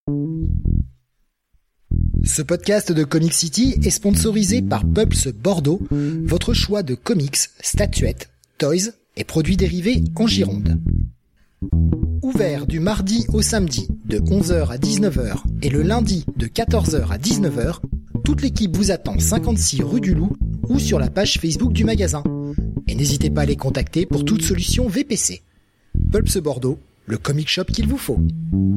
Ce podcast de Comic City est sponsorisé par Pulps Bordeaux, votre choix de comics, statuettes, toys et produits dérivés en Gironde. Ouvert du mardi au samedi de 11h à 19h et le lundi de 14h à 19h, toute l'équipe vous attend 56 rue du Loup ou sur la page Facebook du magasin. Et n'hésitez pas à les contacter pour toute solution VPC. Pulps Bordeaux, le comic shop qu'il vous faut.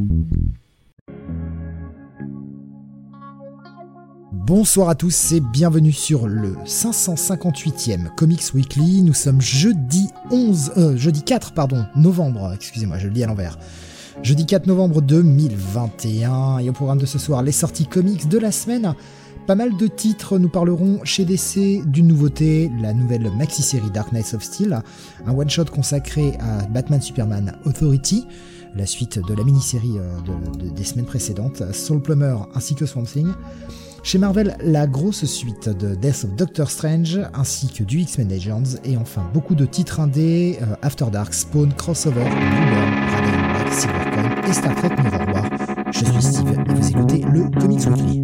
Bonsoir à tous et bienvenue sur le 558e Comics Weekly. Nous sommes jeudi 4 novembre, excusez-moi, je le lis à l'envers. Jeudi 4 novembre 2021 et au programme de ce soir, les sorties comics de la semaine. Pas mal de titres, nous parlerons chez DC d'une nouveauté, la nouvelle maxi-série Dark Knights of Steel, un one-shot consacré à Batman Superman Authority, la suite de la mini-série des semaines précédentes, Soul Plumber ainsi que Swamp Thing. Chez Marvel, la grosse suite de Death of Doctor Strange, ainsi que du X-Men Legends, et enfin beaucoup de titres indés, After Dark, Spawn, Crossover, Blueburn, Radiant Black, Silvercoin et Star Trek Mirror War. Je suis Steve et vous écoutez le Comics Weekly.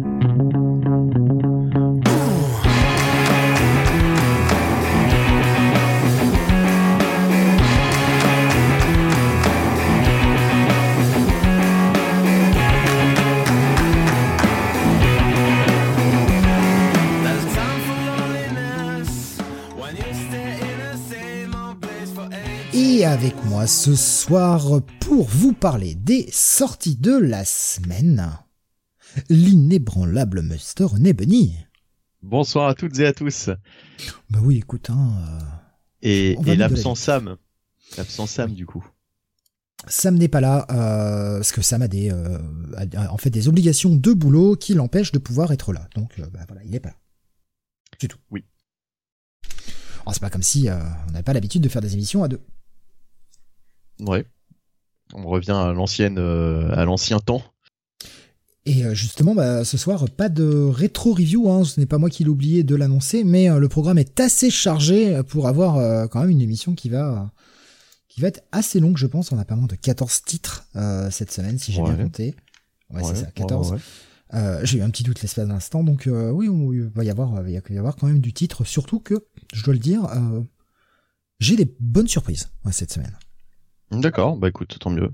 Et avec moi ce soir pour vous parler des sorties de la semaine, l'inébranlable Mr. René Benny. Bonsoir à toutes et à tous. Bah oui, écoute, et l'absent Sam. L'absent Sam, du coup. Sam n'est pas là, parce que Sam a des obligations de boulot qui l'empêchent de pouvoir être là. Donc, voilà, il n'est pas là. C'est tout. Oui. Alors, c'est pas comme si on n'avait pas l'habitude de faire des émissions à deux. Ouais. On revient à l'ancien temps. Et justement, ce soir, pas de rétro-review, ce n'est pas moi qui l'ai oublié de l'annoncer, mais le programme est assez chargé pour avoir quand même une émission qui va être assez longue, je pense. On a pas moins de 14 titres cette semaine, si j'ai bien compté. Ouais, c'est ça, 14. Ouais. J'ai eu un petit doute l'espace d'un instant, donc oui, il va y avoir quand même du titre, surtout que, je dois le dire, j'ai des bonnes surprises cette semaine. D'accord, bah écoute, tant mieux.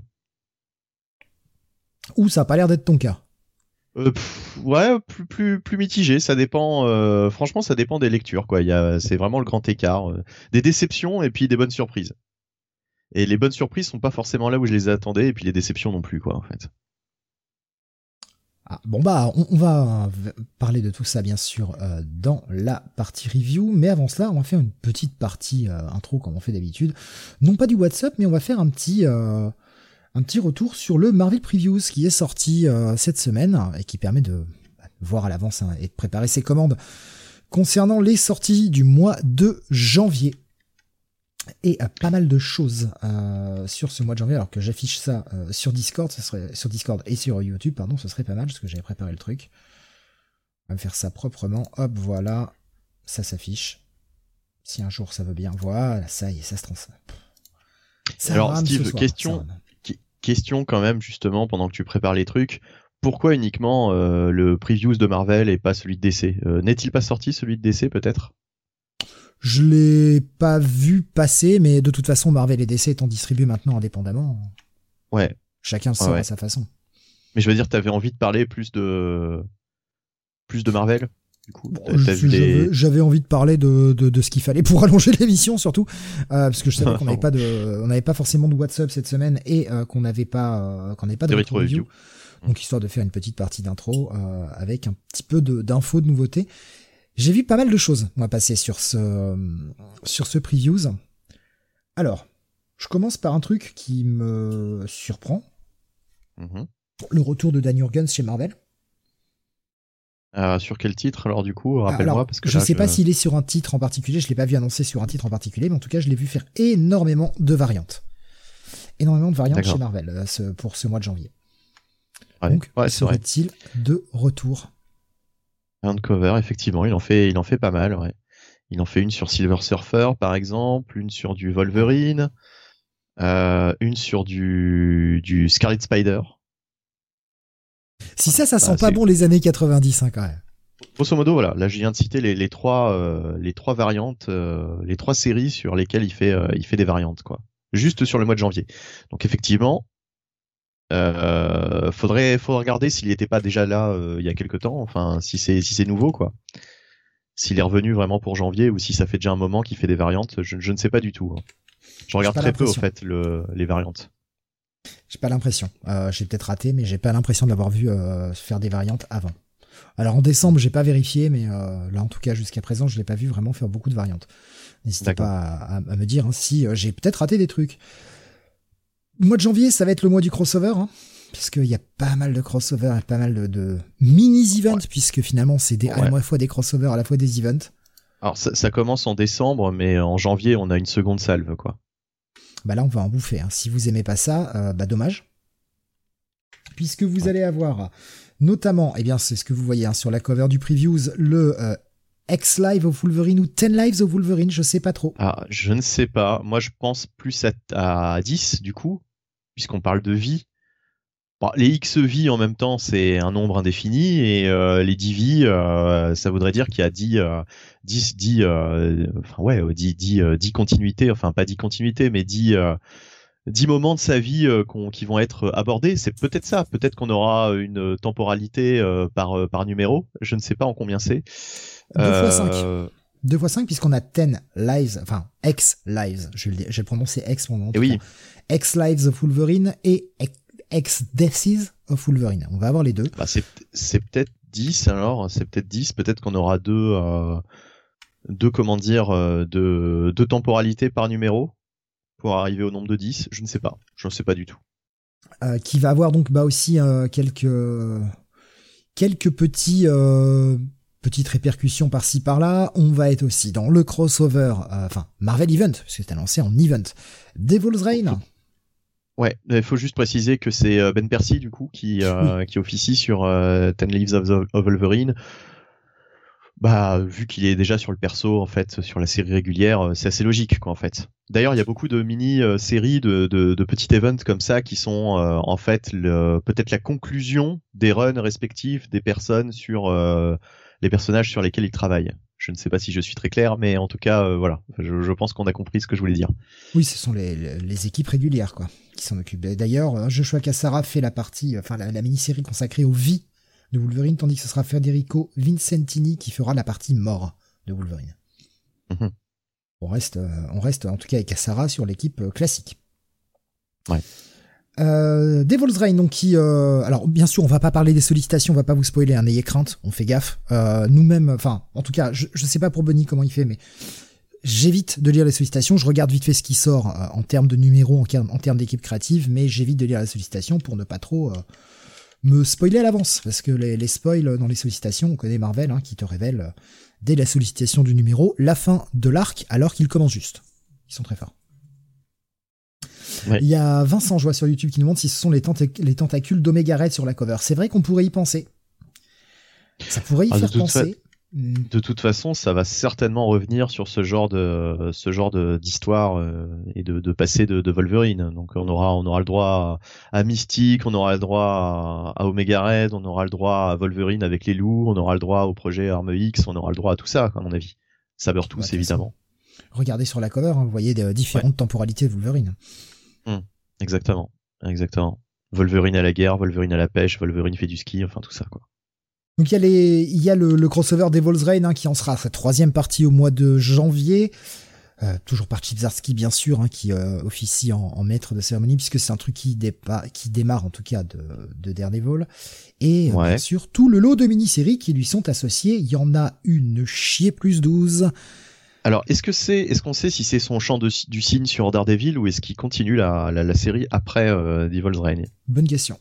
Ou ça a pas l'air d'être ton cas. Ouais, plus mitigé, ça dépend, franchement ça dépend des lectures, quoi. C'est vraiment le grand écart, des déceptions et puis des bonnes surprises. Et les bonnes surprises sont pas forcément là où je les attendais, et puis les déceptions non plus, quoi, en fait. Bon on va parler de tout ça bien sûr dans la partie review, mais avant cela on va faire une petite partie intro comme on fait d'habitude, non pas du WhatsApp, mais on va faire un petit retour sur le Marvel Previews qui est sorti cette semaine et qui permet de voir à l'avance et de préparer ses commandes concernant les sorties du mois de janvier. Et pas mal de choses sur ce mois de janvier, alors que j'affiche ça sur Discord, sur Discord et sur YouTube, ce serait pas mal, parce que j'avais préparé le truc. On va me faire ça proprement, hop, voilà, ça s'affiche. Si un jour ça veut bien, voilà, ça y est, ça se transforme. Alors Steve, question quand même, justement, pendant que tu prépares les trucs, pourquoi uniquement le previews de Marvel et pas celui de DC ? N'est-il pas sorti celui de DC peut-être ? Je l'ai pas vu passer, mais de toute façon, Marvel et DC étant distribués maintenant indépendamment. Ouais. Chacun le sort à sa façon. Mais je veux dire, t'avais envie de parler plus de Marvel, du coup. J'avais envie de parler de ce qu'il fallait pour allonger l'émission, surtout, parce que je savais qu'on n'avait pas forcément de WhatsApp cette semaine et qu'on n'avait pas de rétro review. Donc, histoire de faire une petite partie d'intro, avec un petit peu d'infos, de nouveautés. J'ai vu pas mal de choses, moi, passer sur ce previews. Alors, je commence par un truc qui me surprend. Le retour de Dan Jurgens chez Marvel. Sur quel titre, alors, du coup, rappelle-moi, parce que je sais pas s'il est sur un titre en particulier, je l'ai pas vu annoncer sur un titre en particulier, mais en tout cas, je l'ai vu faire énormément de variantes. Chez Marvel, pour ce mois de janvier. Ouais, donc, serait-il de retour? Cover, effectivement, il en fait pas mal, ouais. Il en fait une sur Silver Surfer, par exemple, une sur du Wolverine, une sur du Scarlet Spider. Si ça sent pas bon les années 90 hein, quand même. Grosso modo, voilà. Là, je viens de citer les trois variantes, les trois séries sur lesquelles il fait des variantes, quoi. Juste sur le mois de janvier. Donc effectivement, faudrait regarder s'il n'était pas déjà là il y a quelque temps. Enfin, si c'est nouveau, quoi. S'il est revenu vraiment pour janvier ou si ça fait déjà un moment qu'il fait des variantes, je ne sais pas du tout. Hein. Je regarde très peu au fait les variantes. J'ai pas l'impression. J'ai peut-être raté, mais j'ai pas l'impression de l'avoir vu faire des variantes avant. Alors en décembre, j'ai pas vérifié, mais là en tout cas jusqu'à présent, je l'ai pas vu vraiment faire beaucoup de variantes. N'hésitez pas à me dire hein, si j'ai peut-être raté des trucs. Le mois de janvier, ça va être le mois du crossover, hein, puisqu'il y a pas mal de crossovers et pas mal de mini-events, puisque finalement c'est à la fois des crossovers, à la fois des events. Alors ça commence en décembre, mais en janvier, on a une seconde salve, quoi. Bah là, on va en bouffer. Hein. Si vous aimez pas ça, bah dommage. Puisque vous allez avoir, notamment, eh bien, c'est ce que vous voyez hein, sur la cover du Previews, le X-Live of Wolverine ou 10 Lives of Wolverine, je sais pas trop. Ah, je ne sais pas. Moi, je pense plus à 10, du coup, puisqu'on parle de vie. Bon, les X vies en même temps, c'est un nombre indéfini, et les 10 vies, ça voudrait dire qu'il y a 10 continuités, enfin pas 10 continuités, mais 10 moments de sa vie qui vont être abordés. C'est peut-être ça. Peut-être qu'on aura une temporalité par numéro. Je ne sais pas en combien c'est. 2 x 5 puisqu'on a 10 lives, enfin X lives. J'ai prononcé X pendant longtemps. Oui. X lives of Wolverine et X deaths of Wolverine. On va avoir les deux. Bah, c'est peut-être 10 alors. C'est peut-être 10. Peut-être qu'on aura deux temporalités par numéro pour arriver au nombre de 10, je ne sais pas. Je ne sais pas du tout. Qui va avoir donc aussi quelques petites répercussions par-ci par-là. On va être aussi dans le crossover, Marvel Event, parce que c'est annoncé en event. Devil's Reign. Ouais, il faut juste préciser que c'est Ben Percy du coup qui officie sur 10 Lives of Wolverine. Bah, vu qu'il est déjà sur le perso, en fait, sur la série régulière, c'est assez logique, quoi, en fait. D'ailleurs, il y a beaucoup de mini-séries de petits events comme ça qui sont, en fait, peut-être la conclusion des runs respectifs des personnes sur les personnages sur lesquels ils travaillent. Je ne sais pas si je suis très clair, mais en tout cas, voilà. Je pense qu'on a compris ce que je voulais dire. Oui, ce sont les équipes régulières, quoi, qui s'en occupent. D'ailleurs, Joshua Cassara fait la partie, la mini-série consacrée aux vies de Wolverine, tandis que ce sera Federico Vincentini qui fera la partie mort de Wolverine. Mm-hmm. On reste en tout cas avec Cassara sur l'équipe classique. Ouais. Devil's Reign, donc alors bien sûr on va pas parler des sollicitations, on va pas vous spoiler, hein, n'ayez crainte, on fait gaffe. Nous-mêmes, enfin en tout cas, je sais pas pour Bunny comment il fait, mais j'évite de lire les sollicitations, je regarde vite fait ce qui sort en termes de numéros, en termes d'équipe créative, mais j'évite de lire les sollicitations pour ne pas trop me spoiler à l'avance, parce que les spoils dans les sollicitations, on connaît Marvel, hein, qui te révèle dès la sollicitation du numéro la fin de l'arc alors qu'il commence juste. Ils sont très forts. Ouais. Il y a Vincent, je vois sur YouTube, qui nous demande si ce sont les tentacules d'Omega Red sur la cover. C'est vrai qu'on pourrait y penser. Ça pourrait y faire penser. De toute façon, ça va certainement revenir sur ce genre d'histoire et de passé de Wolverine. Donc on aura le droit à Mystique, on aura le droit à Omega Red, on aura le droit à Wolverine avec les loups, on aura le droit au projet Arme X, on aura le droit à tout ça, à mon avis. Sabertooth, évidemment. Regardez sur la cover, hein, vous voyez différentes temporalités de Wolverine. Exactement. Wolverine à la guerre, Wolverine à la pêche, Wolverine fait du ski, enfin tout ça, quoi. Donc il y a le crossover Devil's Reign, hein, qui en sera sa 3e partie au mois de janvier. Toujours par Chip Zdarsky, bien sûr, hein, qui officie en maître de cérémonie, puisque c'est un truc qui démarre en tout cas de Daredevil. Et bien sûr, tout le lot de mini-séries qui lui sont associées. Il y en a une chier plus 12. Alors, est-ce qu'on sait si c'est son chant du cygne sur Daredevil ou est-ce qu'il continue la série après Devil's Reign? Bonne question.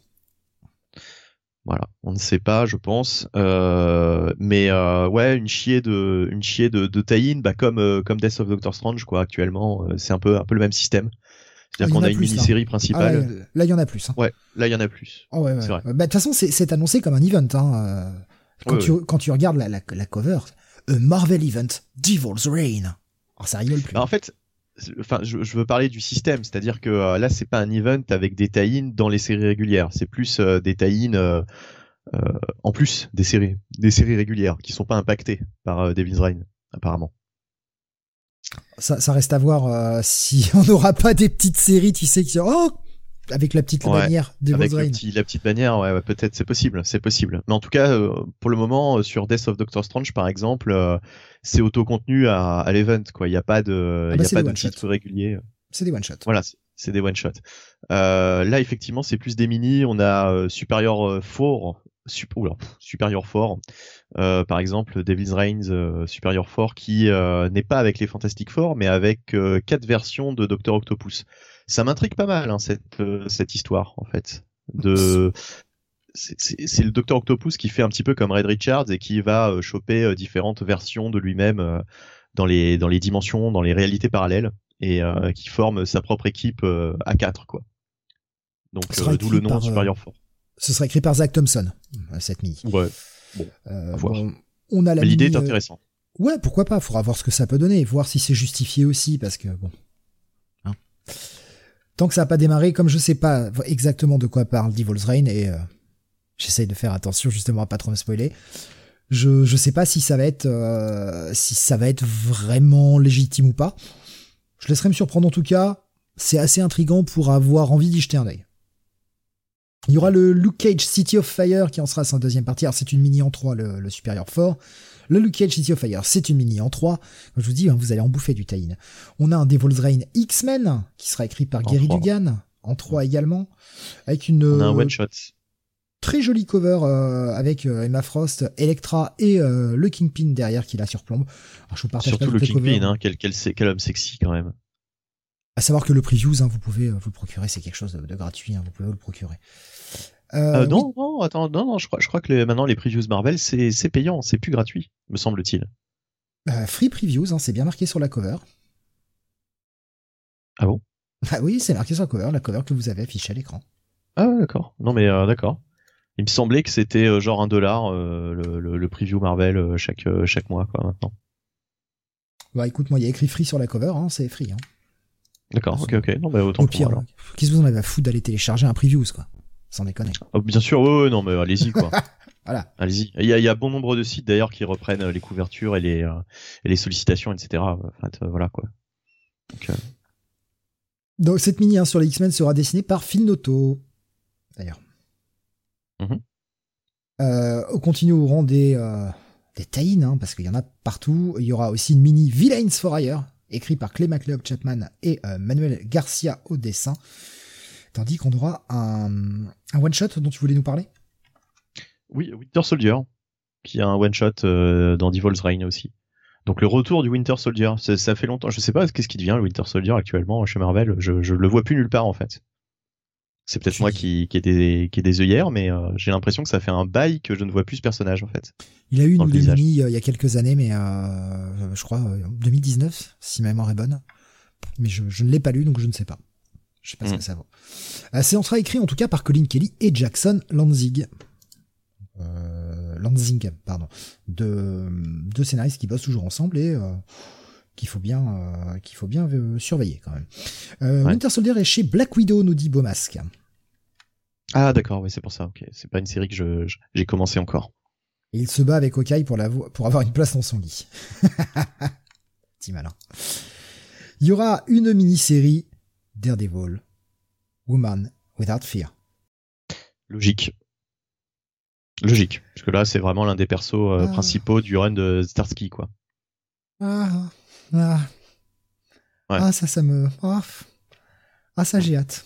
Voilà, on ne sait pas, je pense. Mais une chier de tie-in, comme Death of Doctor Strange, quoi. Actuellement, c'est un peu le même système. C'est-à-dire qu'on a une mini-série principale. Ah ouais, là, il y en a plus. Hein. Ouais, là, il y en a plus. Oh ouais. C'est vrai. De toute façon, c'est annoncé comme un event. Hein. Quand tu regardes la cover, a Marvel Event, Devil's Reign. Alors, ça rigole plus. Bah, en fait, je veux parler du système, c'est-à-dire que là, c'est pas un event avec des tie-in dans les séries régulières. C'est plus des tie-in en plus des séries régulières qui sont pas impactées par Devil's Reign apparemment. Ça reste à voir si on n'aura pas des petites séries, tu sais, avec la petite bannière Devil's Reign. Avec la petite bannière, ouais, peut-être, c'est possible. Mais en tout cas, pour le moment, sur Death of Doctor Strange, par exemple, c'est auto-contenu à l'event, quoi. Il n'y a pas de titre régulier. C'est des one-shots. Voilà, c'est des one-shots. Là, effectivement, c'est plus des mini. On a Superior 4, par exemple, Devil's Reign Superior 4, qui n'est pas avec les Fantastic Four, mais avec 4 versions de Dr. Octopus. Ça m'intrigue pas mal, hein, cette histoire, en fait. C'est le Dr. Octopus qui fait un petit peu comme Red Richards et qui va choper différentes versions de lui-même dans les dimensions, dans les réalités parallèles, et qui forme sa propre équipe à 4, quoi. Donc d'où le nom Superior 4. Ce serait écrit par Zach Thompson, cette mini. Ouais. Bon, à voir. On a mais l'idée est intéressante. Ouais, pourquoi pas. Faudra voir ce que ça peut donner, voir si c'est justifié aussi, parce que bon. Hein. Tant que ça n'a pas démarré, comme je sais pas exactement de quoi parle Devil's Reign, et j'essaye de faire attention justement à pas trop me spoiler, je sais pas si ça va être vraiment légitime ou pas. Je laisserai me surprendre en tout cas. C'est assez intriguant pour avoir envie d'y jeter un œil. Il y aura le Luke Cage City of Fire qui en sera sa deuxième partie. Alors c'est une mini en 3, le Superior 4. Le Luke Cage City of Fire, c'est une mini en 3. Comme je vous dis, vous allez en bouffer du tie-in. On a un Devil's Reign X-Men qui sera écrit par Gary Dugan, en 3 également. Avec on a un one-shot. Très jolie cover avec Emma Frost, Elektra et le Kingpin derrière qui la surplombe. Alors, je vous partage surtout pas le Kingpin, hein, quel homme sexy quand même. À savoir que le previews, vous pouvez vous le procurer, c'est quelque chose de gratuit, vous pouvez vous le procurer. Non, je crois que maintenant les previews Marvel c'est payant, c'est plus gratuit, me semble-t-il. Free previews, c'est bien marqué sur la cover. Ah bon? Ah oui, c'est marqué sur la cover que vous avez affichée à l'écran. Ah d'accord. Non mais d'accord. Il me semblait que c'était genre $1 le preview Marvel chaque mois quoi maintenant. Bah écoute, moi il y a écrit free sur la cover, c'est free. D'accord, ok. Non mais autant au pire, alors. Qu'est-ce que vous en avez à foutre d'aller télécharger un previews quoi? Sans déconner. Oh, bien sûr, ouais, non mais allez-y quoi. Voilà. Allez-y. Il y a bon nombre de sites d'ailleurs qui reprennent les couvertures et les sollicitations, etc. En fait, voilà quoi. Donc cette mini sur les X-Men sera dessinée par Phil Noto. D'ailleurs. On continue au rang des tie-in, parce qu'il y en a partout. Il y aura aussi une mini Villains for Hire, écrit par Clay McLeod Chapman et Manuel Garcia au dessin. Tandis qu'on aura un one-shot dont tu voulais nous parler? Oui, Winter Soldier, qui a un one-shot dans Devil's Reign aussi. Donc le retour du Winter Soldier, ça fait longtemps. Je sais pas qu'est-ce qui devient le Winter Soldier actuellement chez Marvel. Je le vois plus nulle part en fait. C'est peut-être moi qui ai des œillères, mais j'ai l'impression que ça fait un bail que je ne vois plus ce personnage en fait. Il a eu une mini il y a quelques années, mais je crois 2019, si ma mémoire est bonne. Mais je ne l'ai pas lu, donc je ne sais pas. Je sais pas ce que ça vaut. C'est en sera écrit en tout cas par Colin Kelly et Jackson Lanzing. Deux scénaristes qui bossent toujours ensemble et qu'il faut bien surveiller quand même. Winter Soldier est chez Black Widow, nous dit Beaumasque. Ah d'accord, oui, c'est pour ça. Ok, c'est pas une série que j'ai commencé encore. Et il se bat avec Hawkeye pour avoir une place dans son lit. Petit malin. Il y aura une mini-série Daredevil, Woman Without Fear. Logique. Parce que là, c'est vraiment l'un des persos principaux du run de Starsky, quoi. Ça j'ai hâte.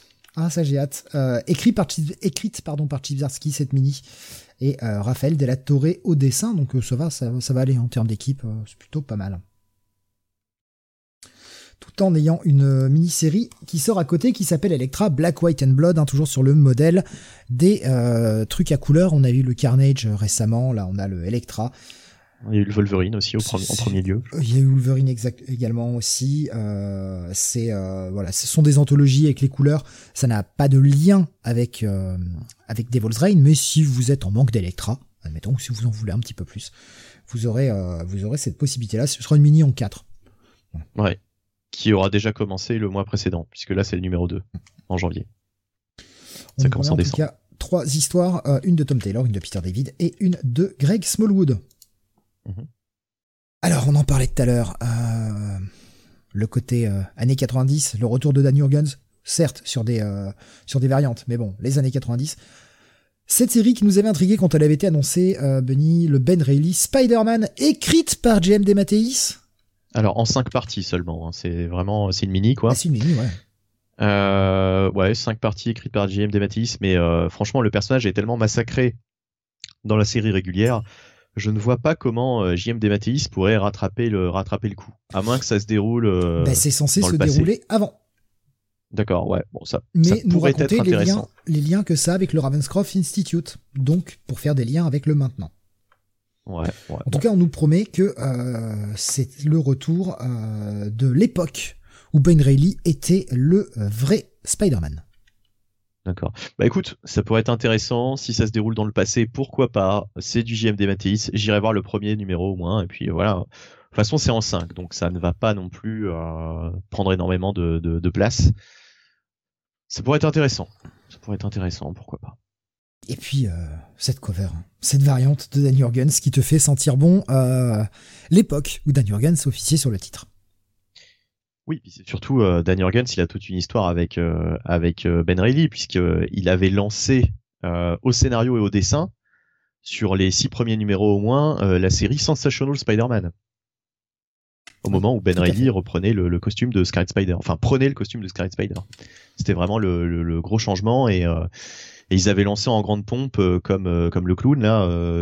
Écrite par Chip Zdarsky, cette mini. Et Raphaël Della Torre au dessin. Donc ça va aller en termes d'équipe. C'est plutôt pas mal. Tout en ayant une mini-série qui sort à côté qui s'appelle Elektra Black, White and Blood, toujours sur le modèle des trucs à couleur. On a eu le Carnage récemment, là on a le Elektra. Il y a eu le Wolverine aussi en premier lieu. Il y a eu Wolverine également aussi. Ce sont des anthologies avec les couleurs. Ça n'a pas de lien avec Devil's Reign, mais si vous êtes en manque d'Elektra, admettons, si vous en voulez un petit peu plus, vous aurez cette possibilité-là. Ce sera une mini en 4. Ouais. Qui aura déjà commencé le mois précédent, puisque là c'est le numéro 2, en janvier. Ça commence en décembre. En tout cas, 3 histoires, une de Tom Taylor, une de Peter David et une de Greg Smallwood. Alors, on en parlait tout à l'heure, le côté années 90, le retour de Dan Jurgens, certes sur des variantes, mais bon, les années 90. Cette série qui nous avait intrigué quand elle avait été annoncée, Bunny, le Ben Reilly Spider-Man, écrite par J.M. DeMatteis. Alors en 5 parties seulement, hein. C'est une mini quoi. C'est une mini, ouais. Ouais, 5 parties écrites par J.M. DeMatteis, mais franchement le personnage est tellement massacré dans la série régulière, je ne vois pas comment J.M. DeMatteis pourrait rattraper le coup, à moins que ça se déroule. C'est censé se dérouler avant. D'accord, ouais, bon ça. Mais ça nous pourrait raconter être intéressant. les liens que ça a avec le Ravenscroft Institute, donc pour faire des liens avec le maintenant. Ouais, en tout cas, on nous promet que c'est le retour de l'époque où Ben Reilly était le vrai Spider-Man. D'accord. Bah écoute, ça pourrait être intéressant si ça se déroule dans le passé, pourquoi pas. C'est du J.M. DeMatteis, j'irai voir le premier numéro au moins, et puis voilà. De toute façon, c'est en 5, donc ça ne va pas non plus prendre énormément de place. Ça pourrait être intéressant. Pourquoi pas. Et puis, cette cover, cette variante de Dan Jurgens qui te fait sentir bon l'époque où Dan Jurgens officiait sur le titre. Oui, puis c'est surtout Dan Jurgens, il a toute une histoire avec Ben Reilly, puisqu'il avait lancé au scénario et au dessin, sur les 6 premiers numéros au moins, la série Sensational Spider-Man. Au moment où Ben Reilly reprenait le costume de Scarlet Spider. Enfin, prenait le costume de Scarlet Spider. C'était vraiment le gros changement, et ils avaient lancé en grande pompe, comme le clown là,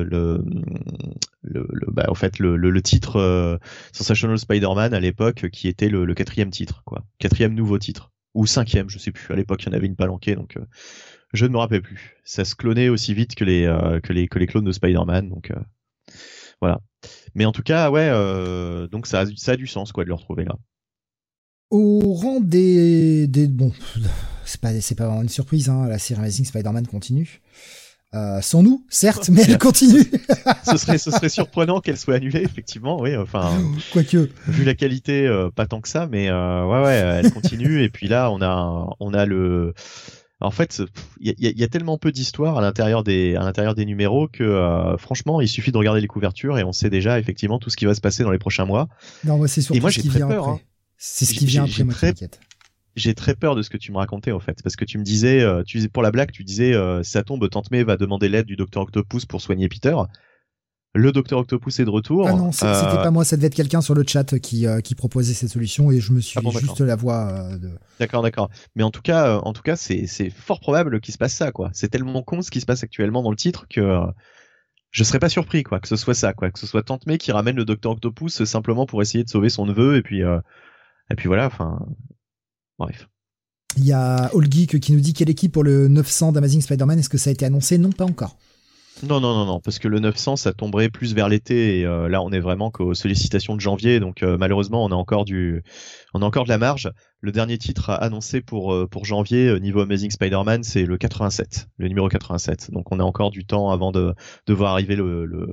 en fait le titre Sensational Spider-Man à l'époque, qui était le 4e titre, quoi, 4e nouveau titre, ou 5e, je sais plus. À l'époque, il y en avait une palanquée, donc je ne me rappelle plus. Ça se clonait aussi vite que les clones de Spider-Man, donc voilà. Mais en tout cas, ouais, donc ça a du sens, quoi, de le retrouver là. Au rang des bon, c'est pas vraiment une surprise, hein, la série Amazing Spider-Man continue. Sans nous, certes, mais elle continue. ce serait surprenant qu'elle soit annulée, effectivement, oui, enfin. Quoique. Vu la qualité, pas tant que ça, mais ouais, elle continue. Et puis là, on a le. En fait, il y a tellement peu d'histoire à l'intérieur des numéros que franchement, il suffit de regarder les couvertures et on sait déjà effectivement tout ce qui va se passer dans les prochains mois. Non, moi c'est surtout et moi, ce qui vient après. Hein. C'est ce qui vient après, moi qui m'inquiète. J'ai très peur de ce que tu me racontais, en fait, parce que tu me disais, pour la blague, tu disais, si ça tombe, Tante May va demander l'aide du Dr Octopus pour soigner Peter. Le Dr Octopus est de retour. Ah non, c'était pas moi, ça devait être quelqu'un sur le chat qui proposait cette solution, et je me suis juste la voix de... D'accord. Mais en tout cas, c'est fort probable qu'il se passe ça, quoi. C'est tellement con ce qui se passe actuellement dans le titre que je serais pas surpris, quoi, que ce soit ça, quoi, que ce soit Tante May qui ramène le Dr Octopus simplement pour essayer de sauver son neveu, et puis voilà, enfin... Bref. Il y a All Geek qui nous dit quelle équipe pour le 900 d'Amazing Spider-Man. Est-ce que ça a été annoncé? Non, pas encore. Non, parce que le 900, ça tomberait plus vers l'été, et là, on est vraiment qu'aux sollicitations de janvier, donc malheureusement, on a encore de la marge. Le dernier titre annoncé pour janvier, niveau Amazing Spider-Man, c'est le 87, le numéro 87. Donc, on a encore du temps avant de voir arriver le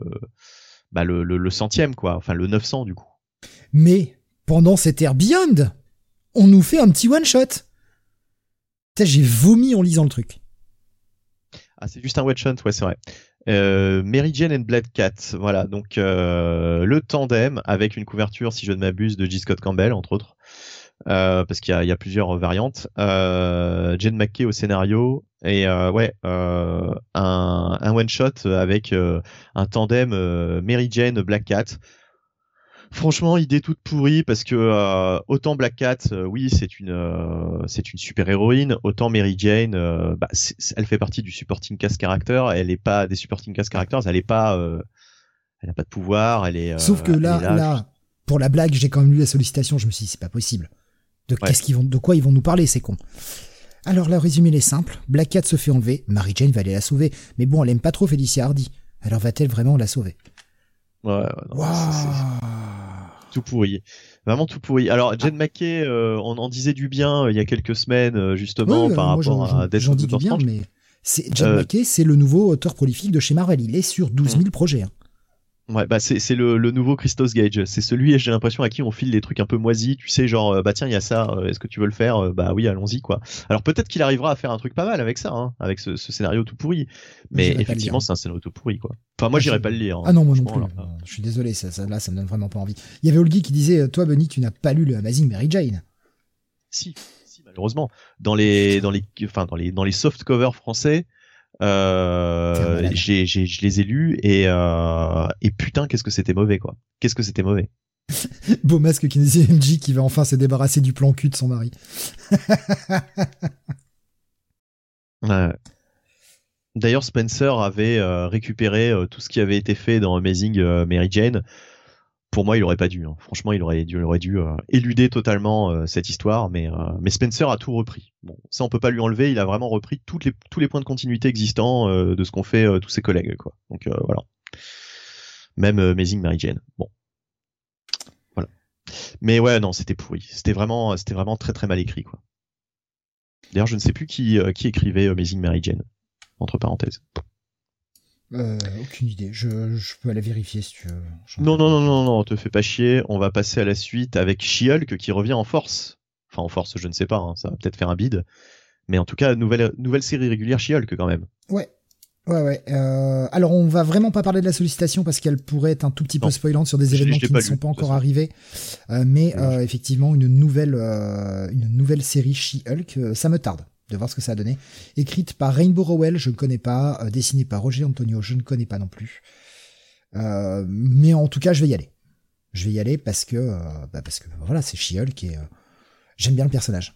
100e, quoi. Enfin, le 900, du coup. Mais, pendant cet Air Beyond, on nous fait un petit one-shot. Putain, j'ai vomi en lisant le truc. Ah, c'est juste un one-shot, ouais, c'est vrai. Mary Jane and Black Cat, voilà, donc le tandem avec une couverture, si je ne m'abuse, de J. Scott Campbell, entre autres, parce qu'il y a plusieurs variantes. Jen McKay au scénario, et un one-shot avec un tandem Mary Jane Black Cat. Franchement, idée toute pourrie, parce que autant Black Cat, oui, c'est une super héroïne, autant Mary Jane, elle fait partie du supporting cast character. Elle est pas des supporting cast characters, elle n'a pas de pouvoir, elle est. Sauf que là, pour la blague, j'ai quand même lu la sollicitation, je me suis dit c'est pas possible. De quoi ils vont nous parler, c'est con. Alors le résumé il est simple, Black Cat se fait enlever, Mary Jane va aller la sauver, mais bon, elle aime pas trop Felicia Hardy. Alors va-t-elle vraiment la sauver? Ouais, non, c'est tout pourri, vraiment tout pourri. Alors Jen McKay, on en disait du bien il y a quelques semaines, justement, par rapport à Death j'en dis du bien, mais Jen McKay, c'est le nouveau auteur prolifique de chez Marvel. Il est sur 12 000 projets. Hein. Ouais, bah c'est le nouveau Christos Gage. C'est celui, j'ai l'impression, à qui on file des trucs un peu moisis. Tu sais, genre, bah tiens, il y a ça. Est-ce que tu veux le faire? Bah oui, allons-y, quoi. Alors peut-être qu'il arrivera à faire un truc pas mal avec ça, hein, avec ce scénario tout pourri. Mais J'irai pas le lire. effectivement, c'est un scénario tout pourri, quoi. Enfin, moi, j'irai pas le lire. Ah non, moi non plus. Alors, Je suis désolé, là, ça me donne vraiment pas envie. Il y avait Olgi qui disait, toi, Benny, tu n'as pas lu le Amazing Mary Jane. si, malheureusement, dans les soft covers français. Je les ai lus et putain qu'est-ce que c'était mauvais quoi. Qu'est-ce que c'était mauvais. Beau masque qui nous disait MJ qui va enfin se débarrasser du plan cul de son mari. D'ailleurs Spencer avait récupéré tout ce qui avait été fait dans Amazing Mary Jane. Pour moi, il aurait pas dû. Hein. Franchement, il aurait dû éluder totalement cette histoire, mais Spencer a tout repris. Bon, ça on peut pas lui enlever. Il a vraiment repris tous les points de continuité existants de ce qu'ont fait tous ses collègues, quoi. Donc voilà. Même Amazing Mary Jane. Bon, voilà. Mais ouais, non, c'était pourri. C'était vraiment très très mal écrit, quoi. D'ailleurs, je ne sais plus qui écrivait Amazing Mary Jane. Entre parenthèses. Aucune idée. Je peux aller vérifier si tu veux. Non, te fais pas chier. On va passer à la suite avec She-Hulk qui revient en force. Enfin, en force, je ne sais pas. Hein, ça va peut-être faire un bide. Mais en tout cas, nouvelle série régulière She-Hulk quand même. Ouais. Alors, on va vraiment pas parler de la sollicitation parce qu'elle pourrait être un tout petit peu spoilante sur des événements qui ne sont pas encore arrivés. Mais effectivement, une nouvelle série She-Hulk, ça me tarde de voir ce que ça a donné. Écrite par Rainbow Rowell, je ne connais pas. Dessinée par Roger Antonio, je ne connais pas non plus. Mais en tout cas, je vais y aller. Je vais y aller parce que voilà, c'est She-Hulk et j'aime bien le personnage.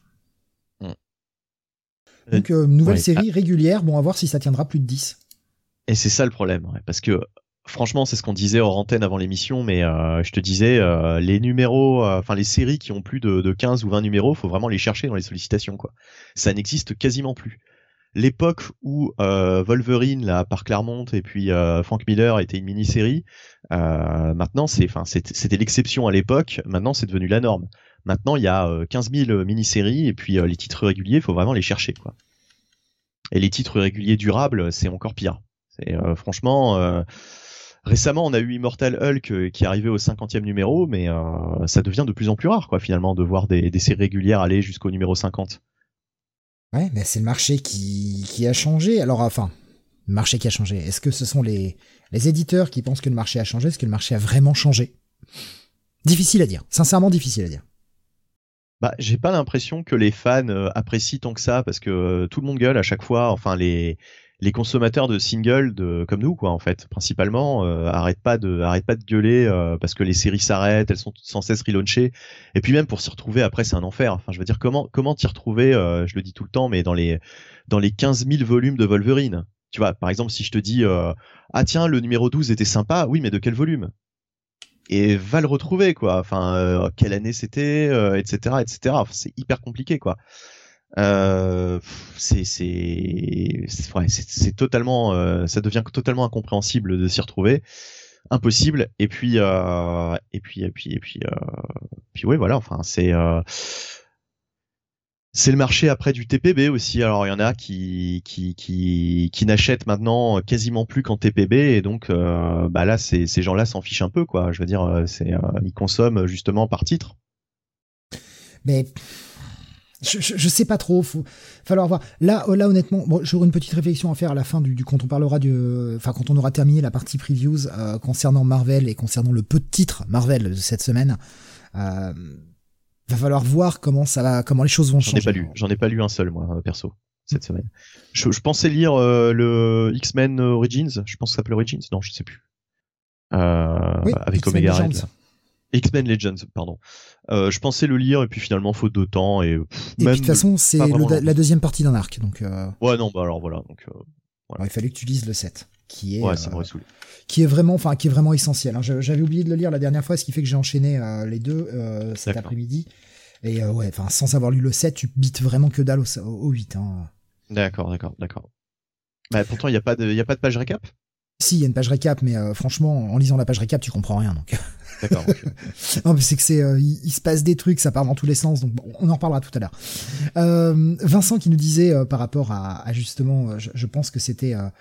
Donc, nouvelle série régulière. Bon, à voir si ça tiendra plus de 10. Et c'est ça le problème, ouais, parce que franchement, c'est ce qu'on disait hors antenne avant l'émission, mais je te disais, les numéros, les séries qui ont plus de 15 ou 20 numéros, faut vraiment les chercher dans les sollicitations, quoi. Ça n'existe quasiment plus. L'époque où Wolverine, là, par Claremont, et puis Frank Miller était une mini-série, maintenant, c'était l'exception à l'époque, maintenant c'est devenu la norme. Maintenant, il y a 15 000 mini-séries, et puis les titres réguliers, faut vraiment les chercher, quoi. Et les titres réguliers durables, c'est encore pire. C'est franchement... récemment, on a eu Immortal Hulk qui est arrivé au 50e numéro, mais ça devient de plus en plus rare, quoi, finalement, de voir des séries régulières aller jusqu'au numéro 50. Ouais, mais c'est le marché qui a changé. Alors, enfin, le marché qui a changé. Est-ce que ce sont les éditeurs qui pensent que le marché a changé? Est-ce que le marché a vraiment changé? Difficile à dire. Sincèrement, difficile à dire. Bah, j'ai pas l'impression que les fans apprécient tant que ça, parce que tout le monde gueule à chaque fois. Enfin, les consommateurs de singles comme nous, quoi, en fait, principalement, arrêtent pas de gueuler parce que les séries s'arrêtent, elles sont sans cesse relaunchées. Et puis même pour s'y retrouver après, c'est un enfer. Enfin, je veux dire, comment t'y retrouver, je le dis tout le temps, mais dans les 15 000 volumes de Wolverine. Tu vois, par exemple, si je te dis ah tiens, le numéro 12 était sympa, oui, mais de quel volume? Et va le retrouver, quoi. Enfin, quelle année c'était, etc., etc. Enfin, c'est hyper compliqué, quoi. C'est totalement, ça devient totalement incompréhensible de s'y retrouver, impossible. Et puis ouais, voilà. Enfin, c'est le marché après du TPB aussi. Alors il y en a qui n'achètent maintenant quasiment plus qu'en TPB et donc là ces gens-là s'en fichent un peu, quoi. Je veux dire, ils consomment justement par titre. Mais je sais pas trop, falloir voir. Là honnêtement, bon, j'aurai une petite réflexion à faire à la fin quand on parlera quand on aura terminé la partie previews concernant Marvel et concernant le peu de titres Marvel de cette semaine. Va falloir voir comment les choses vont changer. J'en ai pas lu un seul, moi, perso, cette semaine. Je pensais lire le X-Men Origins, je pense que ça s'appelle Origins, non, je sais plus. Oui, avec X-Men Omega Red. Legends. X-Men Legends, pardon. Je pensais le lire et puis finalement faute de temps et puis de toute façon c'est la deuxième partie d'un arc, donc. Ouais, non, bah alors voilà, donc. Voilà. Alors, il fallait que tu lises le 7, qui est. Ouais, ça m'aurait saoulé. Qui est vraiment essentiel. Hein. J'avais oublié de le lire la dernière fois, ce qui fait que j'ai enchaîné les deux cet après-midi. Et sans avoir lu le 7, tu bites vraiment que dalle au 8. Hein. D'accord. Bah, pourtant, il y a pas de page récap. Si, il y a une page récap, mais franchement, en lisant la page récap, tu comprends rien. Donc. D'accord. Okay. Non, mais c'est que il se passe des trucs, ça part dans tous les sens. Donc, bon, on en reparlera tout à l'heure. Vincent qui nous disait par rapport à justement, je pense que c'était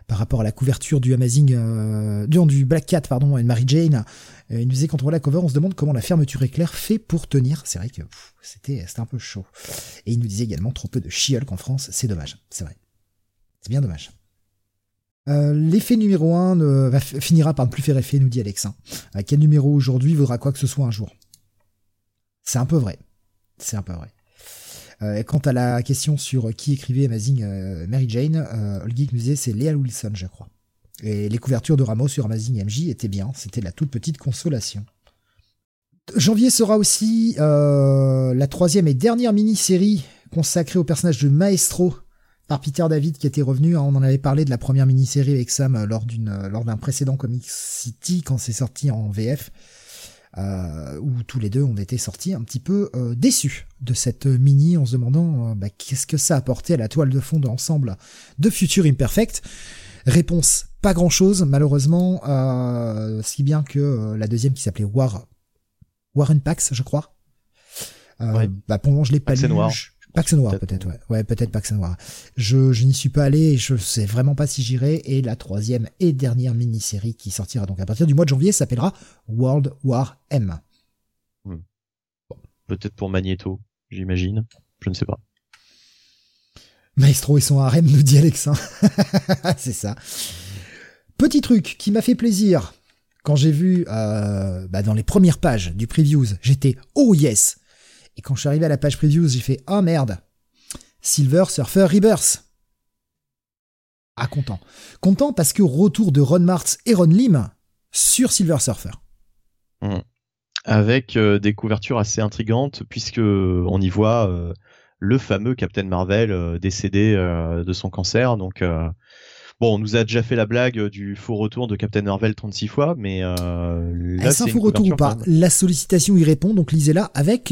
par rapport à la couverture du Amazing, du Black Cat, pardon, et de Mary Jane. Il nous disait, quand on voit la cover, on se demande comment la fermeture éclair fait pour tenir. C'est vrai que c'était un peu chaud. Et il nous disait également trop peu de She-Hulk en France. C'est dommage. C'est vrai. C'est bien dommage. L'effet numéro 1 finira par ne plus faire effet, nous dit Alexin. Quel numéro aujourd'hui vaudra quoi que ce soit un jour? C'est un peu vrai. C'est un peu vrai. Quant à la question sur qui écrivait Amazing Mary Jane, Holgeek nous disait c'est Léa Wilson, je crois. Et les couvertures de Ramos sur Amazing MJ étaient bien, c'était de la toute petite consolation. Janvier sera aussi la 3e et dernière mini-série consacrée au personnage de Maestro par Peter David qui était revenu. On en avait parlé de la première mini-série avec Sam lors d'un précédent Comic City quand c'est sorti en VF. Où tous les deux on était sortis un petit peu déçus de cette mini en se demandant qu'est-ce que ça apportait à la toile de fond d'ensemble de Future Imperfect. Réponse, pas grand chose malheureusement, si bien que la deuxième qui s'appelait War and Pax, je crois, pour moi je l'ai pas lu. Pax Noir peut-être, ouais, peut-être Pax Noir. Je n'y suis pas allé et je sais vraiment pas si j'irai. Et la 3e et dernière mini-série qui sortira donc à partir du mois de janvier s'appellera World War M. Bon. Peut-être pour Magneto, j'imagine. Je ne sais pas. Maestro et son harem, nous dit Alexin. C'est ça. Petit truc qui m'a fait plaisir quand j'ai vu dans les premières pages du previews, j'étais oh yes. Et quand je suis arrivé à la page previews, j'ai fait ah merde, Silver Surfer Rebirth. Ah, content. Content parce que retour de Ron Martz et Ron Lim sur Silver Surfer. Avec des couvertures assez intrigantes puisque on y voit le fameux Captain Marvel décédé de son cancer. Donc bon, on nous a déjà fait la blague du faux retour de Captain Marvel 36 fois, mais là est-ce un faux retour ou pas? La sollicitation y répond, donc lisez-la avec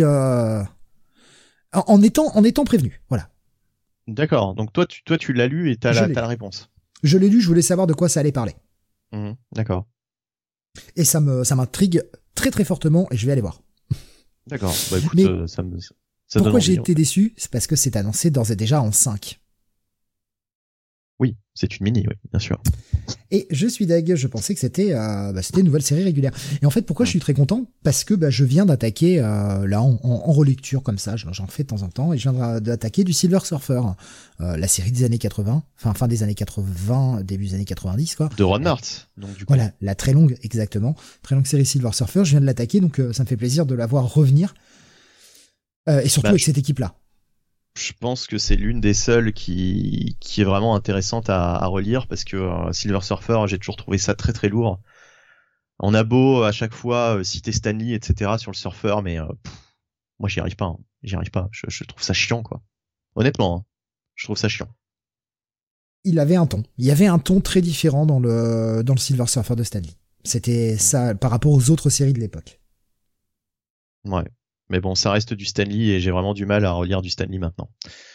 en étant prévenu. Voilà. D'accord. Donc toi tu l'as lu et t'as la réponse. Je l'ai lu, je voulais savoir de quoi ça allait parler. D'accord. Et ça m'intrigue très très fortement et je vais aller voir. D'accord. Bah écoute, mais ça pourquoi j'ai été déçu? C'est parce que c'est annoncé d'ores et déjà en 5. Oui, c'est une mini, oui, bien sûr. Et je suis deg, je pensais que c'était une nouvelle série régulière. Et en fait, pourquoi je suis très content? Parce que je viens d'attaquer, là, en relecture comme ça, j'en fais de temps en temps, et je viens d'attaquer du Silver Surfer, la série des années 80, fin des années 80, début des années 90, quoi. De Ron Martz, donc du coup. Voilà, la très longue, exactement, très longue série Silver Surfer, je viens de l'attaquer, donc ça me fait plaisir de la voir revenir, et surtout avec cette équipe-là. Je pense que c'est l'une des seules qui est vraiment intéressante à relire parce que Silver Surfer, j'ai toujours trouvé ça très très lourd. On a beau à chaque fois citer Stanley, etc. sur le Surfer, mais moi j'y arrive pas. Je trouve ça chiant, quoi. Honnêtement, je trouve ça chiant. Il y avait un ton très différent dans le Silver Surfer de Stanley. C'était ça par rapport aux autres séries de l'époque. Ouais. Mais bon, ça reste du Stanley et j'ai vraiment du mal à relire du Stanley maintenant.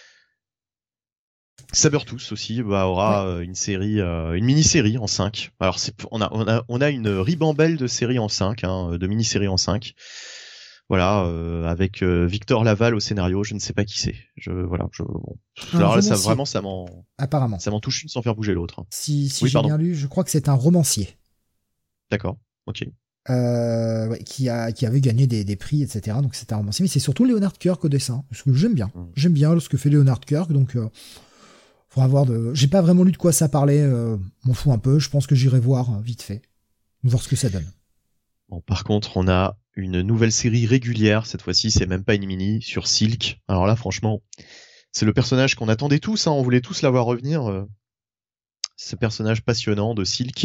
Sabertooth aussi aura une série, une mini-série en 5. Alors on a une ribambelle de séries en 5, de mini-séries en 5. Voilà, avec Victor Laval au scénario, je ne sais pas qui c'est. Alors là, apparemment, ça m'en touche une sans faire bouger l'autre. Si j'ai bien lu, je crois que c'est un romancier. D'accord, ok. Qui avait gagné des prix, etc. Donc c'est un romancier, mais c'est surtout Leonard Kirk au dessin. Parce que j'aime bien. J'aime bien ce que fait Leonard Kirk, donc faudra voir j'ai pas vraiment lu de quoi ça parlait, m'en fous un peu, je pense que j'irai voir vite fait. Voir ce que ça donne. Bon, par contre, on a une nouvelle série régulière, cette fois-ci, c'est même pas une mini, sur Silk. Alors là, franchement, c'est le personnage qu'on attendait tous, on voulait tous la voir revenir. Ce personnage passionnant de Silk.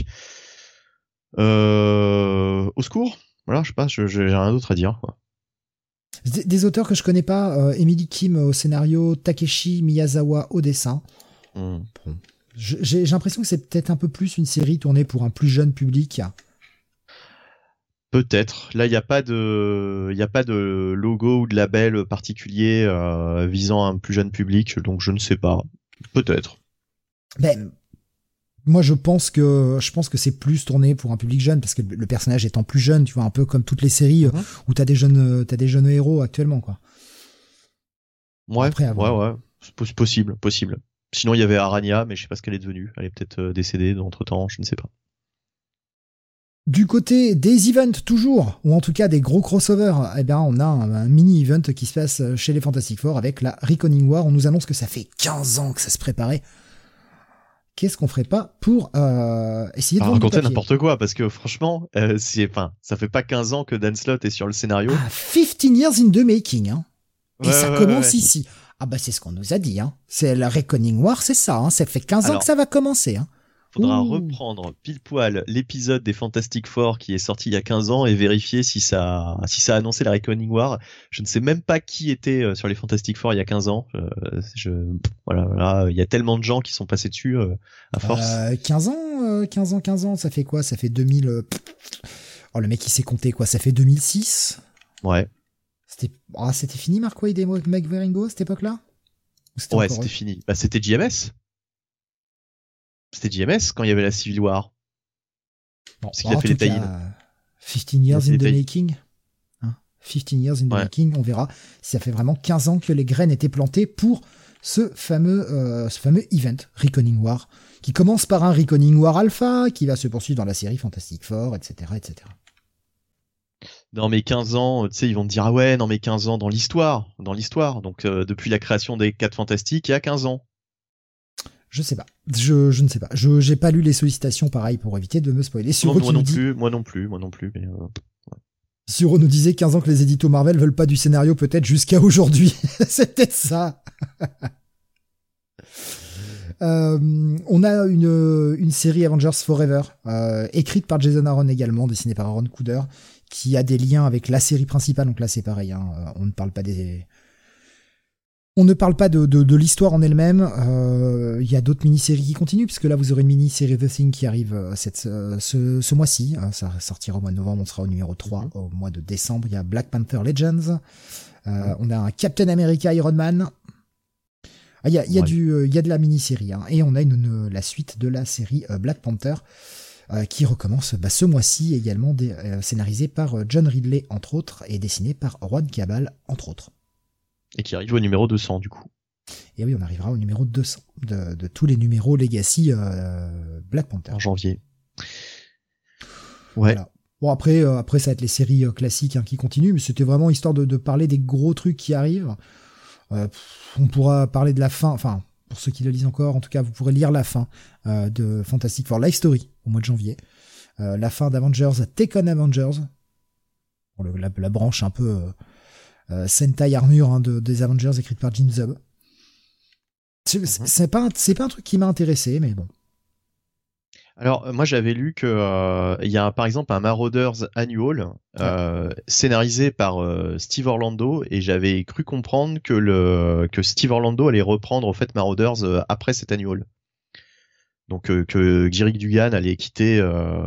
Au secours, voilà, je sais pas, j'ai rien d'autre à dire, quoi. Des auteurs que je connais pas, Emily Kim au scénario, Takeshi Miyazawa au dessin. Bon. J'ai l'impression que c'est peut-être un peu plus une série tournée pour un plus jeune public. Peut-être. Là, il y a pas de logo ou de label particulier visant un plus jeune public, donc je ne sais pas. Peut-être. Ben, moi, je pense que c'est plus tourné pour un public jeune parce que le personnage étant plus jeune, tu vois, un peu comme toutes les séries où t'as des jeunes héros actuellement, quoi. Ouais, après, ouais, c'est possible. Sinon, il y avait Aranya, mais je sais pas ce qu'elle est devenue. Elle est peut-être décédée entre-temps, je ne sais pas. Du côté des events toujours, ou en tout cas des gros crossovers, eh bien on a un mini-event qui se passe chez les Fantastic Four avec la Reckoning War. On nous annonce que ça fait 15 ans que ça se préparait. Qu'est-ce qu'on ferait pas pour essayer de vendre raconter du papier. N'importe quoi, parce que franchement, ça fait pas 15 ans que Dan Slott est sur le scénario. 15 years in the making, hein. Et ça commence ouais. ici. Ah bah c'est ce qu'on nous a dit, hein. C'est la Reckoning War, c'est ça, hein. Ça fait 15 ans que ça va commencer, hein. Faudra reprendre pile poil l'épisode des Fantastic Four qui est sorti il y a 15 ans et vérifier si ça a annoncé la Reckoning War. Je ne sais même pas qui était sur les Fantastic Four il y a 15 ans. Voilà, il y a tellement de gens qui sont passés dessus à force. 15 ans, ça fait quoi? Ça fait 2000... Oh, le mec il sait compter, quoi. Ça fait 2006. Ouais. C'était fini, Mark Waid et Mike Wieringo à cette époque-là? Ouais, c'était fini. Bah, c'était JMS. C'était JMS quand il y avait la Civil War. Bon, c'est qu'il a fait les tie-in. 15 years in the making. Hein, 15 years in the making, on verra si ça fait vraiment 15 ans que les graines étaient plantées pour ce fameux event, Reckoning War, qui commence par un Reckoning War Alpha, qui va se poursuivre dans la série Fantastic Four, etc., etc. Dans mes 15 ans, tu sais, ils vont te dire, ah ouais, dans mes 15 ans dans l'histoire. Donc, depuis la création des 4 Fantastiques, il y a 15 ans. Je sais pas. Je ne sais pas. J'ai pas lu les sollicitations, pareil, pour éviter de me spoiler. Moi non plus. Mais Suro nous disait 15 ans que les éditos Marvel veulent pas du scénario, peut-être jusqu'à aujourd'hui. C'est peut-être ça. On a une série Avengers Forever, écrite par Jason Aaron également, dessinée par Aaron Kuder, qui a des liens avec la série principale. Donc là, c'est pareil. Hein, on ne parle pas de l'histoire en elle-même. Il y a d'autres mini-séries qui continuent, puisque là, vous aurez une mini-série The Thing qui arrive ce mois-ci. Ça sortira au mois de novembre, on sera au numéro 3 au mois de décembre. Il y a Black Panther Legends. On a un Captain America Iron Man. Il y a de la mini-série. Hein. Et on a la suite de la série Black Panther qui recommence ce mois-ci, également scénarisé par John Ridley, entre autres, et dessiné par Juan Cabal, entre autres. Et qui arrive au numéro 200, du coup. Et oui, on arrivera au numéro 200 de tous les numéros Legacy Black Panther. En janvier. Ouais. Voilà. Bon, après, ça va être les séries classiques qui continuent, mais c'était vraiment histoire de parler des gros trucs qui arrivent. On pourra parler de la fin, enfin, pour ceux qui le lisent encore, en tout cas, vous pourrez lire la fin de Fantastic Four Life Story au mois de janvier. La fin d'Avengers, Take On Avengers. La branche un peu... Sentai Armure des Avengers écrite par Jim Zub. C'est pas un truc qui m'a intéressé, mais bon. Alors moi j'avais lu que il y a par exemple un Marauders Annual scénarisé par Steve Orlando, et j'avais cru comprendre que Steve Orlando allait reprendre en fait Marauders après cet annual. Donc que Girick Dugan allait quitter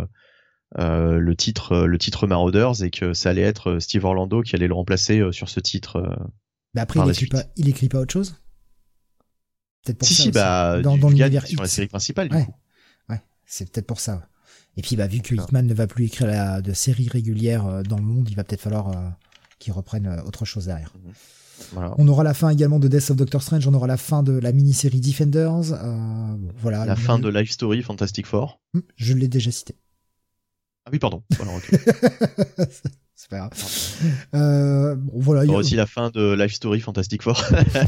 le titre Marauders, et que ça allait être Steve Orlando qui allait le remplacer sur ce titre. Mais après il écrit pas autre chose. Peut-être pour ça. Si dans l'univers sur la série principale du coup. Ouais, c'est peut-être pour ça. Et puis vu que Hickman ne va plus écrire de séries régulières dans le monde, il va peut-être falloir qu'il reprenne autre chose derrière. Voilà. On aura la fin également de Death of Doctor Strange, on aura la fin de la mini-série Defenders, voilà. La fin de Life Story Fantastic Four. Je l'ai déjà cité. Ah oui, pardon. Voilà, okay. C'est pas grave. Voilà. Il y a aussi la fin de Life Story Fantastic Four.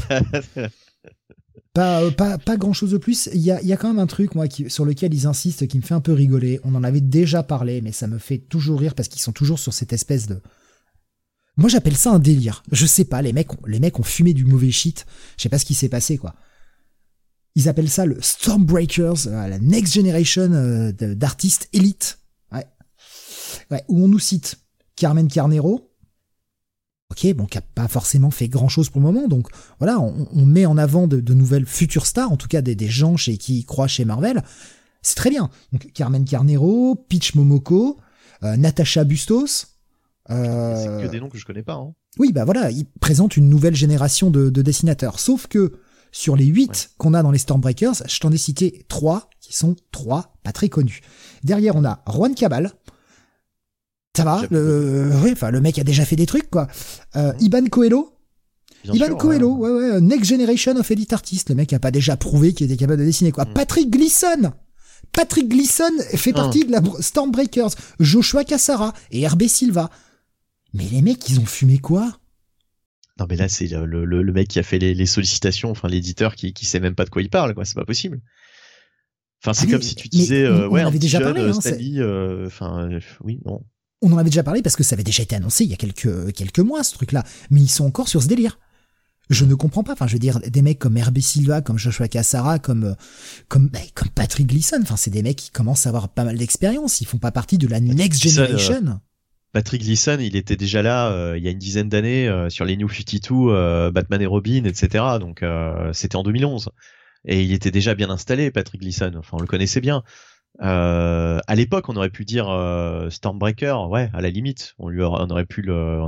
Pas grand chose de plus. Il y a quand même un truc, moi, sur lequel ils insistent, qui me fait un peu rigoler. On en avait déjà parlé, mais ça me fait toujours rire parce qu'ils sont toujours sur cette espèce de... Moi, j'appelle ça un délire. Je sais pas, les mecs ont fumé du mauvais shit. Je sais pas ce qui s'est passé, quoi. Ils appellent ça le Stormbreakers, la next generation d'artistes élites. Ouais, où on nous cite Carmen Carnero. Ok, bon, qui a pas forcément fait grand chose pour le moment, donc voilà, on met en avant de nouvelles futures stars, en tout cas des gens qui croient chez Marvel. C'est très bien. Donc Carmen Carnero, Peach Momoko, Natasha Bustos. C'est que des noms que je connais pas. Hein. Oui, voilà, ils présentent une nouvelle génération de dessinateurs. Sauf que sur les 8 qu'on a dans les Stormbreakers, je t'en ai cité 3 qui sont 3 pas très connus. Derrière, on a Juan Cabal. Ça va, le mec a déjà fait des trucs, quoi. Iban Coelho, Bien Iban sûr, Coelho, ouais, Next Generation of Elite Artist. Le mec a pas déjà prouvé qu'il était capable de dessiner, quoi. Patrick Gleason fait partie de la Stormbreakers. Joshua Cassara et RB Silva. Mais les mecs, ils ont fumé quoi? Non, mais là, c'est le mec qui a fait les sollicitations, enfin, l'éditeur qui sait même pas de quoi il parle, quoi. C'est pas possible. Enfin, c'est comme si tu disais, on un avait petit déjà jeune, parlé, hein, Stanley, oui, non. On en avait déjà parlé parce que ça avait déjà été annoncé il y a quelques mois, ce truc-là. Mais ils sont encore sur ce délire. Je ne comprends pas. Enfin, je veux dire, des mecs comme RB Silva, comme Joshua Cassara, comme Patrick Gleason. Enfin, c'est des mecs qui commencent à avoir pas mal d'expérience. Ils font pas partie de la Next Generation. Patrick Gleason, il était déjà là il y a une dizaine d'années sur les New 52, Batman et Robin, etc. Donc c'était en 2011. Et il était déjà bien installé, Patrick Gleason. Enfin, on le connaissait bien. À l'époque, on aurait pu dire Stormbreaker, ouais, à la limite, on aurait pu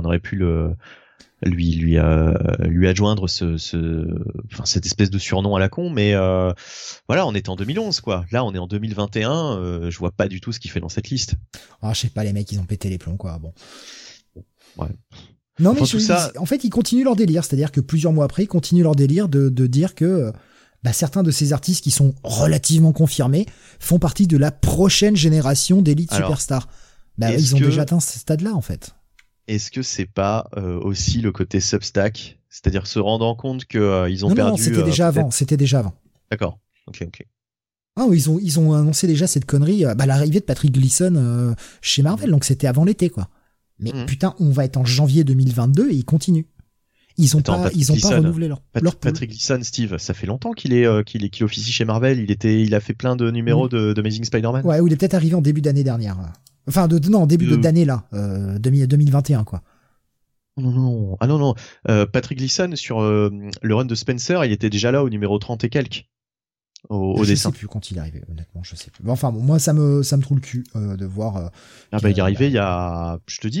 lui adjoindre cette espèce de surnom à la con, mais voilà, on était en 2011, quoi. Là, on est en 2021, je vois pas du tout ce qu'il fait dans cette liste. Ah, je sais pas, les mecs, ils ont pété les plombs, quoi. Bon. Ouais. Non, mais en fait, ils continuent leur délire, c'est-à-dire que plusieurs mois après, ils continuent leur délire de dire que certains de ces artistes qui sont relativement confirmés font partie de la prochaine génération d'élite superstars. Ils ont déjà atteint ce stade-là, en fait. Est-ce que c'est pas aussi le côté Substack, c'est-à-dire se rendant compte que ils ont perdu. Non, c'était déjà avant. C'était déjà avant. D'accord. Ok. Ah, ils ont annoncé déjà cette connerie, l'arrivée de Patrick Gleason chez Marvel, donc c'était avant l'été, quoi. Mais putain, on va être en janvier 2022 et ils continuent. Ils ont pas renouvelé leur Patrick Gleason, Steve, ça fait longtemps qu'il officie chez Marvel. Il a fait plein de numéros de Amazing Spider-Man. Ouais, ou il est peut-être arrivé en début d'année dernière. Enfin, début d'année là, 2021, quoi. Non. Ah non. Patrick Gleason sur le run de Spencer, il était déjà là au numéro 30 et quelques. Au dessin. Je sais plus quand il est arrivé, honnêtement, je sais plus. Enfin, bon, moi, ça me trouve le cul de voir. Il est arrivé il y a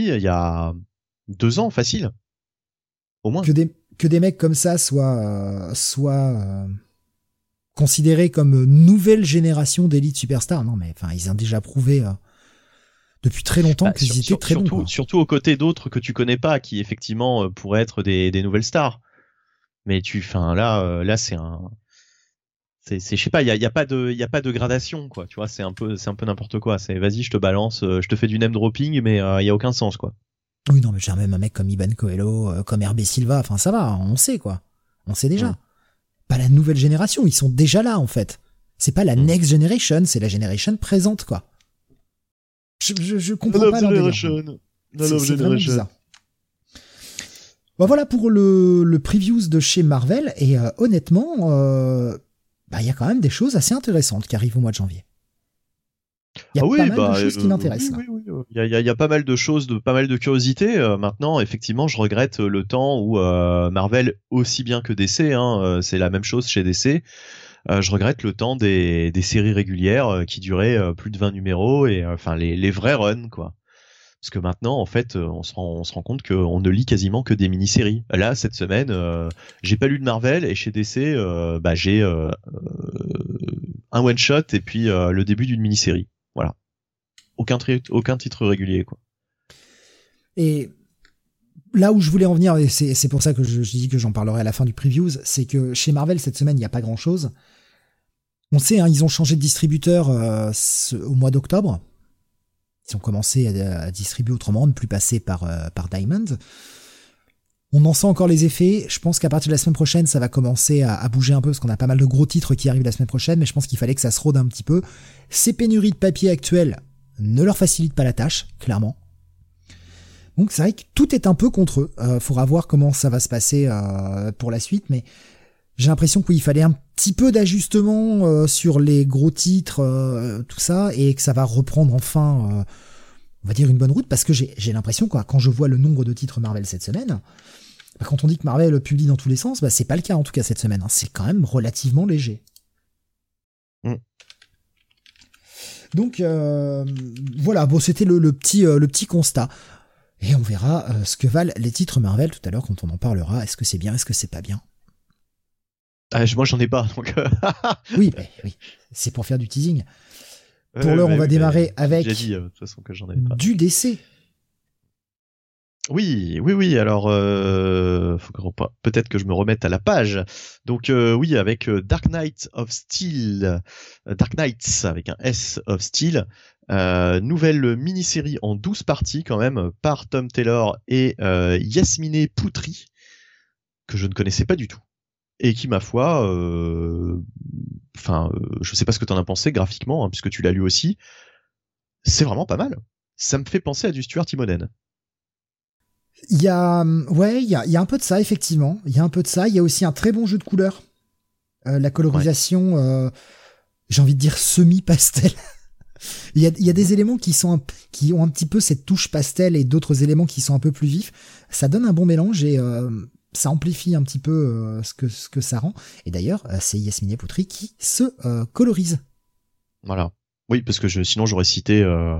2 ans, facile. Au moins. Que des mecs comme ça soient considérés comme nouvelle génération d'élite superstar. Non, mais enfin, ils ont déjà prouvé depuis très longtemps qu'ils étaient très bons. Surtout aux côtés d'autres que tu connais pas, qui effectivement pourraient être des nouvelles stars. Mais là, c'est je sais pas, il y a pas de gradation, quoi. Tu vois, c'est un peu n'importe quoi. C'est vas-y, je te balance, je te fais du name dropping, mais il y a aucun sens, quoi. Oui, non, mais j'ai même un mec comme Iban Coelho, comme RB Silva, enfin ça va, on sait, quoi. On sait déjà. Pas la nouvelle génération, ils sont déjà là, en fait. C'est pas la next generation, c'est la génération présente, quoi. Je comprends pas leur délire. C'est vraiment bizarre. Voilà pour le previews de chez Marvel, et honnêtement, y a quand même des choses assez intéressantes qui arrivent au mois de janvier. Il y a pas mal de choses qui m'intéressent. Oui. Il y a pas mal de choses, pas mal de curiosités. Maintenant, effectivement, je regrette le temps où Marvel, aussi bien que DC, c'est la même chose chez DC. Je regrette le temps des séries régulières qui duraient plus de 20 numéros et les vrais runs, quoi. Parce que maintenant, en fait, on se rend compte qu'on ne lit quasiment que des mini-séries. Là, cette semaine, j'ai pas lu de Marvel et chez DC, j'ai un one-shot et puis le début d'une mini-série. Voilà. Aucun titre régulier, quoi. Et là où je voulais en venir, et c'est pour ça que je dis que j'en parlerai à la fin du previews, c'est que chez Marvel, cette semaine, il n'y a pas grand-chose. On sait, ils ont changé de distributeur au mois d'octobre. Ils ont commencé à distribuer autrement, ne plus passer par Diamond. On en sent encore les effets. Je pense qu'à partir de la semaine prochaine, ça va commencer à bouger un peu, parce qu'on a pas mal de gros titres qui arrivent la semaine prochaine, mais je pense qu'il fallait que ça se rôde un petit peu. Ces pénuries de papier actuelles ne leur facilitent pas la tâche, clairement. Donc c'est vrai que tout est un peu contre eux. Faudra voir comment ça va se passer pour la suite, mais j'ai l'impression qu'il fallait un petit peu d'ajustement sur les gros titres, tout ça, et que ça va reprendre enfin, on va dire, une bonne route, parce que j'ai l'impression, quoi, quand je vois le nombre de titres Marvel cette semaine, quand on dit que Marvel publie dans tous les sens, c'est pas le cas en tout cas cette semaine. C'est quand même relativement léger. Donc voilà, bon, c'était le petit constat. Et on verra ce que valent les titres Marvel tout à l'heure quand on en parlera. Est-ce que c'est bien, est-ce que c'est pas bien? Moi j'en ai pas, donc. Oui, c'est pour faire du teasing. Pour l'heure, on va démarrer avec j'ai dit, de toute façon, que j'en avais pas. du DC. Oui. Alors, peut-être que je me remette à la page. Donc, oui, avec Dark Knight of Steel, Dark Knights avec un S of Steel, nouvelle mini-série en 12 parties quand même par Tom Taylor et Yasmine Poutri, que je ne connaissais pas du tout et qui, ma foi, je sais pas ce que t'en as pensé graphiquement, hein, puisque tu l'as lu aussi. C'est vraiment pas mal. Ça me fait penser à du Stuart Immonen. Il y a, il y a un peu de ça, effectivement. Il y a un peu de ça. Il y a aussi un très bon jeu de couleurs. La colorisation, j'ai envie de dire semi-pastel. Il y a des éléments qui ont un petit peu cette touche pastel et d'autres éléments qui sont un peu plus vifs. Ça donne un bon mélange et ça amplifie un petit peu ce que ça rend. Et d'ailleurs, c'est Yasmine Poutri qui se colorise. Voilà. Oui, parce que sinon j'aurais cité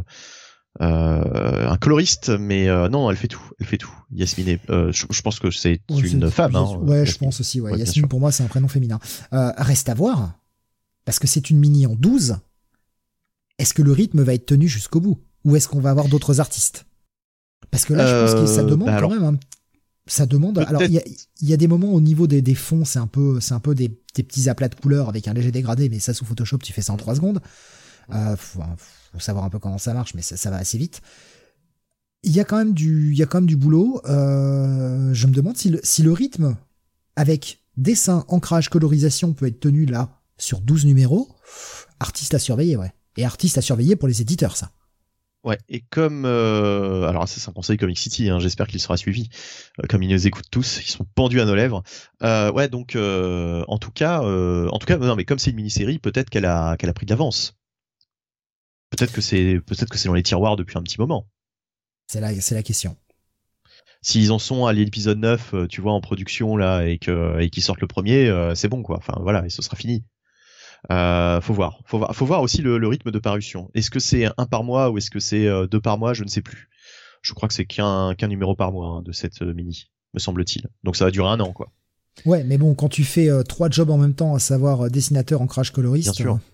un coloriste, mais non, elle fait tout. Yasmine, je pense que c'est une femme. Hein, ouais, Yasmine. Je pense aussi. Ouais. Yasmine, pour moi, c'est un prénom féminin. Reste à voir, parce que c'est une mini en 12. Est-ce que le rythme va être tenu jusqu'au bout? Ou est-ce qu'on va avoir d'autres artistes? Parce que là, je pense que ça demande quand même. Ça demande. Alors, il y a des moments au niveau des fonds, c'est un peu des petits aplats de couleurs avec un léger dégradé, mais ça, sous Photoshop, tu fais ça en 3 secondes. Faut savoir un peu comment ça marche, mais ça va assez vite. Il y a quand même du boulot. Je me demande si le rythme avec dessin, ancrage, colorisation peut être tenu là sur 12 numéros. Artiste à surveiller, ouais. Et artiste à surveiller pour les éditeurs, ça. Ouais, et comme alors ça c'est un conseil Comic City, hein, j'espère qu'il sera suivi, comme ils nous écoutent tous, ils sont pendus à nos lèvres. Ouais, donc en tout cas, non, mais comme c'est une mini-série, peut-être qu'elle a pris de l'avance. Peut-être que c'est dans les tiroirs depuis un petit moment. C'est la question. S'ils en sont à l'épisode 9, tu vois, en production là, et qu'ils sortent le premier, c'est bon quoi. Enfin voilà, et ce sera fini. Faut voir aussi le rythme de parution. Est-ce que c'est un par mois ou est-ce que c'est 2 par mois? Je ne sais plus. Je crois que c'est qu'un numéro par mois, hein, de cette mini, me semble-t-il. Donc ça va durer 1 an, quoi. Ouais, mais bon, quand tu fais 3 jobs en même temps, à savoir dessinateur, ancrage, coloriste. Bien sûr.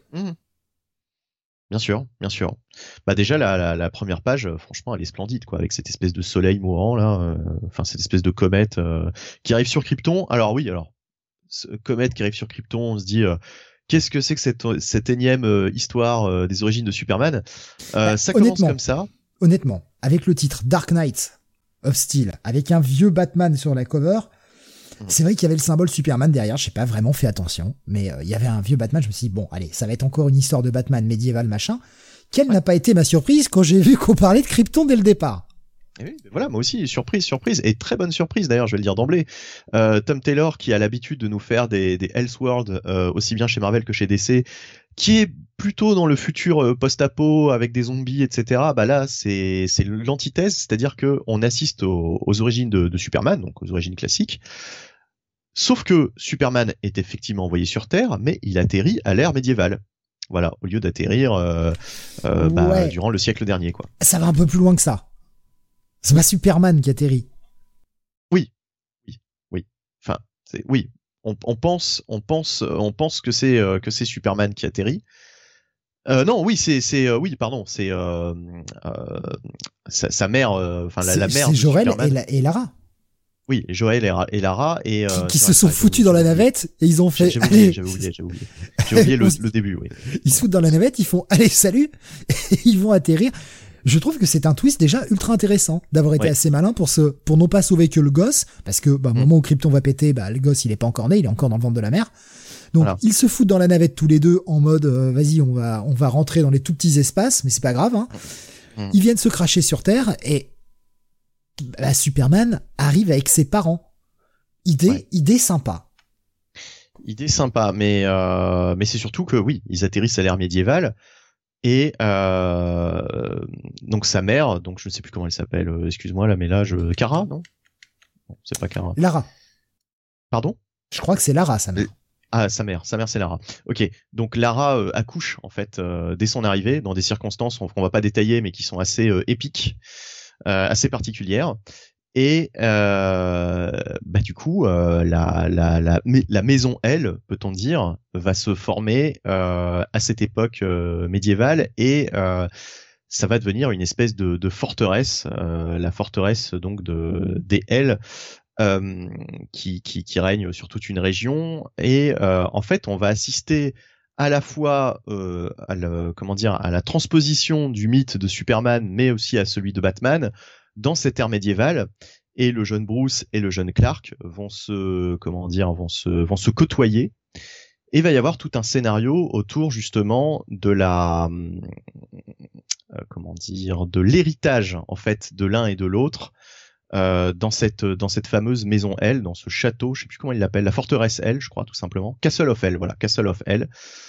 Bien sûr. Bah déjà la première page, franchement, elle est splendide, quoi, avec cette espèce de soleil mourant là, enfin cette espèce de comète qui arrive sur Krypton. Alors oui, ce comète qui arrive sur Krypton, on se dit qu'est-ce que c'est que cette énième histoire des origines de Superman? Ça commence comme ça. Honnêtement, avec le titre Dark Knight of Steel, avec un vieux Batman sur la cover, c'est vrai qu'il y avait le symbole Superman derrière, j'ai pas vraiment fait attention, mais il y avait un vieux Batman, je me suis dit, bon, allez, ça va être encore une histoire de Batman médiéval, machin. Quelle n'a pas été ma surprise quand j'ai vu qu'on parlait de Krypton dès le départ? Et oui, voilà, moi aussi, surprise, et très bonne surprise d'ailleurs, je vais le dire d'emblée. Tom Taylor, qui a l'habitude de nous faire des Elseworlds, aussi bien chez Marvel que chez DC, qui est plutôt dans le futur post-apo avec des zombies, etc. Bah là, c'est l'antithèse, c'est-à-dire que on assiste aux origines de Superman, donc aux origines classiques. Sauf que Superman est effectivement envoyé sur Terre, mais il atterrit à l'ère médiévale. Voilà, au lieu d'atterrir durant le siècle dernier, quoi. Ça va un peu plus loin que ça. C'est pas Superman qui atterrit. Oui. Enfin, oui. On pense que c'est Superman qui atterrit. Non, oui, oui, pardon, c'est sa mère, la mère c'est de Jor-El Superman. et Lara. Oui, Jor-El et Lara et qui se sont foutus dans la navette et ils ont fait. J'ai oublié le début. Oui. Ils se foutent dans la navette, ils font allez salut et ils vont atterrir. Je trouve que c'est un twist déjà ultra intéressant d'avoir été assez malin pour non pas sauver que le gosse, parce que au moment où Krypton va péter, le gosse il est pas encore né, il est encore dans le ventre de la mer. Donc ils se foutent dans la navette tous les deux en mode vas-y on va rentrer dans les tout petits espaces, mais c'est pas grave. Hein. Ils viennent se cracher sur Terre et Superman arrive avec ses parents. Idée sympa. Idée sympa, mais c'est surtout que oui, ils atterrissent à l'ère médiévale. Et donc sa mère, donc je ne sais plus comment elle s'appelle, excuse-moi là, mais là Kara, non, c'est pas Kara. Lara. Pardon? Je crois que c'est Lara, sa mère. Sa mère c'est Lara. Ok, donc Lara accouche en fait dès son arrivée dans des circonstances qu'on va pas détailler, mais qui sont assez épiques, assez particulières. Et du coup, la maison, elle, peut-on dire, va se former à cette époque médiévale et ça va devenir une espèce de forteresse, la forteresse donc des Hells, qui règne sur toute une région. Et en fait, on va assister à la fois à la transposition du mythe de Superman, mais aussi à celui de Batman dans cette ère médiévale. Et le jeune Bruce et le jeune Clark vont se côtoyer. Et il va y avoir tout un scénario autour justement de de l'héritage en fait de l'un et de l'autre dans cette fameuse maison L, dans ce château, je sais plus comment il l'appelle, la forteresse L, je crois tout simplement, Castle of L, voilà, Castle of L.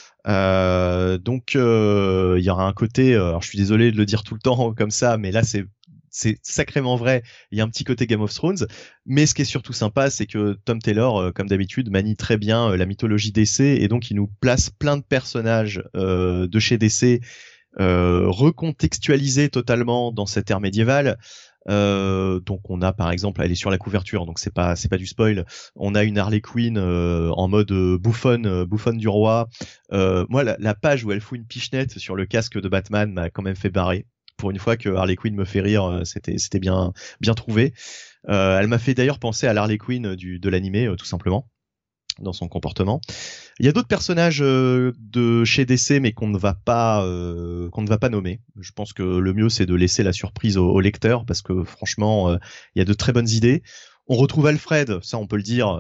Donc il y aura un côté, alors je suis désolé de le dire tout le temps comme ça, mais là c'est sacrément vrai. Il y a un petit côté Game of Thrones, mais ce qui est surtout sympa, c'est que Tom Taylor, comme d'habitude, manie très bien la mythologie DC, et donc il nous place plein de personnages de chez DC recontextualisés totalement dans cette ère médiévale. Donc on a par exemple, elle est sur la couverture, donc c'est pas du spoil. On a une Harley Quinn en mode bouffonne du roi. Moi, la page où elle fout une pichenette sur le casque de Batman m'a quand même fait barrer. Pour une fois que Harley Quinn me fait rire, c'était bien trouvé. Elle m'a fait d'ailleurs penser à l'Harley Quinn de l'animé, tout simplement, dans son comportement. Il y a d'autres personnages de chez DC, mais qu'on ne va pas nommer. Je pense que le mieux c'est de laisser la surprise au lecteur, parce que franchement, il y a de très bonnes idées. On retrouve Alfred, ça on peut le dire,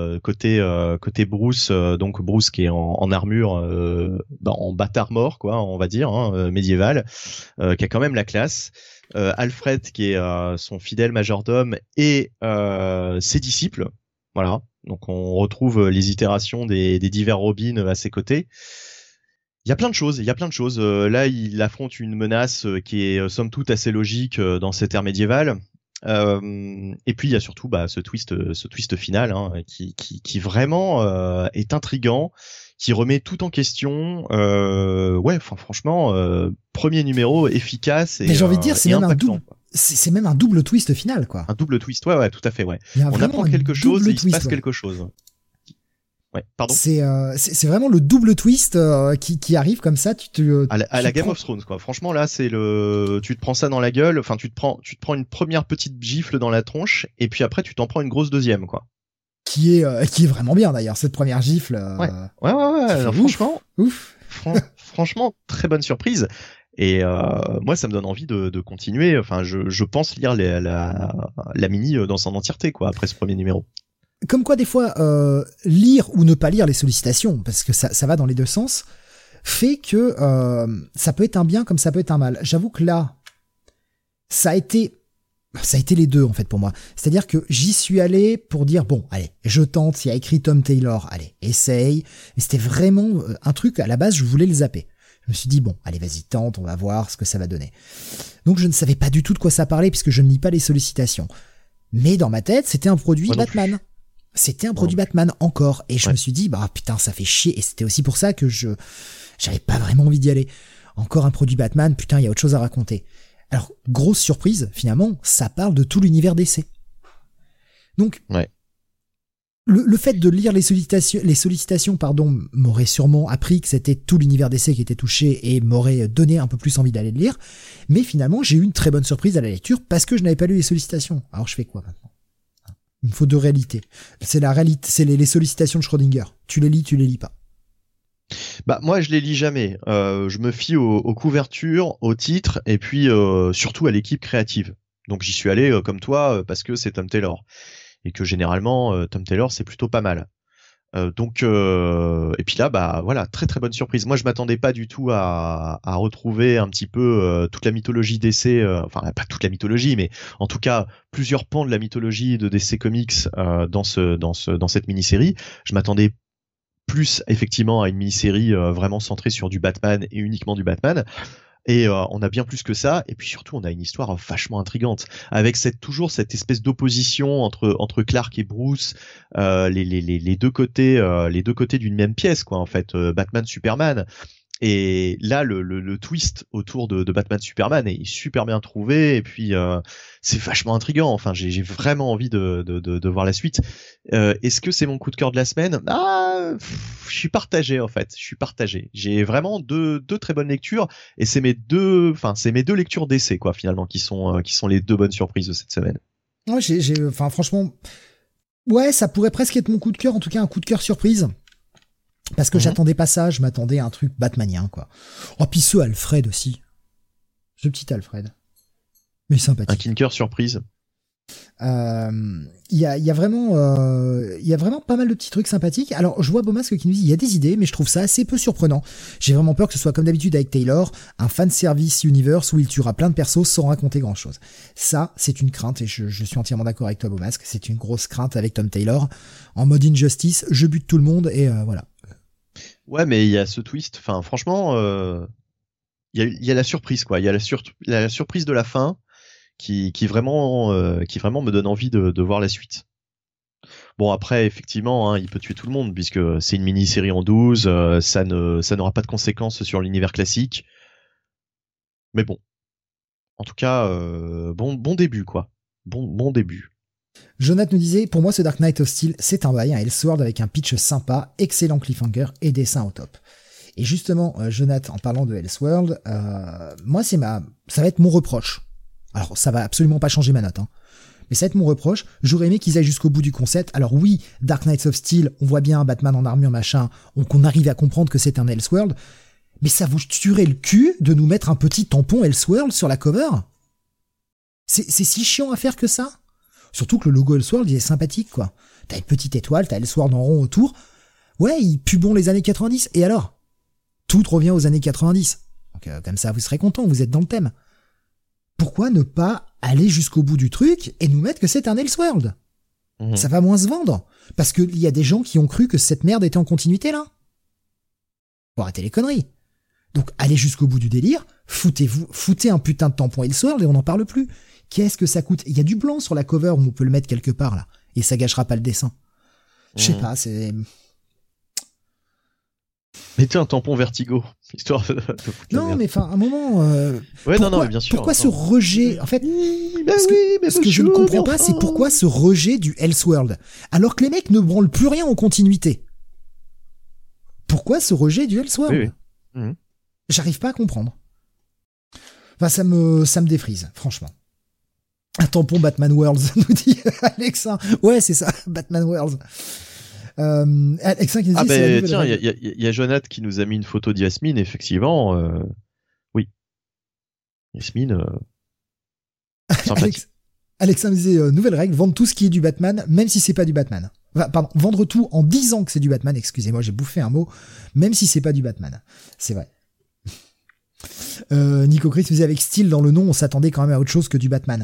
côté Bruce, donc Bruce qui est en armure, en bâtard mort quoi, on va dire, médiéval, qui a quand même la classe. Alfred qui est son fidèle majordome et ses disciples, voilà. Donc on retrouve les itérations des divers Robins à ses côtés. Il y a plein de choses. Là, il affronte une menace qui est somme toute assez logique dans cette ère médiévale. Et puis il y a surtout ce twist final qui vraiment est intriguant, qui remet tout en question. Franchement, premier numéro efficace et mais j'ai envie de dire, c'est même impactant, c'est même un double twist final, quoi. Un double twist, ouais, tout à fait, ouais. On apprend quelque chose et il se passe quelque chose. Ouais, pardon. C'est vraiment le double twist qui arrive comme ça. À la Game of Thrones, quoi. Franchement, là, tu te prends ça dans la gueule. Enfin, tu te prends une première petite gifle dans la tronche, et puis après, tu t'en prends une grosse deuxième, quoi. Qui est vraiment bien d'ailleurs, cette première gifle. Ouais. Alors, franchement, franchement, très bonne surprise. Et moi, ça me donne envie de continuer. Enfin, je pense lire la mini dans son entièreté, quoi, après ce premier numéro. Comme quoi, des fois, lire ou ne pas lire les sollicitations, parce que ça va dans les deux sens, fait que ça peut être un bien comme ça peut être un mal. J'avoue que là, ça a été les deux en fait pour moi. C'est-à-dire que j'y suis allé pour dire bon, allez, je tente. Il y a écrit Tom Taylor, allez, essaye. Et c'était vraiment un truc à la base, je voulais le zapper. Je me suis dit bon, allez, vas-y, tente, on va voir ce que ça va donner. Donc je ne savais pas du tout de quoi ça parlait puisque je ne lis pas les sollicitations. Mais dans ma tête, c'était un produit Batman. C'était un produit Batman encore. Et je me suis dit, bah putain, ça fait chier. Et c'était aussi pour ça que j'avais pas vraiment envie d'y aller. Encore un produit Batman, putain, il y a autre chose à raconter. Alors, grosse surprise, finalement, ça parle de tout l'univers DC. Donc, le fait de lire les sollicitations, m'aurait sûrement appris que c'était tout l'univers DC qui était touché et m'aurait donné un peu plus envie d'aller le lire. Mais finalement, j'ai eu une très bonne surprise à la lecture parce que je n'avais pas lu les sollicitations. Alors, je fais quoi maintenant ? Il me faut deux réalités. C'est la réalité, c'est les sollicitations de Schrödinger. Tu les lis pas. Bah moi je les lis jamais. Je me fie aux couvertures, aux titres et puis surtout à l'équipe créative. Donc j'y suis allé comme toi parce que c'est Tom Taylor et que généralement Tom Taylor c'est plutôt pas mal. Et puis là bah voilà, très très bonne surprise. Moi je m'attendais pas du tout à retrouver un petit peu toute la mythologie DC, enfin pas toute la mythologie mais en tout cas plusieurs pans de la mythologie de DC Comics dans cette mini-série. Je m'attendais plus effectivement à une mini-série vraiment centrée sur du Batman et uniquement du Batman. Et on a bien plus que ça, et puis surtout on a une histoire vachement intrigante avec toujours cette espèce d'opposition entre Clark et Bruce, les deux côtés d'une même pièce quoi en fait, Batman Superman. Et là, le twist autour de Batman Superman est super bien trouvé, et puis c'est vachement intriguant. Enfin, j'ai vraiment envie de voir la suite. Est-ce que c'est mon coup de cœur de la semaine? Je suis partagé en fait. Je suis partagé. J'ai vraiment deux très bonnes lectures, et c'est mes deux lectures d'essai quoi finalement qui sont les deux bonnes surprises de cette semaine. Ouais, enfin, franchement, ouais, ça pourrait presque être mon coup de cœur, en tout cas un coup de cœur surprise. Parce que j'attendais pas ça, je m'attendais à un truc batmanien, quoi. Oh, puis ce Alfred aussi. Ce petit Alfred. Mais sympathique. Un Kinker surprise. Il y a vraiment pas mal de petits trucs sympathiques. Alors, je vois Beaumasque qui nous dit, il y a des idées, mais je trouve ça assez peu surprenant. J'ai vraiment peur que ce soit comme d'habitude avec Taylor, un fanservice universe où il tuera plein de persos sans raconter grand chose. Ça, c'est une crainte, et je suis entièrement d'accord avec toi, Beaumasque. C'est une grosse crainte avec Tom Taylor. En mode Injustice, je bute tout le monde, et voilà. Ouais, mais il y a ce twist. Enfin, franchement, il y a la surprise, quoi. Il y a la surprise de la fin qui vraiment me donne envie de voir la suite. Bon, après, effectivement, hein, il peut tuer tout le monde puisque c'est une mini-série en 12. Ça n'aura pas de conséquences sur l'univers classique. Mais bon, en tout cas, bon début, quoi. Bon début. Jonathan nous disait, pour moi, ce Dark Knight of Steel, c'est un bail, un Elseworld avec un pitch sympa, excellent cliffhanger et dessin au top. Et justement, Jonathan, en parlant de Elseworld, moi, ça va être mon reproche. Alors, ça va absolument pas changer ma note, hein. Mais ça va être mon reproche. J'aurais aimé qu'ils aillent jusqu'au bout du concept. Alors oui, Dark Knights of Steel, on voit bien Batman en armure, machin, qu'on arrive à comprendre que c'est un Elseworld. Mais ça vous tuerait le cul de nous mettre un petit tampon Elseworld sur la cover? C'est si chiant à faire que ça? Surtout que le logo Elseworld, il est sympathique, quoi. T'as une petite étoile, t'as Elseworld en rond autour. Ouais, il pue bon les années 90. Et alors? Tout revient aux années 90. Donc, comme ça, vous serez contents, vous êtes dans le thème. Pourquoi ne pas aller jusqu'au bout du truc et nous mettre que c'est un Elseworld? Ça va moins se vendre. Parce qu'il y a des gens qui ont cru que cette merde était en continuité, là. Faut arrêter les conneries. Donc, allez jusqu'au bout du délire, foutez un putain de tampon Elseworld et on n'en parle plus. Qu'est-ce que ça coûte? Il y a du blanc sur la cover où on peut le mettre quelque part, là. Et ça gâchera pas le dessin. Je sais pas, c'est... Mettez un tampon Vertigo, histoire de non, mais enfin, à un moment... ouais, non, bien sûr. Pourquoi ce rejet? En fait, ce que je ne comprends pas, c'est pourquoi ce rejet du Elseworld, alors que les mecs ne branlent plus rien en continuité. Pourquoi ce rejet du Elseworld? Oui. J'arrive pas à comprendre. Enfin, ça me défrise, franchement. Un tampon Batman Worlds, nous dit Alexa. Ouais, c'est ça, Batman Worlds. Alexa qui nous dit, tiens, il y a Jonathan qui nous a mis une photo d'Yasmine, effectivement. Oui. Yasmine, sympathique. Alexa me disait, nouvelle règle, vendre tout ce qui est du Batman, même si c'est pas du Batman. Enfin, pardon, vendre tout en disant que c'est du Batman, excusez-moi, j'ai bouffé un mot, même si c'est pas du Batman. C'est vrai. Nico Chris faisait avec style dans le nom, on s'attendait quand même à autre chose que du Batman.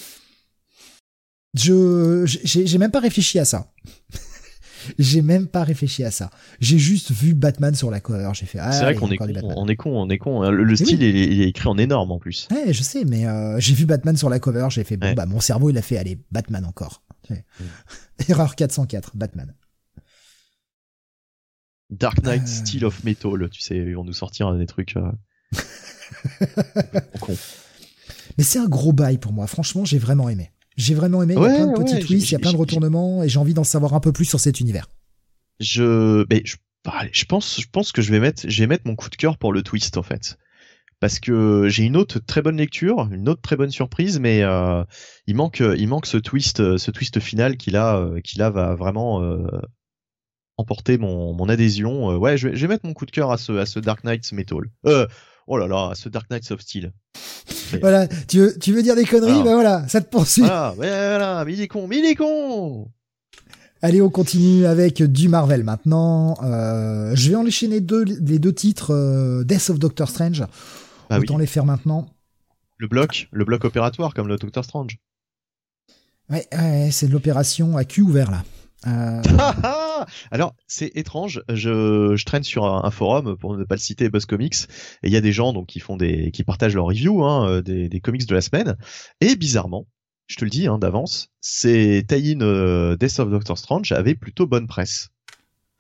J'ai même pas réfléchi à ça. J'ai même pas réfléchi à ça. J'ai juste vu Batman sur la cover. J'ai fait. C'est vrai qu'on est con. Le style il est écrit en énorme en plus. Ouais, je sais, mais j'ai vu Batman sur la cover. J'ai fait bon, bah mon cerveau il a fait allez Batman encore. Erreur 404, Batman. Dark Knight Steel of Metal, tu sais, ils vont nous sortir des trucs. Con. Mais c'est un gros bail pour moi. Franchement, j'ai vraiment aimé. Il y a plein de petits twists, il y a plein de retournements, et j'ai envie d'en savoir un peu plus sur cet univers. Je pense que je vais mettre mon coup de cœur pour le twist en fait, parce que j'ai une autre très bonne lecture, une autre très bonne surprise, mais il manque ce twist final qui là va vraiment emporter mon adhésion. Ouais, je vais mettre mon coup de cœur à ce Dark Knight Metal. Oh là là, ce Dark Knights of Steel. Voilà, tu veux dire des conneries, bah voilà, ça te poursuit. Voilà, mais il est con. Allez, on continue avec du Marvel maintenant. Je vais enchaîner les deux titres Death of Doctor Strange. Autant les faire maintenant. Le bloc opératoire comme le Doctor Strange. Ouais, c'est de l'opération à cul ouvert là. Alors c'est étrange, je traîne sur un forum pour ne pas le citer, Buzz Comics, et il y a des gens donc qui partagent leurs reviews des comics de la semaine, et bizarrement, je te le dis d'avance, ces tie-in Death of Doctor Strange avaient plutôt bonne presse.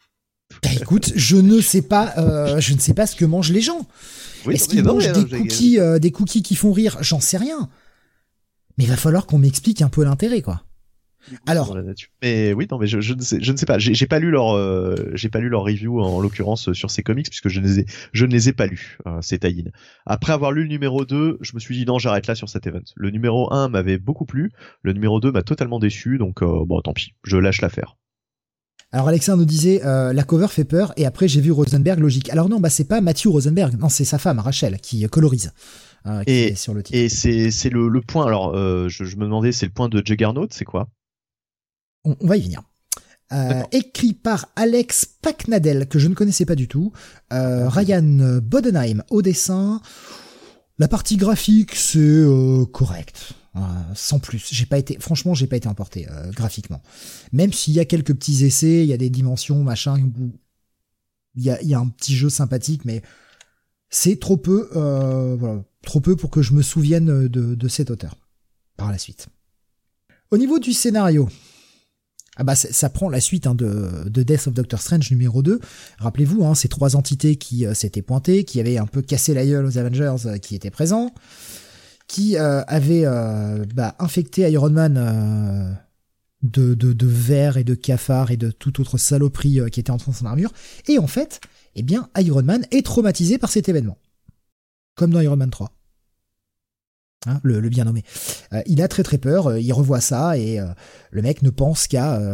Bah, écoute, je ne sais pas ce que mangent les gens. Oui, Est-ce qu'ils mangent des cookies qui font rire? J'en sais rien. Mais il va falloir qu'on m'explique un peu l'intérêt, quoi. Alors, dans la nature. Mais oui, non, mais je ne sais pas. J'ai pas lu leur review en l'occurrence sur ces comics puisque je ne les ai pas lus, ces tie-in. Après avoir lu le numéro 2, je me suis dit non, j'arrête là sur cet event. Le numéro 1 m'avait beaucoup plu, le numéro 2 m'a totalement déçu, donc bon, tant pis, je lâche l'affaire. alors Alexandre nous disait la cover fait peur et après j'ai vu Rosenberg, logique. Alors non, bah c'est pas Matthew Rosenberg, non, c'est sa femme Rachel qui colorise. Qui est sur le titre. Et c'est le point. Alors je me demandais, c'est le point de Juggernaut, c'est quoi? On va y venir. Écrit par Alex Paknadel, que je ne connaissais pas du tout. Ryan Bodenheim au dessin. La partie graphique, c'est correct. Sans plus. Franchement, j'ai pas été emporté graphiquement. Même s'il y a quelques petits essais, il y a des dimensions, machin, il y a un petit jeu sympathique, mais c'est trop peu, voilà, trop peu pour que je me souvienne de cet auteur par la suite. Au niveau du scénario, ah bah ça prend la suite de Death of Doctor Strange numéro 2. Rappelez-vous, ces trois entités qui s'étaient pointées, qui avaient un peu cassé la gueule aux Avengers qui étaient présents, qui avaient infecté Iron Man de vers et de cafards et de toute autre saloperie qui était entrée dans son armure. Et en fait, eh bien, Iron Man est traumatisé par cet événement. Comme dans Iron Man 3. Le bien nommé. Il a très très peur, il revoit ça et le mec ne pense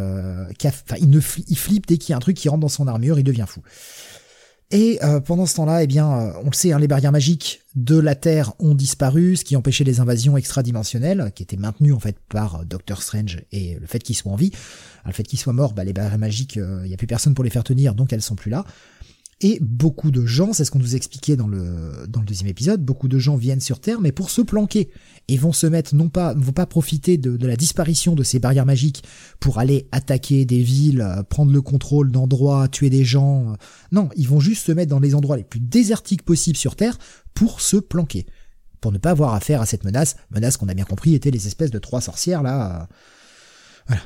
il flippe dès qu'il y a un truc qui rentre dans son armure, il devient fou. Et pendant ce temps-là, eh bien, on le sait, les barrières magiques de la Terre ont disparu, ce qui empêchait les invasions extradimensionnelles, qui étaient maintenues en fait par Doctor Strange et le fait qu'il soit en vie. Le fait qu'il soit mort, les barrières magiques, il n'y a plus personne pour les faire tenir, donc elles sont plus là. Et beaucoup de gens, c'est ce qu'on nous expliquait dans le deuxième épisode, beaucoup de gens viennent sur Terre, mais pour se planquer, et vont pas profiter de la disparition de ces barrières magiques pour aller attaquer des villes, prendre le contrôle d'endroits, tuer des gens. Non, ils vont juste se mettre dans les endroits les plus désertiques possibles sur Terre pour se planquer, pour ne pas avoir affaire à cette menace qu'on a bien compris étaient les espèces de trois sorcières là. Voilà.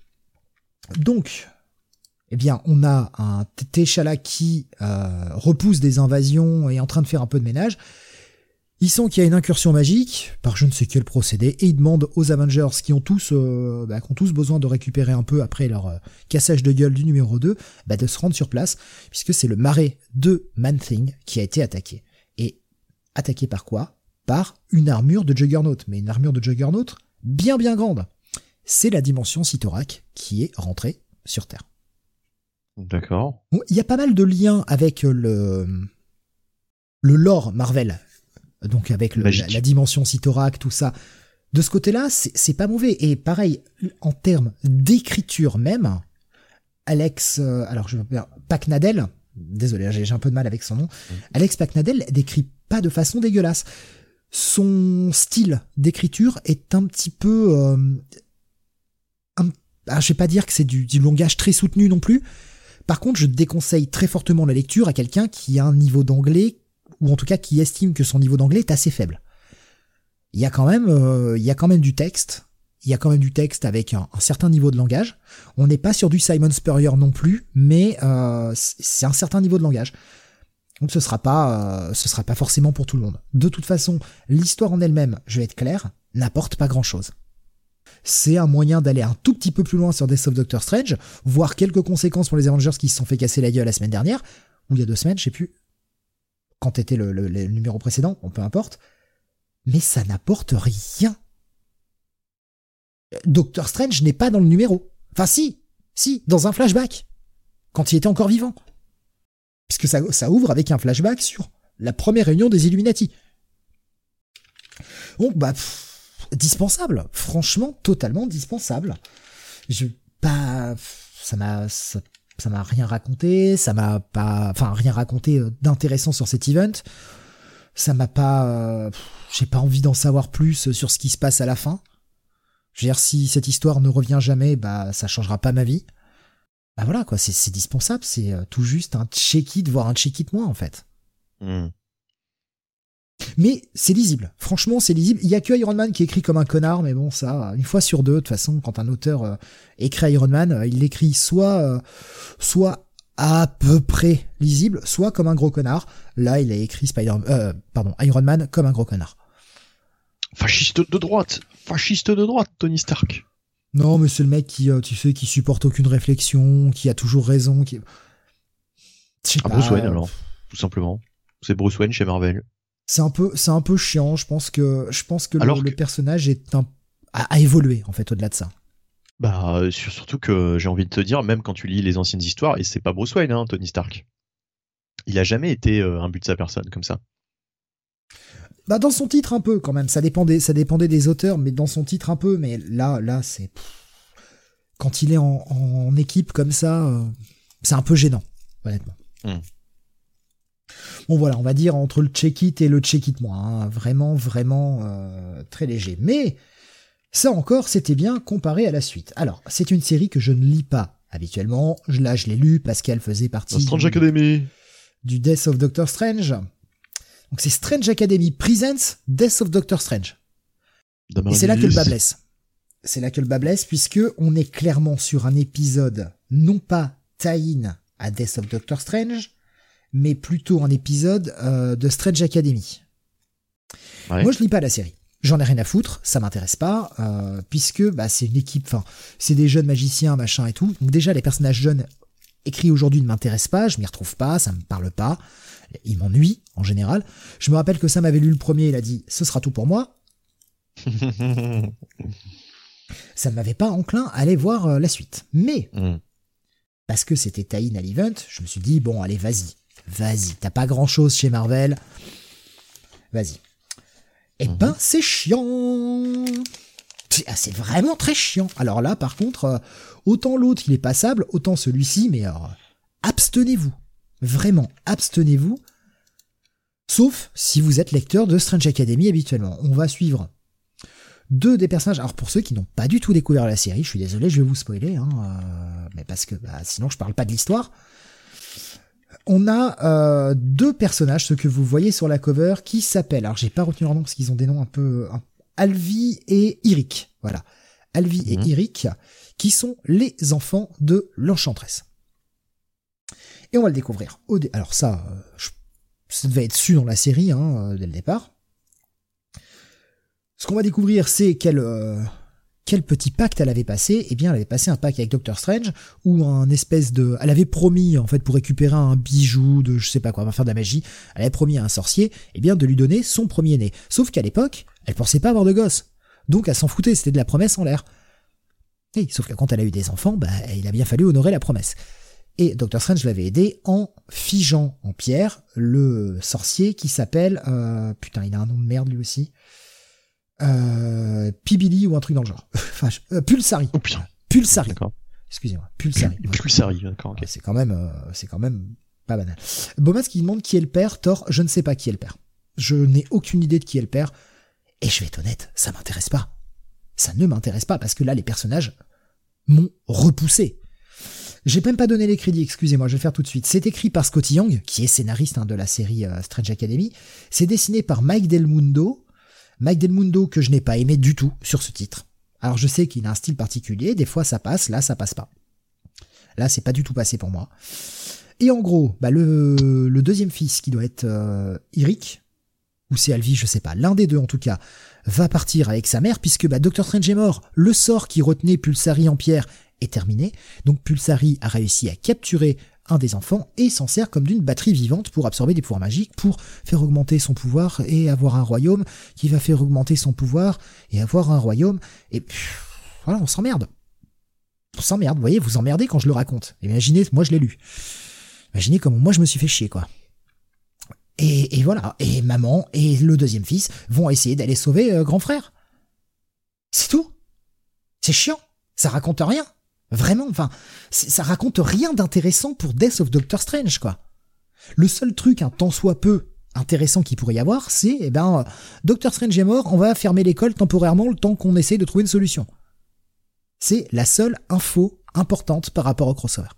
Donc, eh bien, on a un T'Challa qui repousse des invasions et est en train de faire un peu de ménage. Ils sentent qu'il y a une incursion magique par je ne sais quel procédé et ils demandent aux Avengers qui ont tous besoin de récupérer un peu après leur cassage de gueule du numéro 2, de se rendre sur place puisque c'est le marais de Man-Thing qui a été attaqué. Et attaqué par quoi? Par une armure de Juggernaut, mais une armure de Juggernaut bien bien grande. C'est la dimension Cyttorak qui est rentrée sur Terre. D'accord. Il y a pas mal de liens avec le lore Marvel, donc avec la dimension Cyttorak, tout ça. De ce côté-là, c'est pas mauvais. Et pareil, en termes d'écriture même, Alex, Paknadel, désolé, j'ai un peu de mal avec son nom, Alex Paknadel décrit pas de façon dégueulasse. Son style d'écriture est un petit peu... je vais pas dire que c'est du langage très soutenu non plus. Par contre, je déconseille très fortement la lecture à quelqu'un qui a un niveau d'anglais, ou en tout cas qui estime que son niveau d'anglais est assez faible. Il y a quand même du texte. Il y a quand même du texte avec un certain niveau de langage. On n'est pas sur du Simon Spurrier non plus, mais c'est un certain niveau de langage. Donc ce sera pas forcément pour tout le monde. De toute façon, l'histoire en elle-même, je vais être clair, n'apporte pas grand-chose. C'est un moyen d'aller un tout petit peu plus loin sur Death of Doctor Strange, voir quelques conséquences pour les Avengers qui se sont fait casser la gueule la semaine dernière, ou il y a 2 semaines, je sais plus, quand était le numéro précédent, peu importe, mais ça n'apporte rien. Doctor Strange n'est pas dans le numéro. Enfin si, dans un flashback, quand il était encore vivant. Puisque ça ouvre avec un flashback sur la première réunion des Illuminati. Donc dispensable, franchement totalement dispensable. Ça m'a rien raconté, rien raconté d'intéressant sur cet event. Ça m'a pas, j'ai pas envie d'en savoir plus sur ce qui se passe à la fin. Je veux dire, si cette histoire ne revient jamais, ça changera pas ma vie. Voilà quoi, c'est dispensable, c'est tout juste un check-it, voire un check-it moins en fait. Mais c'est lisible, franchement c'est lisible. Il y a que Iron Man qui écrit comme un connard, mais bon ça, une fois sur deux, de toute façon, quand un auteur écrit Iron Man, il l'écrit soit à peu près lisible, soit comme un gros connard. Là, il a écrit Iron Man comme un gros connard. Fasciste de droite, Tony Stark. Non, mais c'est le mec qui, tu sais, qui supporte aucune réflexion, qui a toujours raison, qui... Bruce Wayne, alors, tout simplement. C'est Bruce Wayne chez Marvel. C'est un peu chiant, je pense que le personnage a évolué, en fait, au-delà de ça. Bah, surtout que j'ai envie de te dire, même quand tu lis les anciennes histoires, et c'est pas Bruce Wayne, hein, Tony Stark. Il a jamais été un but de sa personne, comme ça. Bah, dans son titre, un peu, quand même. Ça dépendait des auteurs, mais dans son titre, un peu. Mais là, c'est... Quand il est en équipe comme ça, c'est un peu gênant, honnêtement. Bon, voilà, on va dire entre le check-it et le check-it moins. Hein. Vraiment, très léger. Mais ça encore, c'était bien comparé à la suite. Alors, c'est une série que je ne lis pas habituellement. Là, je l'ai lue parce qu'elle faisait partie Strange Academy. Du Death of Doctor Strange. Donc c'est Strange Academy Presents Death of Doctor Strange. Et c'est là que le bas blesse. C'est là que le bas blesse, puisque on est clairement sur un épisode, non pas tie-in à Death of Doctor Strange, mais plutôt un épisode de Strange Academy. Ouais. Moi, je lis pas la série. J'en ai rien à foutre, ça m'intéresse pas, puisque c'est une équipe, enfin, c'est des jeunes magiciens, machin et tout. Donc déjà, les personnages jeunes écrits aujourd'hui ne m'intéressent pas, je m'y retrouve pas, ça me parle pas. Il m'ennuie, en général. Je me rappelle que Sam avait lu le premier, il a dit « ce sera tout pour moi ». Ça ne m'avait pas enclin à aller voir la suite. Mais, parce que c'était tie-in à l'event, je me suis dit « bon, allez, vas-y, t'as pas grand-chose chez Marvel, vas-y ». Eh ben, c'est chiant. C'est vraiment très chiant. Alors là, par contre, autant l'autre, il est passable, autant celui-ci, mais alors, abstenez-vous. Vraiment, abstenez-vous. Sauf si vous êtes lecteur de Strange Academy habituellement. On va suivre deux des personnages. Alors pour ceux qui n'ont pas du tout découvert la série, je suis désolé, je vais vous spoiler, hein, mais parce que sinon je parle pas de l'histoire. On a deux personnages, ceux que vous voyez sur la cover, qui s'appellent, alors j'ai pas retenu leur nom parce qu'ils ont des noms un peu... Alvi et Iric. Voilà. Alvi et Iric, qui sont les enfants de l'Enchantresse. Et on va le découvrir. Alors ça, ça devait être su dans la série, hein, dès le départ. Ce qu'on va découvrir, c'est quel petit pacte elle avait passé. Eh bien, elle avait passé un pacte avec Doctor Strange, où elle avait promis, en fait, pour récupérer un bijou de je sais pas quoi, va faire de la magie, elle avait promis à un sorcier, eh bien, de lui donner son premier-né. Sauf qu'à l'époque, elle pensait pas avoir de gosse. Donc, elle s'en foutait, c'était de la promesse en l'air. Et, sauf que quand elle a eu des enfants, il a bien fallu honorer la promesse. Et Doctor Strange l'avait aidé en figeant en pierre le sorcier qui s'appelle... putain, il a un nom de merde lui aussi. Pibili ou un truc dans le genre. Enfin, Pulsari. Oh putain. Pulsari. D'accord. Excusez-moi. Pulsari. Pulsari, d'accord. Okay. C'est quand même pas banal. Bomas qui demande qui est le père. Thor, je ne sais pas qui est le père. Je n'ai aucune idée de qui est le père. Et je vais être honnête, ça m'intéresse pas. Ça ne m'intéresse pas parce que là, les personnages m'ont repoussé. J'ai même pas donné les crédits, excusez-moi, je vais faire tout de suite. C'est écrit par Scotty Young, qui est scénariste de la série Strange Academy. C'est dessiné par Mike Del Mundo. Mike Del Mundo que je n'ai pas aimé du tout sur ce titre. Alors je sais qu'il a un style particulier, des fois ça passe, là ça passe pas. Là c'est pas du tout passé pour moi. Et en gros, le deuxième fils qui doit être Iric, ou c'est Alvi, je sais pas, l'un des deux en tout cas, va partir avec sa mère puisque Doctor Strange est mort. Le sort qui retenait Pulsari en pierre est terminé, donc Pulsari a réussi à capturer un des enfants et s'en sert comme d'une batterie vivante pour absorber des pouvoirs magiques, pour faire augmenter son pouvoir et avoir un royaume qui va faire augmenter son pouvoir et avoir un royaume, et voilà, on s'emmerde. On s'emmerde, vous voyez, vous emmerdez quand je le raconte. Imaginez, moi je l'ai lu. Imaginez comment moi je me suis fait chier, quoi. Et voilà, et maman et le deuxième fils vont essayer d'aller sauver grand frère. C'est tout. C'est chiant, ça raconte rien. Vraiment, enfin, ça raconte rien d'intéressant pour Death of Doctor Strange, quoi. Le seul truc, un tant soit peu intéressant qu'il pourrait y avoir, c'est, Doctor Strange est mort, on va fermer l'école temporairement le temps qu'on essaie de trouver une solution. C'est la seule info importante par rapport au crossover.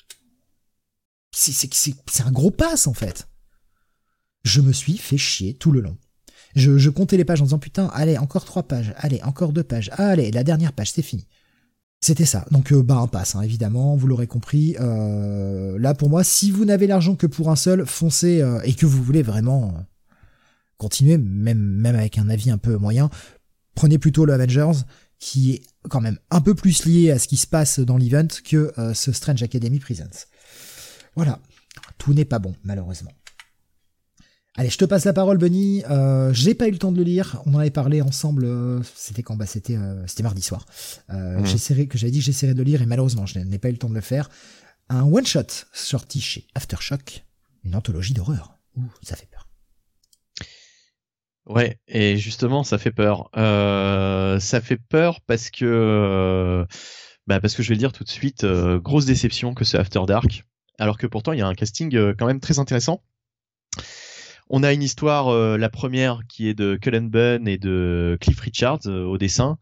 C'est un gros pass, en fait. Je me suis fait chier tout le long. Je comptais les pages en disant, putain, allez, encore 3 pages, allez, encore 2 pages, allez, la dernière page, c'est fini. C'était ça. Donc un pass, hein, évidemment, vous l'aurez compris. Là pour moi, si vous n'avez l'argent que pour un seul, foncez et que vous voulez vraiment continuer, même avec un avis un peu moyen, prenez plutôt le Avengers, qui est quand même un peu plus lié à ce qui se passe dans l'event que ce Strange Academy Presents. Voilà. Tout n'est pas bon, malheureusement. Allez, je te passe la parole, Bunny. J'ai pas eu le temps de le lire. On en avait parlé ensemble. C'était quand? C'était mardi soir. J'avais dit que j'essaierais de le lire et malheureusement, je n'ai pas eu le temps de le faire. Un one-shot sorti chez Aftershock. Une anthologie d'horreur. Ouh, ça fait peur. Ouais, et justement, ça fait peur. Ça fait peur parce que je vais le dire tout de suite, grosse déception que ce After Dark. Alors que pourtant, il y a un casting quand même très intéressant. On a une histoire, la première, qui est de Cullen Bunn et de Cliff Richards au dessin.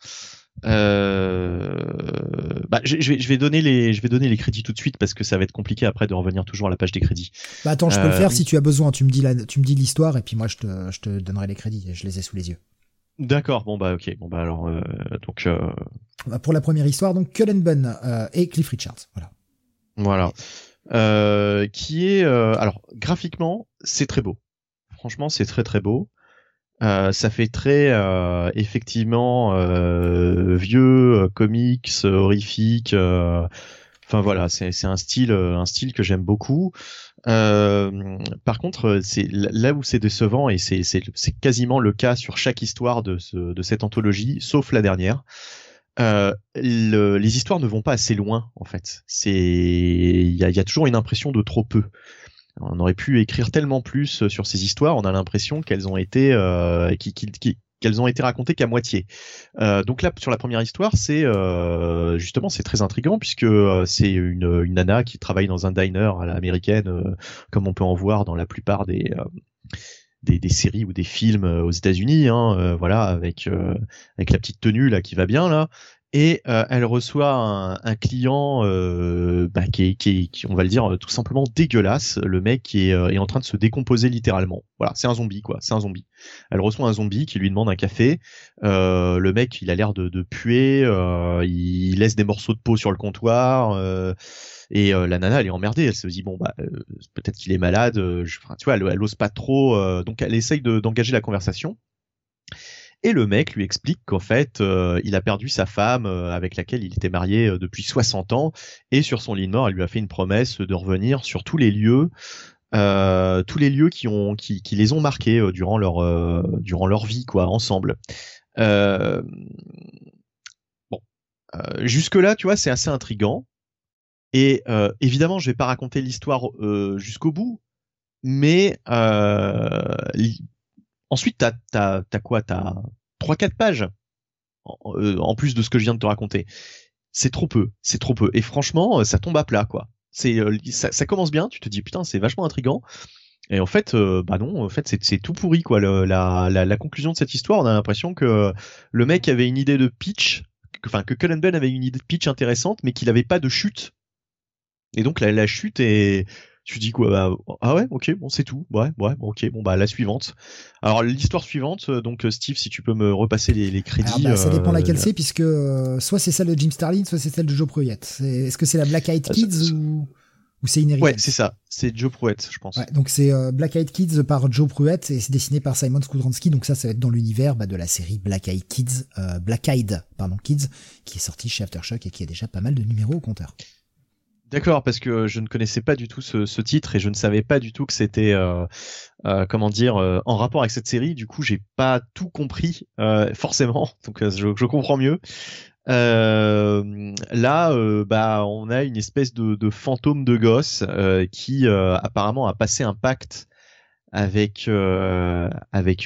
Je vais donner les crédits tout de suite parce que ça va être compliqué après de revenir toujours à la page des crédits. Bah attends, je peux le faire si tu as besoin. Tu me dis l'histoire et puis moi je te donnerai les crédits. Je les ai sous les yeux. D'accord. Bon bah ok. Bon bah alors pour la première histoire, donc Cullen Bunn et Cliff Richards. Voilà. Qui est alors graphiquement c'est très beau. Franchement, c'est très très beau. Ça fait très effectivement vieux comics horrifique. Enfin voilà, c'est un style que j'aime beaucoup. Par contre, c'est là où c'est décevant et c'est quasiment le cas sur chaque histoire de cette anthologie, sauf la dernière. Les histoires ne vont pas assez loin en fait. Il y a toujours une impression de trop peu. On aurait pu écrire tellement plus sur ces histoires. On a l'impression qu'elles ont été qu'elles ont été racontées qu'à moitié. Donc là, sur la première histoire, c'est justement c'est très intriguant puisque c'est une nana qui travaille dans un diner à l'américaine, comme on peut en voir dans la plupart des séries ou des films aux États-Unis, hein, voilà, avec la petite tenue là qui va bien là. Et elle reçoit un client qui on va le dire tout simplement dégueulasse. Le mec qui est en train de se décomposer littéralement. Voilà, c'est un zombie quoi, c'est un zombie. Elle reçoit un zombie qui lui demande un café. Le mec, il a l'air de puer. Il laisse des morceaux de peau sur le comptoir. Et la nana, elle est emmerdée. Elle se dit bon bah peut-être qu'il est malade. Tu vois, elle ose pas trop. Donc elle essaye d'engager la conversation. Et le mec lui explique qu'en fait, il a perdu sa femme avec laquelle il était marié depuis 60 ans. Et sur son lit de mort, elle lui a fait une promesse de revenir sur tous les lieux qui les ont marqués durant leur vie, quoi, ensemble. Jusque-là, tu vois, c'est assez intriguant. Et évidemment, je vais pas raconter l'histoire jusqu'au bout, mais ensuite, t'as quoi? T'as 3-4 pages en plus de ce que je viens de te raconter. C'est trop peu. Et franchement, ça tombe à plat, quoi. Ça commence bien, tu te dis putain, c'est vachement intriguant. Et en fait, non, en fait, c'est tout pourri, quoi. La conclusion de cette histoire, on a l'impression que le mec avait une idée de pitch, que Cullen Bunn avait une idée de pitch intéressante, mais qu'il avait pas de chute. Et donc la chute est, tu dis quoi? Ah ouais, ok, bon c'est tout. Ouais, ok, bon bah la suivante. Alors l'histoire suivante, donc Steve, si tu peux me repasser les crédits. Alors, ça dépend laquelle c'est, puisque soit c'est celle de Jim Starlin, soit c'est celle de Joe Pruitt. Est-ce que c'est la Black Eyed Kids ou c'est Inheritance? Ouais, c'est ça, c'est Joe Pruitt, je pense. Ouais, donc c'est Black Eyed Kids par Joe Pruitt et c'est dessiné par Simon Skudranski. Donc ça va être dans l'univers de la série Black Eyed Kids, Kids, qui est sorti chez Aftershock et qui a déjà pas mal de numéros au compteur. D'accord, parce que je ne connaissais pas du tout ce titre et je ne savais pas du tout que c'était en rapport avec cette série. Du coup, j'ai pas tout compris forcément, donc je comprends mieux. Là, on a une espèce de fantôme de gosse qui apparemment a passé un pacte avec une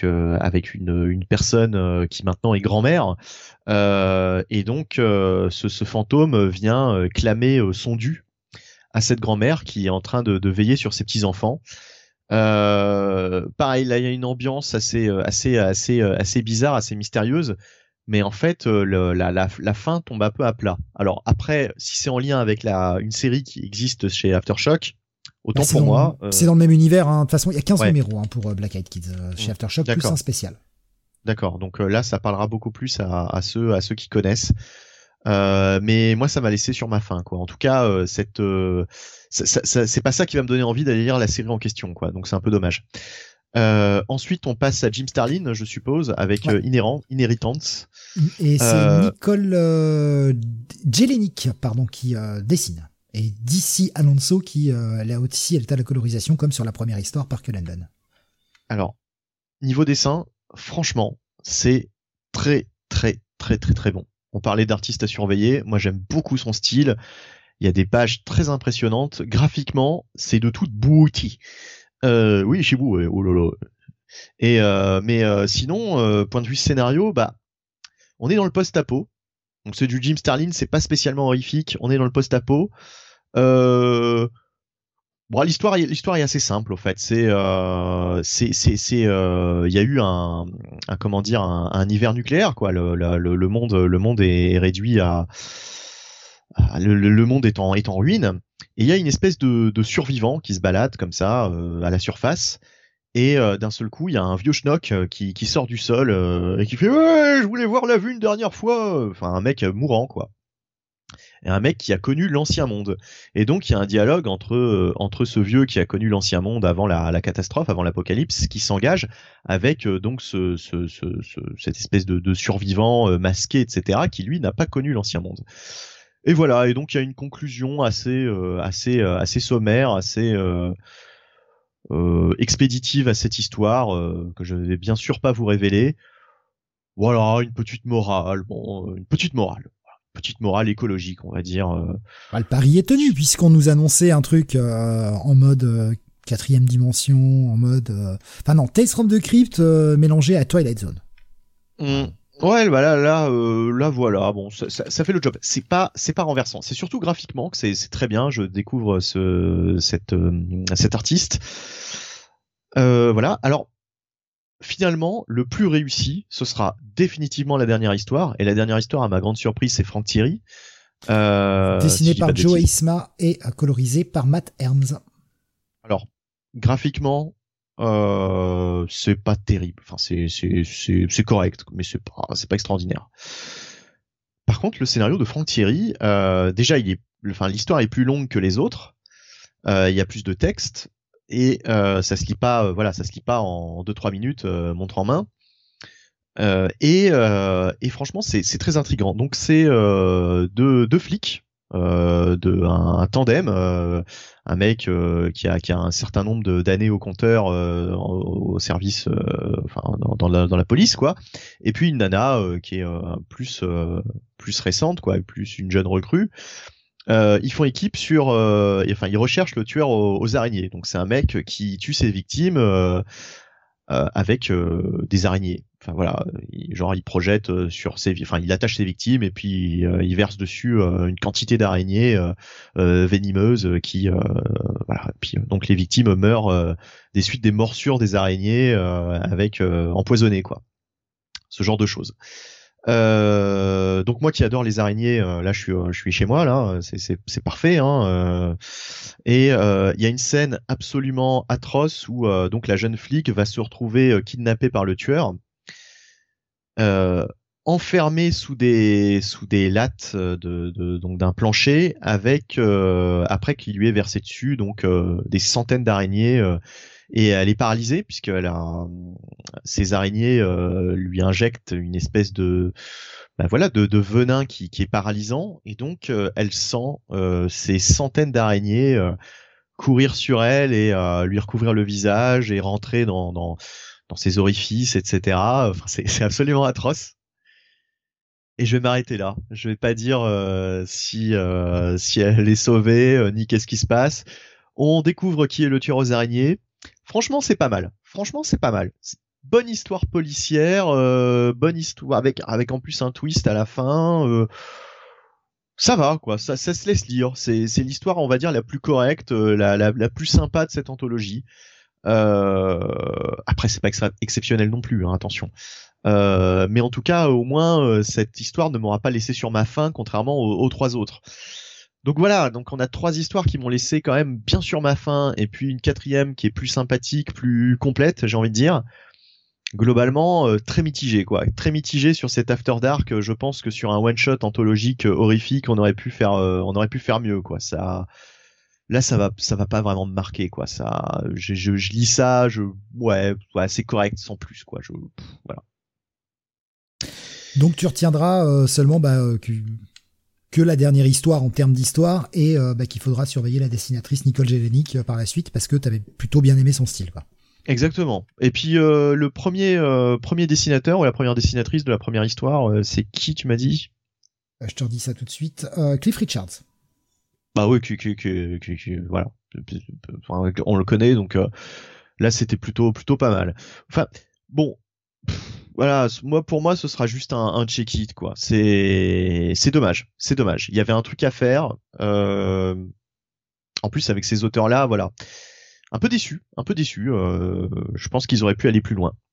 personne qui maintenant est grand-mère. Et donc ce fantôme vient clamer son dû à cette grand-mère qui est en train de veiller sur ses petits-enfants. Pareil, là il y a une ambiance assez bizarre, assez mystérieuse, mais en fait la fin tombe un peu à plat. Alors après, si c'est en lien avec une série qui existe chez Aftershock, autant pour moi. C'est dans le même univers, hein. De toute façon, il y a 15 numéros pour Black Eyed Kids chez Aftershock, plus un spécial. D'accord, donc là ça parlera beaucoup plus à ceux qui connaissent. Mais moi, ça m'a laissé sur ma faim, quoi. En tout cas, c'est pas ça qui va me donner envie d'aller lire la série en question, quoi. Donc c'est un peu dommage. Ensuite, on passe à Jim Starlin, je suppose, avec Ouais. Inheritance. Et c'est Nicole Jelenic, pardon, qui dessine. Et DC Alonso qui, elle est aussi, elle est à la colorisation, comme sur la première histoire par London. Alors, niveau dessin, franchement, c'est très, très, très, très, très bon. On parlait d'artiste à surveiller. Moi, j'aime beaucoup son style. Il y a des pages très impressionnantes. Graphiquement, c'est de toute beauté. Oui, chez vous, ouais. Oh là là. Et mais sinon, point de vue scénario, bah, on est dans le post-apo. Donc c'est du Jim Starlin, c'est pas spécialement horrifique. On est dans le post-apo. Bon, l'histoire est assez simple, en fait. Il y a eu comment dire, un hiver nucléaire, quoi. Le monde est réduit le monde est en ruine. Et il y a une espèce de survivant qui se balade comme ça à la surface. Et d'un seul coup, il y a un vieux schnock qui sort du sol et qui fait ouais, je voulais voir la vue une dernière fois. Enfin, un mec mourant, quoi. Et un mec qui a connu l'ancien monde. Et donc il y a un dialogue entre ce vieux qui a connu l'ancien monde avant la catastrophe, avant l'apocalypse, qui s'engage avec donc cette espèce de survivant masqué, etc., qui lui n'a pas connu l'ancien monde. Et voilà. Et donc il y a une conclusion assez sommaire, assez expéditive à cette histoire que je ne vais bien sûr pas vous révéler. Voilà, une petite morale. Bon, une petite morale. Petite morale écologique, on va dire. Bah, le pari est tenu, puisqu'on nous annonçait un truc en mode quatrième dimension, en mode... Enfin non, Tales from the Crypt mélangé à Twilight Zone. Ouais, bah là, voilà. Bon, ça fait le job. C'est pas renversant. C'est surtout graphiquement que c'est très bien. Je découvre cet artiste. Voilà. Alors, finalement, le plus réussi, ce sera définitivement la dernière histoire. Et la dernière histoire, à ma grande surprise, c'est Frank Thierry. Dessiné par Joe Isma et colorisé par Matt Ernst. Alors, graphiquement, c'est pas terrible. Enfin, c'est correct, mais c'est pas extraordinaire. Par contre, le scénario de Frank Thierry, déjà, l'histoire est plus longue que les autres. Il y a plus de texte et ça se lit pas, ça se lit pas en 2-3 minutes, montre en main. Et franchement, c'est très intriguant. Donc, c'est deux flics. Un tandem, un mec qui a un certain nombre d'années au compteur au service, dans la police, quoi. Et puis une nana qui est plus récente, quoi, plus une jeune recrue. Ils font équipe ils recherchent le tueur aux araignées. Donc c'est un mec qui tue ses victimes avec des araignées. Enfin voilà, il projette il attache ses victimes et puis il verse dessus une quantité d'araignées venimeuses qui voilà. Et puis donc les victimes meurent des suites des morsures des araignées avec empoisonnées, quoi. Ce genre de choses. Donc moi qui adore les araignées, là je suis chez moi là, c'est parfait, hein. Et il y a une scène absolument atroce où donc la jeune flic va se retrouver kidnappée par le tueur. Enfermé sous des lattes donc d'un plancher avec après qu'il lui ait versé dessus donc des centaines d'araignées et elle est paralysée puisque ces araignées lui injectent une espèce de de venin qui est paralysant et donc elle sent ces centaines d'araignées courir sur elle et lui recouvrir le visage et rentrer dans ses orifices, etc. Enfin, c'est absolument atroce. Et je vais m'arrêter là. Je vais pas dire si elle est sauvée, ni qu'est-ce qui se passe. On découvre qui est le tueur aux araignées. Franchement, c'est pas mal. Bonne histoire policière, bonne histoire avec en plus un twist à la fin. Ça va, quoi. Ça se laisse lire. C'est l'histoire, on va dire, la plus correcte, la plus sympa de cette anthologie. Après, c'est pas exceptionnel non plus, hein, attention. Mais en tout cas, au moins, cette histoire ne m'aura pas laissé sur ma faim, contrairement aux trois autres. Donc voilà, donc on a trois histoires qui m'ont laissé quand même bien sur ma faim, et puis une quatrième qui est plus sympathique, plus complète, j'ai envie de dire. globalement très mitigé quoi, très mitigé sur cet After Dark. Je pense que sur un one shot anthologique horrifique, on aurait pu faire mieux quoi. Là ça va pas vraiment me marquer quoi. Ça, je lis ça, ouais, c'est correct sans plus quoi. Voilà. Donc tu retiendras seulement que la dernière histoire en termes d'histoire et qu'il faudra surveiller la dessinatrice Nicole Jelenic par la suite parce que t'avais plutôt bien aimé son style quoi. Exactement. Et puis le premier dessinateur ou la première dessinatrice de la première histoire, c'est qui tu m'as dit? Je te redis ça tout de suite. Cliff Richards. Bah oui, voilà. Enfin, on le connaît, donc là c'était plutôt pas mal. Enfin bon, voilà, pour moi ce sera juste un check it quoi. C'est dommage, c'est dommage. Il y avait un truc à faire. En plus avec ces auteurs là, voilà. Un peu déçu. Je pense qu'ils auraient pu aller plus loin.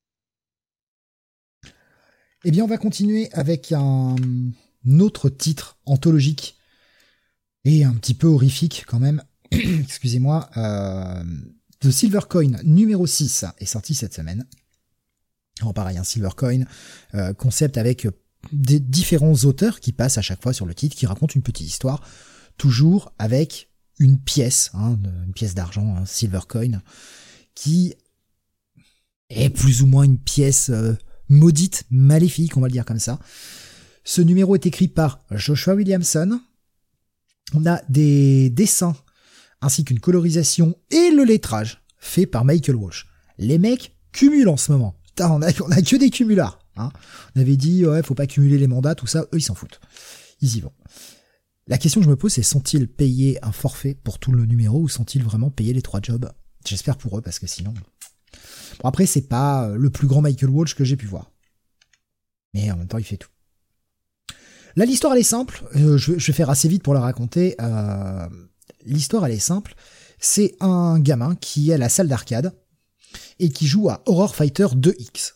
Eh bien, on va continuer avec un autre titre anthologique et un petit peu horrifique quand même. Excusez-moi. The Silver Coin numéro 6 est sorti cette semaine. Alors pareil, un Silver Coin, concept avec des différents auteurs qui passent à chaque fois sur le titre, qui racontent une petite histoire, toujours avec une pièce d'argent, un silver coin, qui est plus ou moins une pièce maudite, maléfique, on va le dire comme ça. Ce numéro est écrit par Joshua Williamson. On a des dessins ainsi qu'une colorisation et le lettrage fait par Michael Walsh. Les mecs cumulent en ce moment. Putain, on a que des cumulards. Hein. On avait dit ouais, faut pas cumuler les mandats, tout ça. Eux, ils s'en foutent. Ils y vont. La question que je me pose, c'est sont-ils payés un forfait pour tout le numéro ou sont-ils vraiment payés les 3 jobs? J'espère pour eux parce que sinon... Bon, après, c'est pas le plus grand Michael Walsh que j'ai pu voir. Mais en même temps, il fait tout. Là, l'histoire, elle est simple. Je vais faire assez vite pour la raconter. L'histoire, elle est simple. C'est un gamin qui est à la salle d'arcade et qui joue à Horror Fighter 2X.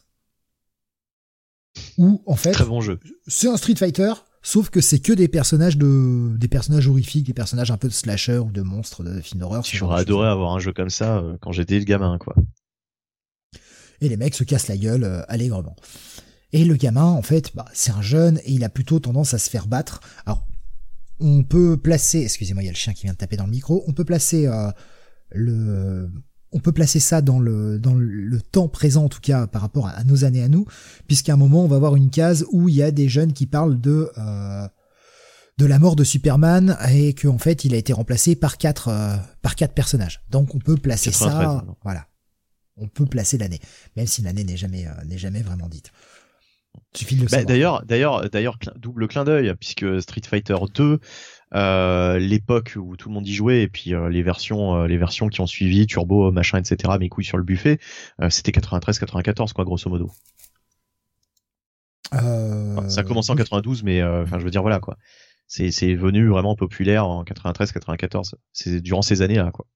Où, en fait... Très bon jeu. C'est un Street Fighter... Sauf que c'est que des personnages horrifiques, des personnages un peu de slasher ou de monstres de films d'horreur. J'aurais adoré avoir un jeu comme ça quand j'étais le gamin, quoi. Et les mecs se cassent la gueule allègrement. Et le gamin, en fait, c'est un jeune et il a plutôt tendance à se faire battre. Alors, on peut placer, excusez-moi, il y a le chien qui vient de taper dans le micro. On peut placer ça dans le temps présent, en tout cas, par rapport à nos années à nous, puisqu'à un moment, on va avoir une case où il y a des jeunes qui parlent de la mort de Superman et qu'en fait, il a été remplacé par quatre personnages. Donc, on peut placer ça, voilà. On peut placer l'année, même si l'année n'est jamais vraiment dite. Suffit de le savoir. D'ailleurs, double clin d'œil, puisque Street Fighter 2, l'époque où tout le monde y jouait et puis les versions qui ont suivi, Turbo, machin, etc., mes couilles sur le buffet, c'était 93-94 quoi, grosso modo. Ça a commencé en 92, mais je veux dire voilà quoi. C'est venu vraiment populaire en 93-94. C'est durant ces années-là quoi.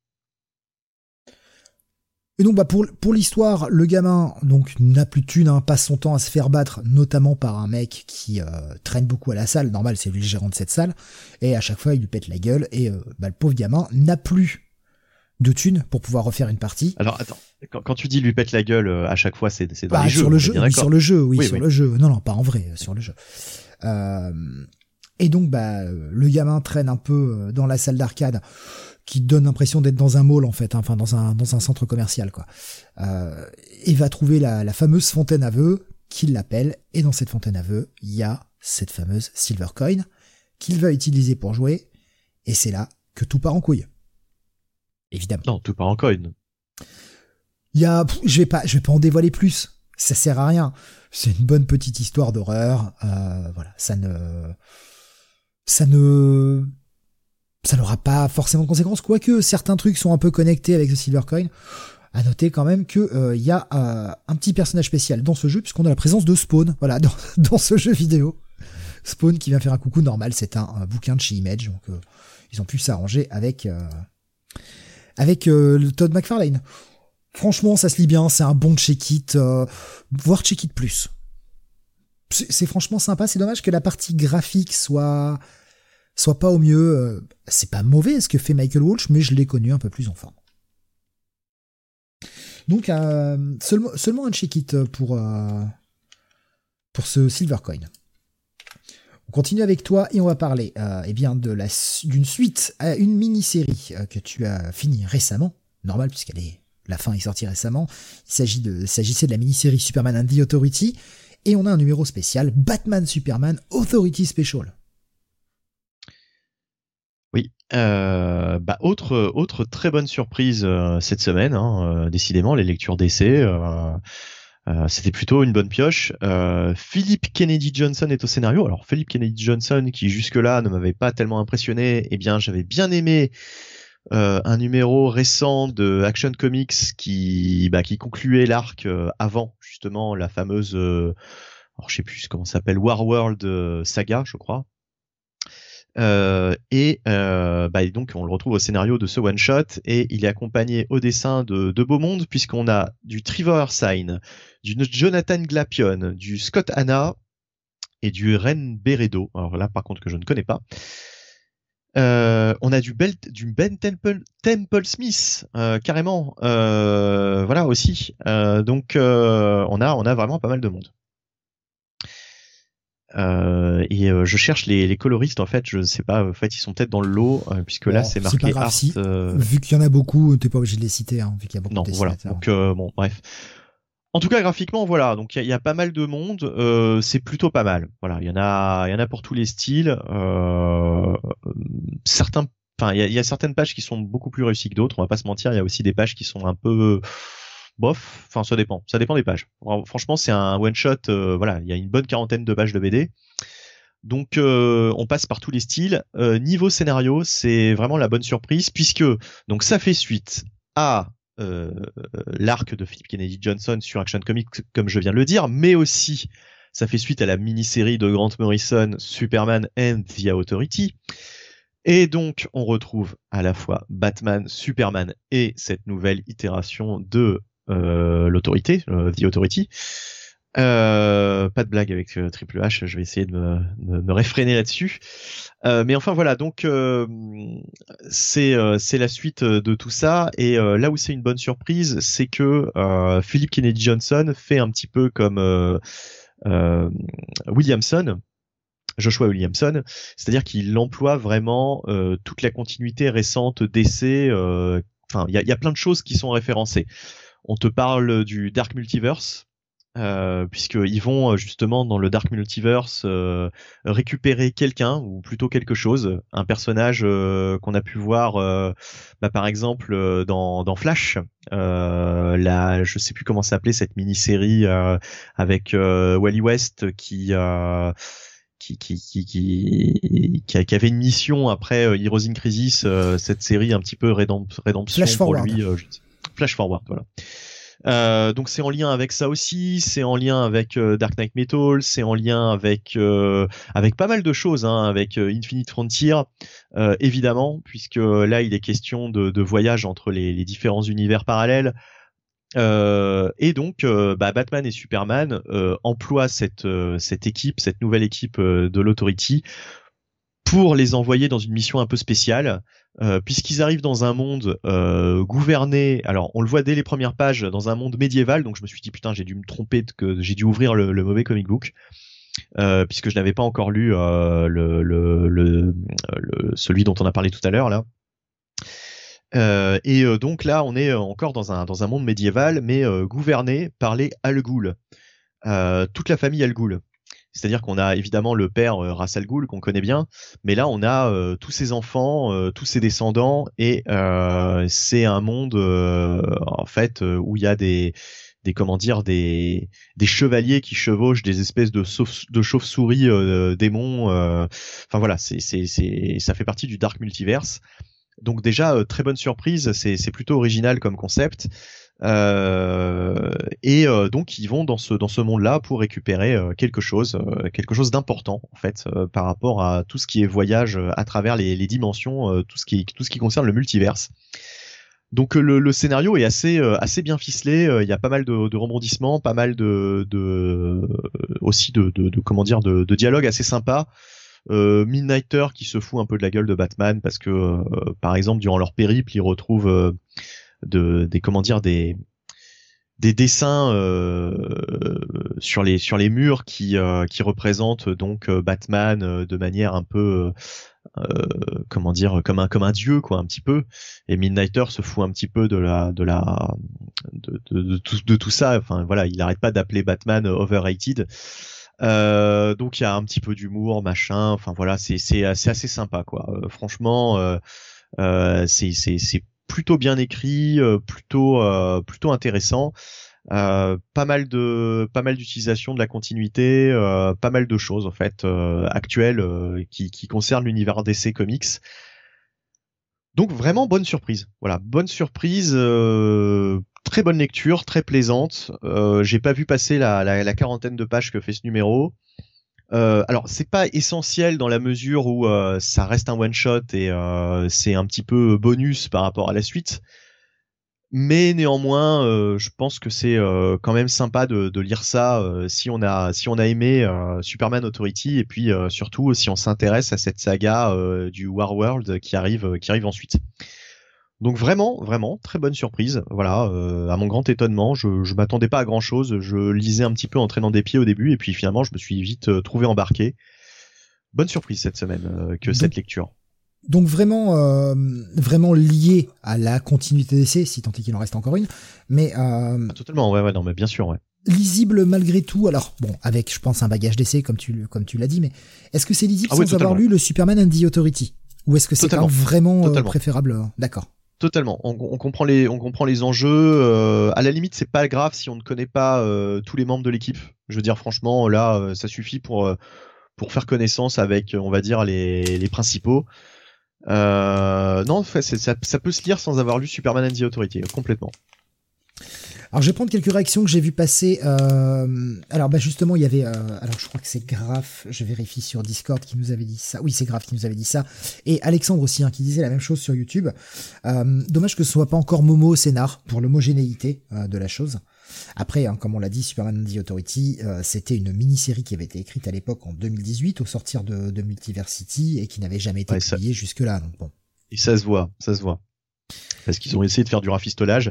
Et donc pour l'histoire, le gamin donc n'a plus de thunes, passe son temps à se faire battre, notamment par un mec qui traîne beaucoup à la salle. Normal, c'est lui le gérant de cette salle, et à chaque fois il lui pète la gueule. Et le pauvre gamin n'a plus de thunes pour pouvoir refaire une partie. Alors attends, quand tu dis lui pète la gueule, à chaque fois c'est dans les jeux. Sur le jeu, oui, sur le jeu, oui, sur le jeu. Non, pas en vrai, sur le jeu. Et donc le gamin traîne un peu dans la salle d'arcade, qui donne l'impression d'être dans un mall en fait, enfin dans un centre commercial quoi. Et va trouver la fameuse fontaine à vœux qu'il l'appelle, et dans cette fontaine à vœux, il y a cette fameuse Silver Coin qu'il va utiliser pour jouer, et c'est là que tout part en couille. Évidemment. Non, tout part en coin. Je vais pas en dévoiler plus. Ça sert à rien. C'est une bonne petite histoire d'horreur. Voilà, ça n'aura pas forcément de conséquences, quoique certains trucs sont un peu connectés avec le Silver Coin. À noter quand même que y a un petit personnage spécial dans ce jeu, puisqu'on a la présence de Spawn, voilà, dans ce jeu vidéo. Spawn qui vient faire un coucou normal, c'est un bouquin de chez Image, donc ils ont pu s'arranger avec le Todd McFarlane. Franchement, ça se lit bien, c'est un bon check-it, voire check-it plus. C'est franchement sympa, c'est dommage que la partie graphique soit pas au mieux. C'est pas mauvais ce que fait Michael Walsh, mais je l'ai connu un peu plus en forme. Donc seulement un check-it pour ce Silver Coin. On continue avec toi et on va parler d'une suite à une mini-série que tu as fini récemment. Normal puisque la fin est sortie récemment. Il s'agissait de la mini-série Superman and the Authority. Et on a un numéro spécial, Batman Superman Authority Special. Oui, autre très bonne surprise cette semaine, décidément, les lectures d'essai, c'était plutôt une bonne pioche. Philip Kennedy Johnson est au scénario. Alors Philip Kennedy Johnson, qui jusque-là ne m'avait pas tellement impressionné, j'avais bien aimé un numéro récent de Action Comics qui concluait l'arc avant justement la fameuse, alors je sais plus comment ça s'appelle, Warworld saga, je crois. Et donc on le retrouve au scénario de ce one shot et il est accompagné au dessin de beau monde puisqu'on a du Trevor Hairsine, du Jonathan Glapion, du Scott Hanna et du Ren Beredo. Alors là par contre que je ne connais pas. On a du Ben Temple Smith carrément, voilà aussi. Donc on a vraiment pas mal de monde. Je cherche les coloristes en fait, je sais pas, en fait ils sont peut-être dans le lot puisque là c'est marqué pas grave, art. si. Vu qu'il y en a beaucoup, t'es pas obligé de les citer, vu qu'il y a beaucoup de dessinateurs. Donc bon bref. En tout cas graphiquement voilà, donc il y a pas mal de monde, c'est plutôt pas mal. Voilà, il y en a pour tous les styles. Il y a certaines pages qui sont beaucoup plus réussies que d'autres, on va pas se mentir, il y a aussi des pages qui sont un peu bof, enfin ça dépend des pages. Franchement, c'est un one shot, il y a une bonne quarantaine de pages de BD. Donc on passe par tous les styles. Niveau scénario, c'est vraiment la bonne surprise puisque donc ça fait suite à l'arc de Philip Kennedy Johnson sur Action Comics, comme je viens de le dire, mais aussi ça fait suite à la mini-série de Grant Morrison, Superman and the Authority. Et donc on retrouve à la fois Batman, Superman et cette nouvelle itération de l'autorité, The Authority. Pas de blague avec Triple H, je vais essayer de me réfréner là-dessus. Mais enfin voilà, donc c'est la suite de tout ça. Et là où c'est une bonne surprise, c'est que Philip Kennedy Johnson fait un petit peu comme Joshua Williamson, c'est-à-dire qu'il emploie vraiment toute la continuité récente d'essais. Enfin, il y a plein de choses qui sont référencées. On te parle du Dark Multiverse, puisqu'ils vont justement dans le Dark Multiverse récupérer quelqu'un, ou plutôt quelque chose, un personnage qu'on a pu voir par exemple dans Flash, je sais plus comment s'appelait cette mini-série avec Wally West qui avait une mission après Heroes in Crisis, cette série un petit peu rédemption Flash pour Forward. lui. Flash Forward, voilà. Donc c'est en lien avec ça aussi, c'est en lien avec Dark Knight Metal, c'est en lien avec pas mal de choses, avec Infinite Frontier, évidemment, puisque là il est question de voyage entre les différents univers parallèles. Et donc Batman et Superman emploient cette nouvelle équipe de l'Authority pour les envoyer dans une mission un peu spéciale, puisqu'ils arrivent dans un monde gouverné. Alors on le voit dès les premières pages, dans un monde médiéval, donc je me suis dit putain, j'ai dû me tromper, que j'ai dû ouvrir le mauvais comic book, puisque je n'avais pas encore lu celui dont on a parlé tout à l'heure là. Donc là on est encore dans un monde médiéval, mais gouverné par les Al Ghul, toute la famille Al Ghul. C'est-à-dire qu'on a évidemment le père Ra's al Ghul qu'on connaît bien, mais là on a tous ses enfants, tous ses descendants, et c'est un monde en fait où il y a des chevaliers qui chevauchent des espèces de chauves-souris démons. Enfin voilà, ça fait partie du Dark Multiverse. Donc déjà très bonne surprise, c'est plutôt original comme concept. Donc ils vont dans ce monde-là pour récupérer quelque chose d'important en fait par rapport à tout ce qui est voyage à travers les dimensions, tout ce qui concerne le multiverse. Donc le scénario est assez bien ficelé, il y a pas mal de rebondissements, pas mal aussi de dialogues assez sympas. Midnighter qui se fout un peu de la gueule de Batman parce que par exemple durant leur périple ils retrouvent des des dessins sur les murs qui représentent donc Batman de manière un peu comment dire, comme un dieu quoi, un petit peu. Et Midnighter se fout un petit peu de tout ça. Enfin voilà, il n'arrête pas d'appeler Batman overrated. Donc il y a un petit peu d'humour, machin. Enfin voilà, c'est assez sympa quoi. Franchement, c'est plutôt bien écrit, plutôt intéressant. Pas mal d'utilisation de la continuité, pas mal de choses en fait actuelles qui concernent l'univers DC Comics. Donc vraiment bonne surprise. Voilà, bonne surprise, très bonne lecture, très plaisante. J'ai pas vu passer la quarantaine de pages que fait ce numéro. Alors c'est pas essentiel dans la mesure où ça reste un one shot et c'est un petit peu bonus par rapport à la suite. Mais néanmoins, je pense que c'est quand même sympa de lire ça si on a aimé Superman Authority et puis surtout si on s'intéresse à cette saga du Warworld qui arrive ensuite. Donc vraiment très bonne surprise. Voilà, à mon grand étonnement, je m'attendais pas à grand chose. Je lisais un petit peu en traînant des pieds au début et puis finalement je me suis vite trouvé embarqué. Bonne surprise cette semaine cette lecture. Donc vraiment lié à la continuité d'essai, si tant est qu'il en reste encore une, mais totalement, ouais, non, mais bien sûr, ouais. Lisible malgré tout. Alors bon, avec je pense un bagage d'essai comme tu l'as dit, mais est-ce que c'est lisible sans avoir lu le Superman and the Authority, ou est-ce que c'est vraiment préférable? D'accord. Totalement. On comprend les enjeux. À la limite, c'est pas grave si on ne connaît pas tous les membres de l'équipe. Je veux dire, franchement, là, ça suffit pour faire connaissance avec, on va dire, les principaux. Non, en fait, ça peut se lire sans avoir lu Superman and the Authority, complètement. Alors je vais prendre quelques réactions que j'ai vu passer. Alors justement il y avait, alors je crois que c'est Graf, je vérifie sur Discord qui nous avait dit ça. Oui c'est Graf qui nous avait dit ça. Et Alexandre aussi qui disait la même chose sur YouTube. Dommage que ce soit pas encore Momo au scénar pour l'homogénéité de la chose. Après, comme on l'a dit, Superman and the Authority, c'était une mini-série qui avait été écrite à l'époque en 2018 au sortir de Multiversity et qui n'avait jamais été publiée jusque-là. Donc bon. Et ça se voit. Parce qu'ils ont essayé de faire du rafistolage.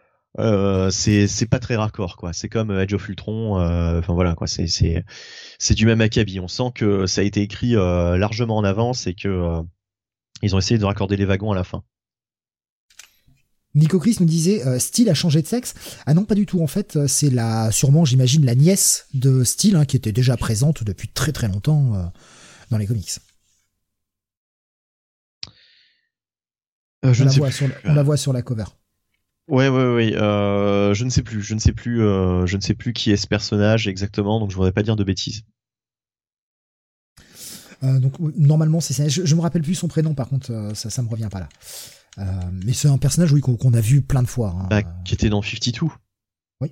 C'est pas très raccord quoi. C'est comme Age of Ultron. Enfin voilà quoi. C'est du même acabit. On sent que ça a été écrit largement en avance et que ils ont essayé de raccorder les wagons à la fin. Nico Chris nous disait Steel a changé de sexe. Ah non, pas du tout. En fait, c'est sûrement, j'imagine, la nièce de Steel qui était déjà présente depuis très très longtemps dans les comics. On la voit sur la cover. Ouais. Je ne sais plus qui est ce personnage exactement, donc je voudrais pas dire de bêtises. Donc normalement c'est ça. Je me rappelle plus son prénom, par contre ça me revient pas là. Mais c'est un personnage qu'on a vu plein de fois. Hein. Qui était dans 52. Oui.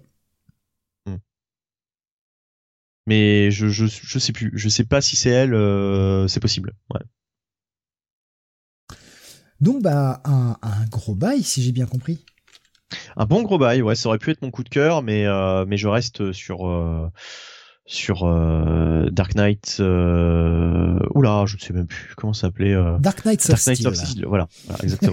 Mais je sais plus. Je sais pas si c'est elle. C'est possible. Ouais. Donc un gros bail si j'ai bien compris. Un bon gros bail, ouais, ça aurait pu être mon coup de cœur, mais je reste sur Dark Knight. Oula, je ne sais même plus comment ça s'appelait. Dark Knight of Steel. Voilà, exactement.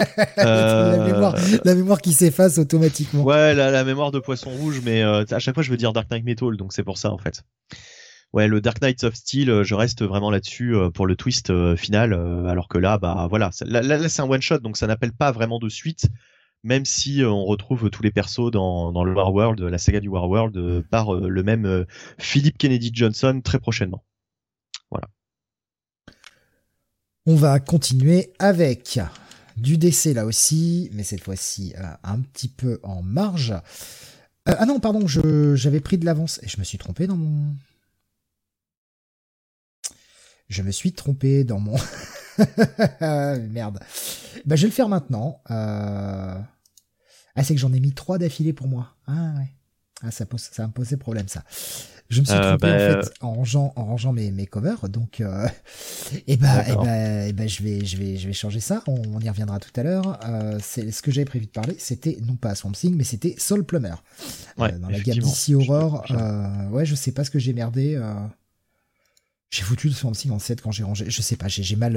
La mémoire qui s'efface automatiquement. Ouais, la mémoire de poisson rouge, mais à chaque fois je veux dire Dark Knight Metal, donc c'est pour ça en fait. Ouais, le Dark Knight of Steel, je reste vraiment là-dessus pour le twist final, alors que là, voilà, là c'est un one shot, donc ça n'appelle pas vraiment de suite. Même si on retrouve tous les persos dans le Warworld, la saga du Warworld, par le même Philip Kennedy Johnson très prochainement. Voilà. On va continuer avec du DC là aussi, mais cette fois-ci un petit peu en marge. Ah non, pardon, j'avais pris de l'avance et je me suis trompé dans mon... Merde. Je vais le faire maintenant. C'est que j'en ai mis 3 d'affilée pour moi. Ah ouais. Ça va me poser problème ça. Je me suis trompé en fait en rangeant mes covers, donc je vais changer ça. On y reviendra tout à l'heure. C'est ce que j'avais prévu de parler. C'était non pas Swamp Thing, mais c'était Soul Plumber. Dans la gamme DC Horror. Je sais pas ce que j'ai merdé. J'ai foutu le Swamp Thing en 7 quand j'ai rangé. Je sais pas, j'ai mal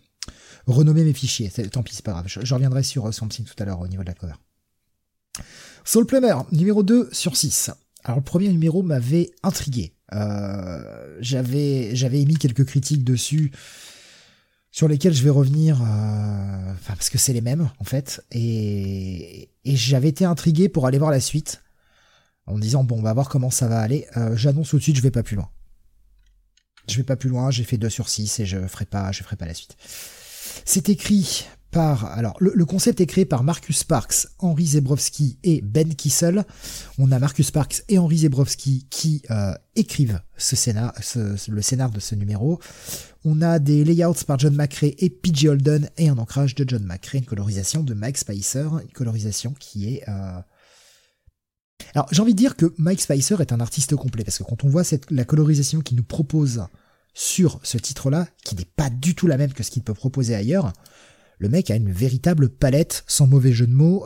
renommé mes fichiers. Tant pis, c'est pas grave. Je reviendrai sur Swamp Thing tout à l'heure au niveau de la cover. Soul Plumber, numéro 2 sur 6. Alors le premier numéro m'avait intrigué. J'avais émis quelques critiques dessus, sur lesquelles je vais revenir, parce que c'est les mêmes en fait, et j'avais été intrigué pour aller voir la suite, en me disant bon, on va voir comment ça va aller. J'annonce tout de suite, je vais pas plus loin. J'ai fait 2 sur 6 et je ferai pas la suite. C'est écrit par, alors le concept est créé par Marcus Sparks, Henry Zebrowski et Ben Kissel. On a Marcus Sparks et Henry Zebrowski qui écrivent le scénar de ce numéro. On a des layouts par John McCrea et PJ Holden et un ancrage de John McCrea, une colorisation de Mike Spicer, une colorisation qui est... Alors j'ai envie de dire que Mike Spicer est un artiste complet, parce que quand on voit la colorisation qu'il nous propose sur ce titre-là, qui n'est pas du tout la même que ce qu'il peut proposer ailleurs, le mec a une véritable palette, sans mauvais jeu de mots,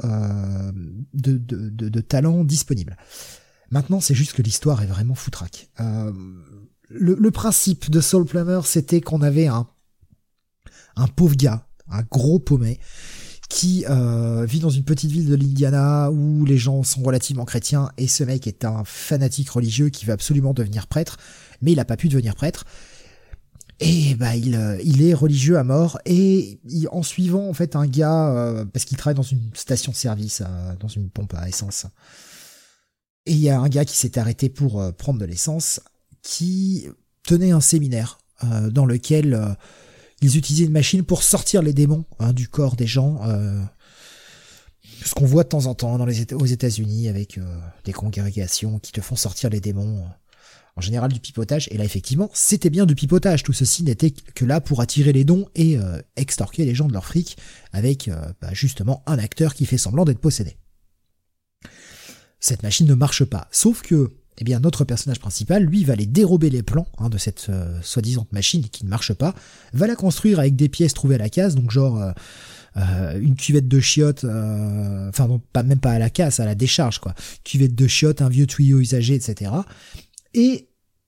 de talents disponibles. Maintenant, c'est juste que l'histoire est vraiment foutraque. Le principe de Soul Plumber, c'était qu'on avait un pauvre gars, un gros paumé, qui vit dans une petite ville de l'Indiana où les gens sont relativement chrétiens, et ce mec est un fanatique religieux qui veut absolument devenir prêtre, mais il n'a pas pu devenir prêtre. Et bah il est religieux à mort, et en suivant en fait un gars, parce qu'il travaille dans une station-service, dans une pompe à essence, et il y a un gars qui s'est arrêté pour prendre de l'essence, qui tenait un séminaire dans lequel ils utilisaient une machine pour sortir les démons du corps des gens, ce qu'on voit de temps en temps aux États-Unis avec des congrégations qui te font sortir les démons. En général du pipotage, et là effectivement c'était bien du pipotage, tout ceci n'était que là pour attirer les dons et extorquer les gens de leur fric avec justement un acteur qui fait semblant d'être possédé. Cette machine ne marche pas, sauf que notre personnage principal, lui, va aller dérober les plans de cette soi-disant machine qui ne marche pas, va la construire avec des pièces trouvées à la case, donc genre une cuvette de chiottes, même pas à la casse, à la décharge quoi, cuvette de chiottes, un vieux tuyau usagé, etc., et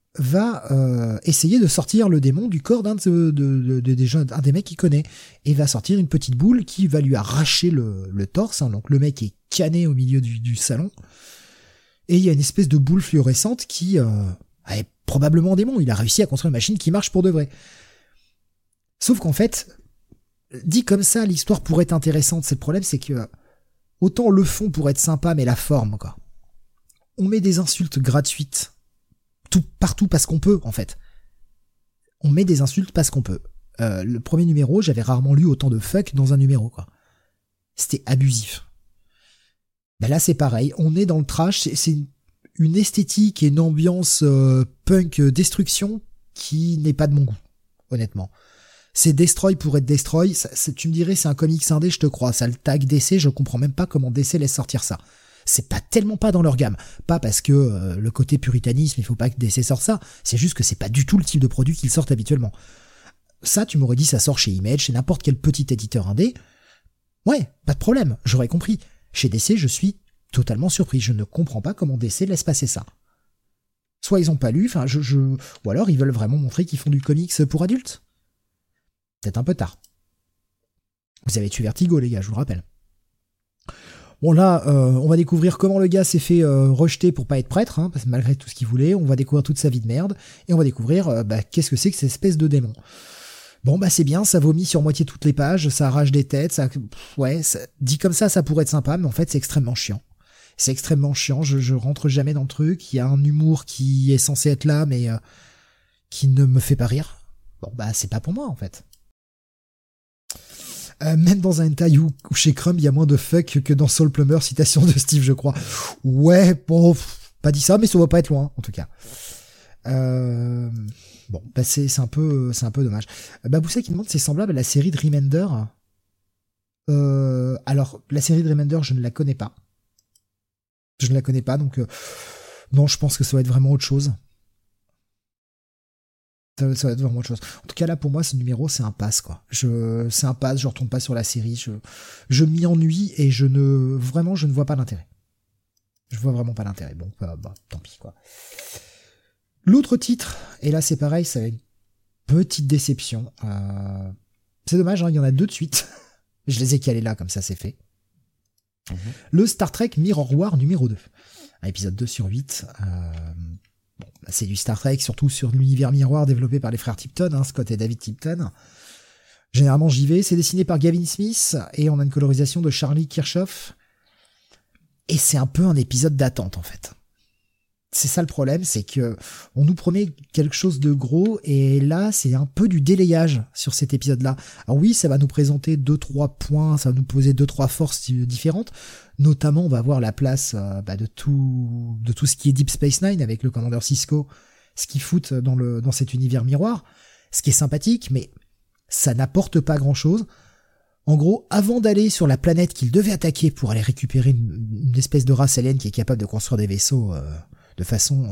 va essayer de sortir le démon du corps d'un des mecs qu'il connaît, et va sortir une petite boule qui va lui arracher le torse, donc le mec est cané au milieu du salon, et il y a une espèce de boule fluorescente qui est probablement un démon. Il a réussi à construire une machine qui marche pour de vrai. Sauf qu'en fait, dit comme ça, l'histoire pourrait être intéressante. C'est le problème, c'est que autant le fond pourrait être sympa, mais la forme, quoi. On met des insultes gratuites partout parce qu'on peut, en fait. On met des insultes parce qu'on peut. Le premier numéro, j'avais rarement lu autant de fuck dans un numéro, quoi. C'était abusif. Ben là, c'est pareil. On est dans le trash. C'est une esthétique et une ambiance punk destruction qui n'est pas de mon goût, honnêtement. C'est Destroy pour être Destroy. Tu me dirais, c'est un comics indé, je te crois. Ça le tag DC, je comprends même pas comment DC laisse sortir ça. C'est tellement pas dans leur gamme. Pas parce que le côté puritanisme, il faut pas que DC sorte ça. C'est juste que c'est pas du tout le type de produit qu'ils sortent habituellement. Ça, tu m'aurais dit, ça sort chez Image, chez n'importe quel petit éditeur indé. Ouais, pas de problème, j'aurais compris. Chez DC, je suis totalement surpris. Je ne comprends pas comment DC laisse passer ça. Soit ils ont pas lu, ou alors ils veulent vraiment montrer qu'ils font du comics pour adultes. Peut-être un peu tard. Vous avez tué Vertigo, les gars, je vous le rappelle. Bon là, on va découvrir comment le gars s'est fait rejeter pour pas être prêtre, parce que malgré tout ce qu'il voulait, on va découvrir toute sa vie de merde, et on va découvrir qu'est-ce que c'est que cette espèce de démon. Bon c'est bien, ça vomit sur moitié toutes les pages, ça arrache des têtes, ça dit comme ça pourrait être sympa, mais en fait c'est extrêmement chiant. C'est extrêmement chiant, je rentre jamais dans le truc, il y a un humour qui est censé être là, mais qui ne me fait pas rire. Bon c'est pas pour moi en fait. Même dans un hentai où chez Crumb il y a moins de fuck que dans Soul Plumber, citation de Steve je crois. Ouais, bon, pas dit ça, mais ça va pas être loin en tout cas. Bon, c'est un peu dommage. Baboussa qui demande, c'est semblable à la série de Remender. Alors, la série de Remender, je ne la connais pas. Donc non, je pense que ça va être vraiment autre chose. Ça va être vraiment autre chose. En tout cas, là, pour moi, ce numéro, c'est un pass, quoi. C'est un pass, je retourne pas sur la série. Je m'y ennuie et je ne vois pas l'intérêt. Je vois vraiment pas l'intérêt. Bon, tant pis, quoi. L'autre titre, et là c'est pareil, ça va être une petite déception. C'est dommage, il y en a 2 de suite. Je les ai calés là, comme ça c'est fait. Le Star Trek Mirror War numéro 2. Un épisode 2 sur 8. C'est du Star Trek, surtout sur l'univers miroir développé par les frères Tipton, Scott et David Tipton. Généralement j'y vais. C'est dessiné par Gavin Smith et on a une colorisation de Charlie Kirchhoff. Et c'est un peu un épisode d'attente en fait. C'est ça le problème, c'est que on nous promet quelque chose de gros et là c'est un peu du délayage sur cet épisode-là. Alors oui, ça va nous présenter 2-3 points, ça va nous poser 2-3 forces différentes. Notamment, on va voir la place de tout ce qui est Deep Space Nine avec le commandeur Sisko, ce qu'ils foutent dans cet univers miroir, ce qui est sympathique, mais ça n'apporte pas grand-chose. En gros, avant d'aller sur la planète qu'ils devaient attaquer pour aller récupérer une espèce de race alien qui est capable de construire des vaisseaux de façon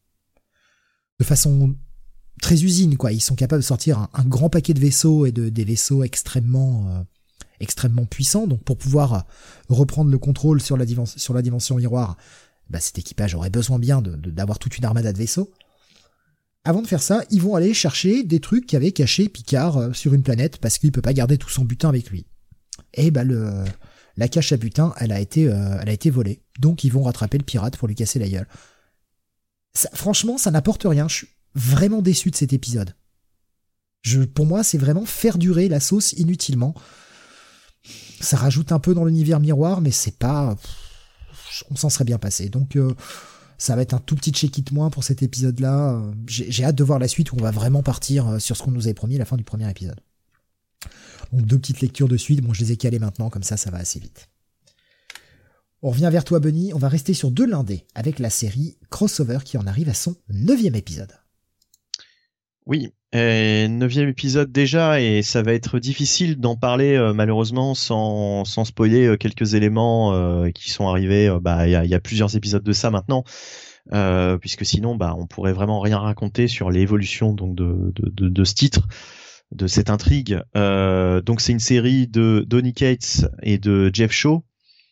très usine, quoi. Ils sont capables de sortir un grand paquet de vaisseaux et des vaisseaux extrêmement puissants. Donc pour pouvoir reprendre le contrôle sur la dimension miroir, cet équipage aurait besoin bien d'avoir toute une armada de vaisseaux. Avant de faire ça, ils vont aller chercher des trucs qu'avait caché Picard sur une planète parce qu'il peut pas garder tout son butin avec lui. Et la cache à butin, elle a été volée. Donc ils vont rattraper le pirate pour lui casser la gueule. Franchement, ça n'apporte rien. Je suis vraiment déçu de cet épisode. Pour moi, c'est vraiment faire durer la sauce inutilement. Ça rajoute un peu dans l'univers miroir, mais c'est pas... On s'en serait bien passé. Donc, ça va être un tout petit check-it moins pour cet épisode-là. J'ai hâte de voir la suite où on va vraiment partir sur ce qu'on nous avait promis à la fin du premier épisode. Donc, 2 petites lectures de suite. Bon, je les ai calées maintenant, comme ça va assez vite. On revient vers toi, Bunny. On va rester sur 2 lindés avec la série Crossover qui en arrive à son 9e épisode. Oui, 9e épisode déjà, et ça va être difficile d'en parler malheureusement sans spoiler quelques éléments qui sont arrivés. Il y a plusieurs épisodes de ça maintenant, puisque sinon on pourrait vraiment rien raconter sur l'évolution donc de ce titre, de cette intrigue. Donc c'est une série de Donny Cates et de Jeff Shaw.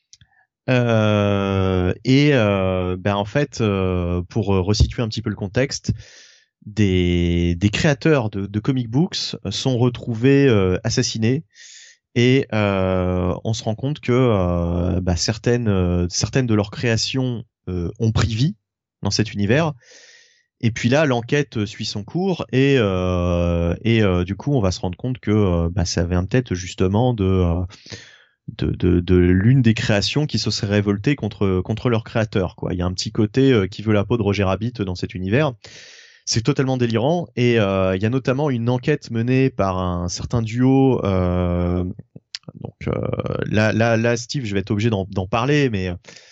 En fait, pour resituer un petit peu le contexte, des créateurs de comic books sont retrouvés assassinés et on se rend compte que certaines de leurs créations ont pris vie dans cet univers. Et puis là, l'enquête suit son cours et du coup, on va se rendre compte que ça vient peut-être justement de l'une des créations qui se serait révoltée contre leur créateur, quoi. Il y a un petit côté qui veut la peau de Roger Rabbit dans cet univers. C'est totalement délirant et il y a notamment une enquête menée par un certain duo. Là, Steve, je vais être obligé d'en parler, mais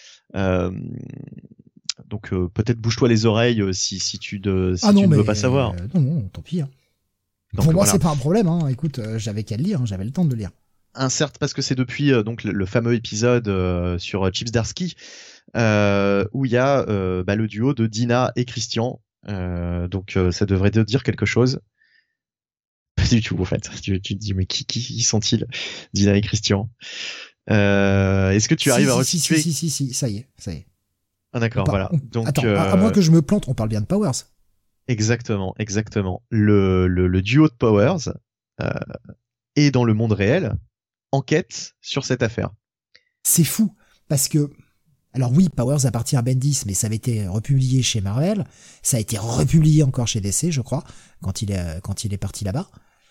peut-être bouge-toi les oreilles si tu ne veux pas savoir. Non, tant pis. Donc, pour moi, voilà. C'est pas un problème. Écoute, j'avais qu'à le lire, j'avais le temps de le lire. Parce que c'est depuis donc le fameux épisode sur Chips Darsky où il y a le duo de Dina et Christian. Donc ça devrait te dire quelque chose. Pas du tout en fait. Tu te dis mais qui sont-ils, Dina et Christian? Est-ce que tu arrives à resituer? Si, ça y est. Ah d'accord, voilà. Donc attends, à moins que je me plante, on parle bien de Powers. Exactement. Le duo de Powers est dans le monde réel, enquête sur cette affaire. C'est fou parce que alors oui, Powers appartient à Bendis, mais ça avait été republié chez Marvel, ça a été republié encore chez DC, je crois, quand il est parti là-bas.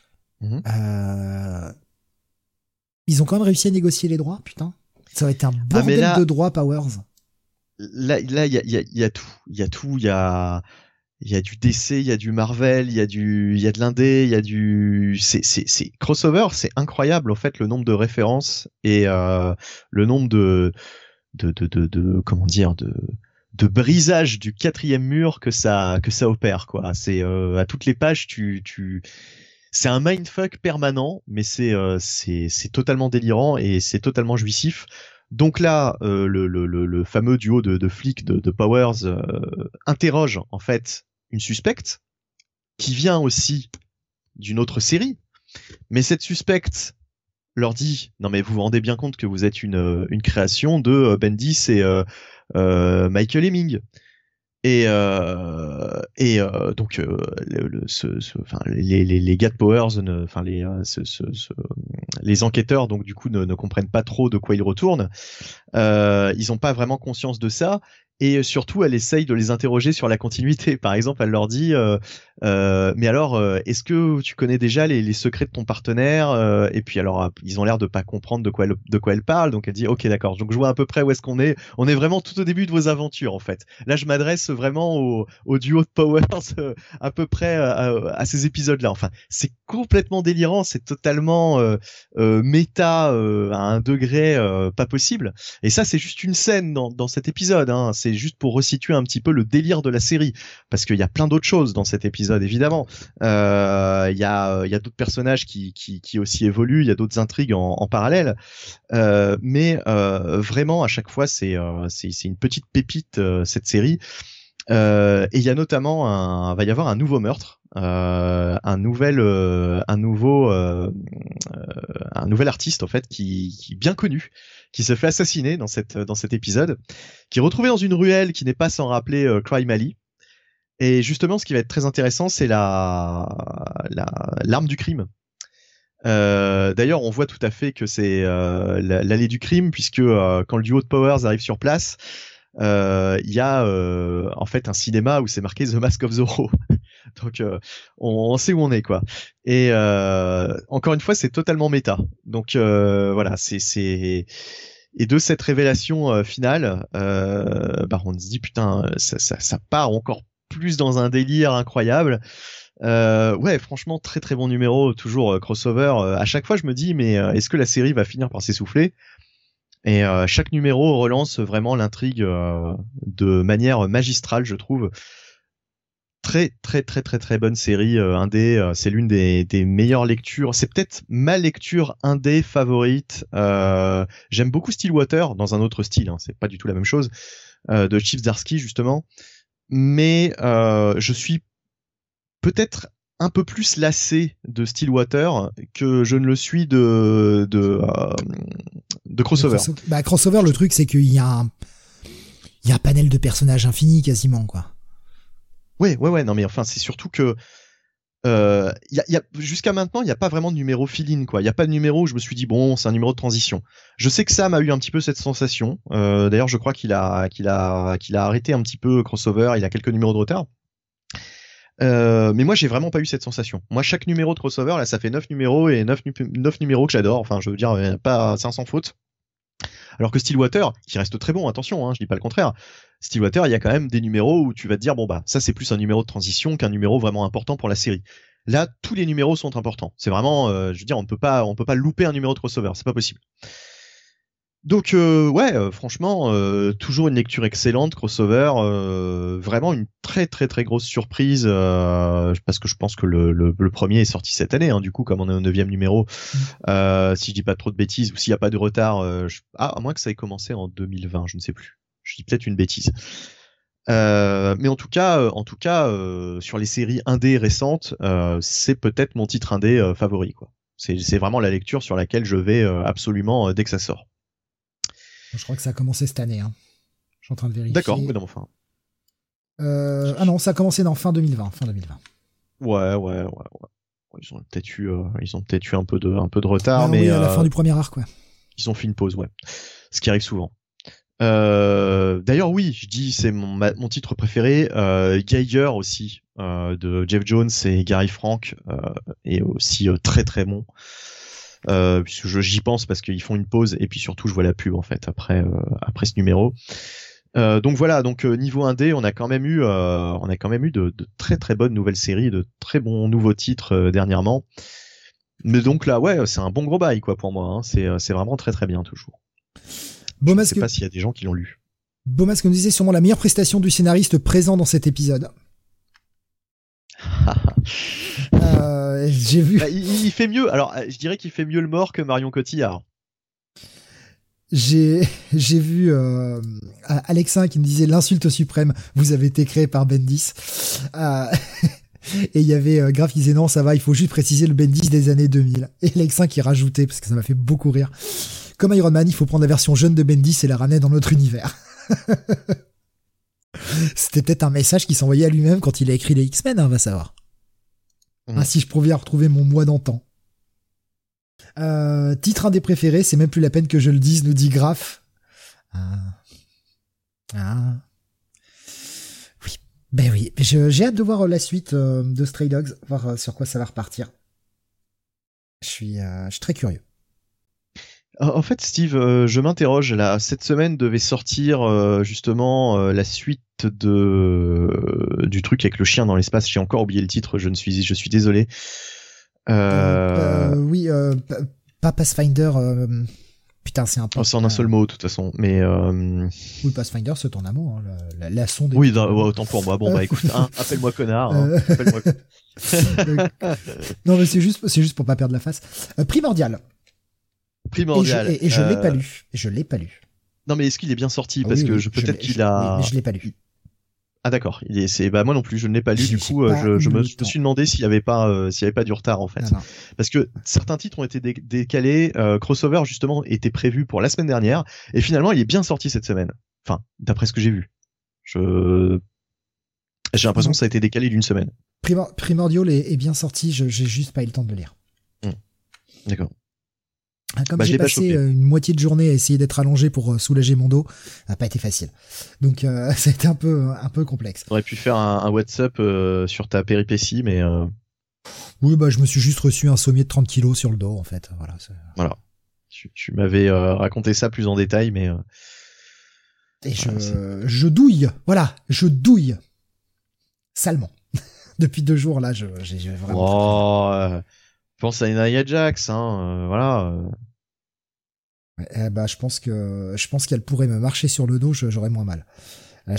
Ils ont quand même réussi à négocier les droits, putain. Ça aurait été un bordel de droits, Powers. Là, il y a tout. Il y a du DC, il y a du Marvel, il y a de l'indé, il y a du... C'est crossover, c'est incroyable, en fait, le nombre de références et le nombre de brisage du 4e mur que ça opère, quoi. C'est à toutes les pages, c'est un mindfuck permanent, mais c'est totalement délirant et c'est totalement jouissif. Donc là, le fameux duo de flics de Powers interroge en fait une suspecte qui vient aussi d'une autre série, mais cette suspecte leur dit non mais vous vous rendez bien compte que vous êtes une création de Bendis et Michael Hemming. Donc les gars de Powers, les enquêteurs donc du coup ne comprennent pas trop de quoi ils retournent. Ils ont pas vraiment conscience de ça. Et surtout, elle essaye de les interroger sur la continuité. Par exemple, elle leur dit mais alors, est-ce que tu connais déjà les secrets de ton partenaire Et puis alors, ils ont l'air de pas comprendre de quoi elle parle. Donc elle dit ok, d'accord. Donc je vois à peu près où est-ce qu'on est. On est vraiment tout au début de vos aventures en fait. Là, je m'adresse vraiment au duo de Powers à peu près à ces épisodes-là. Enfin, c'est complètement délirant. C'est totalement méta à un degré pas possible. Et ça, c'est juste une scène dans cet épisode. Hein. C'est juste pour resituer un petit peu le délire de la série, parce qu'il y a plein d'autres choses dans cet épisode, évidemment. Il y a d'autres personnages qui aussi évoluent, il y a d'autres intrigues en parallèle. Mais vraiment, à chaque fois, c'est une petite pépite cette série. Et il y a notamment va y avoir un nouveau meurtre, un nouvel artiste en fait qui est bien connu, qui se fait assassiner dans cet épisode, qui est retrouvé dans une ruelle qui n'est pas sans rappeler Crime Alley. Et justement, ce qui va être très intéressant, c'est l'arme du crime. D'ailleurs, on voit tout à fait que c'est l'allée du crime, puisque quand le duo de Powers arrive sur place, il y a en fait un cinéma où c'est marqué The Mask of Zorro. Donc on sait où on est quoi. Et encore une fois, c'est totalement méta. Donc voilà, c'est et de cette révélation finale, on se dit putain, ça part encore plus dans un délire incroyable. Ouais, franchement, très très bon numéro, toujours crossover. À chaque fois, je me dis mais est-ce que la série va finir par s'essouffler? Et chaque numéro relance vraiment l'intrigue de manière magistrale, je trouve. Très très très très très bonne série indé. C'est l'une des meilleures lectures. C'est peut-être ma lecture indé favorite. J'aime beaucoup Stillwater dans un autre style. Hein, c'est pas du tout la même chose de Chip Zdarsky justement. Mais je suis peut-être un peu plus lassé de Stillwater que je ne le suis de Crossover. Crossover, le truc, c'est qu'il y a un panel de personnages infini quasiment, quoi. Ouais, non, mais enfin, c'est surtout que jusqu'à maintenant, il n'y a pas vraiment de numéro fill-in, quoi. Il n'y a pas de numéro où je me suis dit, bon, c'est un numéro de transition. Je sais que Sam a eu un petit peu cette sensation. D'ailleurs, je crois qu'il a arrêté un petit peu Crossover, il a quelques numéros de retard. Mais moi, j'ai vraiment pas eu cette sensation. Moi, chaque numéro de Crossover, là, ça fait 9 numéros et 9 numéros que j'adore. Enfin, je veux dire, il n'y a pas 500 fautes. Alors que Stillwater, qui reste très bon, attention, hein, je dis pas le contraire. Stillwater, il y a quand même des numéros où tu vas te dire, bon bah, ça c'est plus un numéro de transition qu'un numéro vraiment important pour la série. Là, tous les numéros sont importants. C'est vraiment, je veux dire, on peut pas louper un numéro de crossover, c'est pas possible. Donc franchement, toujours une lecture excellente, crossover, vraiment une très très très grosse surprise, parce que je pense que le premier est sorti cette année, hein, du coup comme on est au 9e numéro, si je dis pas trop de bêtises, ou s'il y a pas de retard, à moins que ça ait commencé en 2020, je ne sais plus, je dis peut-être une bêtise. Mais en tout cas, sur les séries indé récentes, c'est peut-être mon titre indé favori, quoi. C'est vraiment la lecture sur laquelle je vais absolument dès que ça sort. Je crois que ça a commencé cette année. Hein. Je suis en train de vérifier. D'accord, mais non, enfin. Ah non, ça a commencé fin 2020. Ouais. Ils ont peut-être eu un peu de retard, mais oui, à la fin du premier arc, quoi. Ils ont fait une pause, ouais. Ce qui arrive souvent. D'ailleurs, oui, je dis c'est mon titre préféré. Geiger aussi, de Jeff Jones et Gary Frank, est aussi très très bon. Puisque j'y pense parce qu'ils font une pause et puis surtout je vois la pub en fait après ce numéro. Donc voilà, niveau indé, on a quand même eu de très très bonnes nouvelles séries, de très bons nouveaux titres dernièrement. Mais donc là, ouais, c'est un bon gros bail quoi pour moi. Hein. C'est vraiment très très bien toujours. Je ne sais pas s'il y a des gens qui l'ont lu. Beaumasque nous disait sûrement la meilleure prestation du scénariste présent dans cet épisode. J'ai vu. Il fait mieux. Alors, je dirais qu'il fait mieux le mort que Marion Cotillard. J'ai vu Alexin qui me disait l'insulte suprême. Vous avez été créé par Bendis. Et il y avait Graf qui disait non, ça va. Il faut juste préciser le Bendis des années 2000. Et Alexin qui rajoutait parce que ça m'a fait beaucoup rire. Comme Iron Man, il faut prendre la version jeune de Bendis et la ramener dans notre univers. C'était peut-être un message qu'il s'envoyait à lui-même quand il a écrit les X-Men, hein, on va savoir. Si je pouvais retrouver mon moi d'antan. Titre un des préférés, c'est même plus la peine que je le dise, nous dit Graf. Oui, ben oui. J'ai hâte de voir la suite de Stray Dogs, voir sur quoi ça va repartir. Je suis très curieux. En fait, Steve, je m'interroge là. Cette semaine devait sortir justement la suite du truc avec le chien dans l'espace. J'ai encore oublié le titre. Je suis désolé. Oui, pas Pathfinder. Putain, c'est un peu. C'est en un seul mot, de toute façon. Mais oui, Pathfinder, c'est ton amour, hein, la sonde. Oui, autant pour moi. Bon bah écoute, appelle-moi connard. Appelle-moi. Non, mais c'est juste pour pas perdre la face. Primordial. Et je l'ai pas lu. Je l'ai pas lu. Non, mais est-ce qu'il est bien sorti? Parce que peut-être qu'il a. Oui, mais je l'ai pas lu. Ah d'accord. Moi non plus, je ne l'ai pas lu. Du coup, je me suis demandé s'il y avait pas du retard en fait. Non. Parce que certains titres ont été décalés. Crossover justement était prévu pour la semaine dernière et finalement il est bien sorti cette semaine. Enfin, d'après ce que j'ai vu. J'ai l'impression que ça a été décalé d'une semaine. Primordial est bien sorti. J'ai juste pas eu le temps de le lire. D'accord. Comme j'ai passé une moitié de journée à essayer d'être allongé pour soulager mon dos, ça n'a pas été facile. Donc ça a été un peu complexe. Tu aurais pu faire un WhatsApp sur ta péripétie, mais... Oui, je me suis juste reçu un sommier de 30 kilos sur le dos, en fait. Voilà. Tu m'avais raconté ça plus en détail, mais... Et je douille. Voilà, je douille. Salement. Depuis 2 jours, là, j'ai vraiment... pense à Nia Jax, hein, voilà. Je pense qu'elle pourrait me marcher sur le dos, j'aurais moins mal. Là,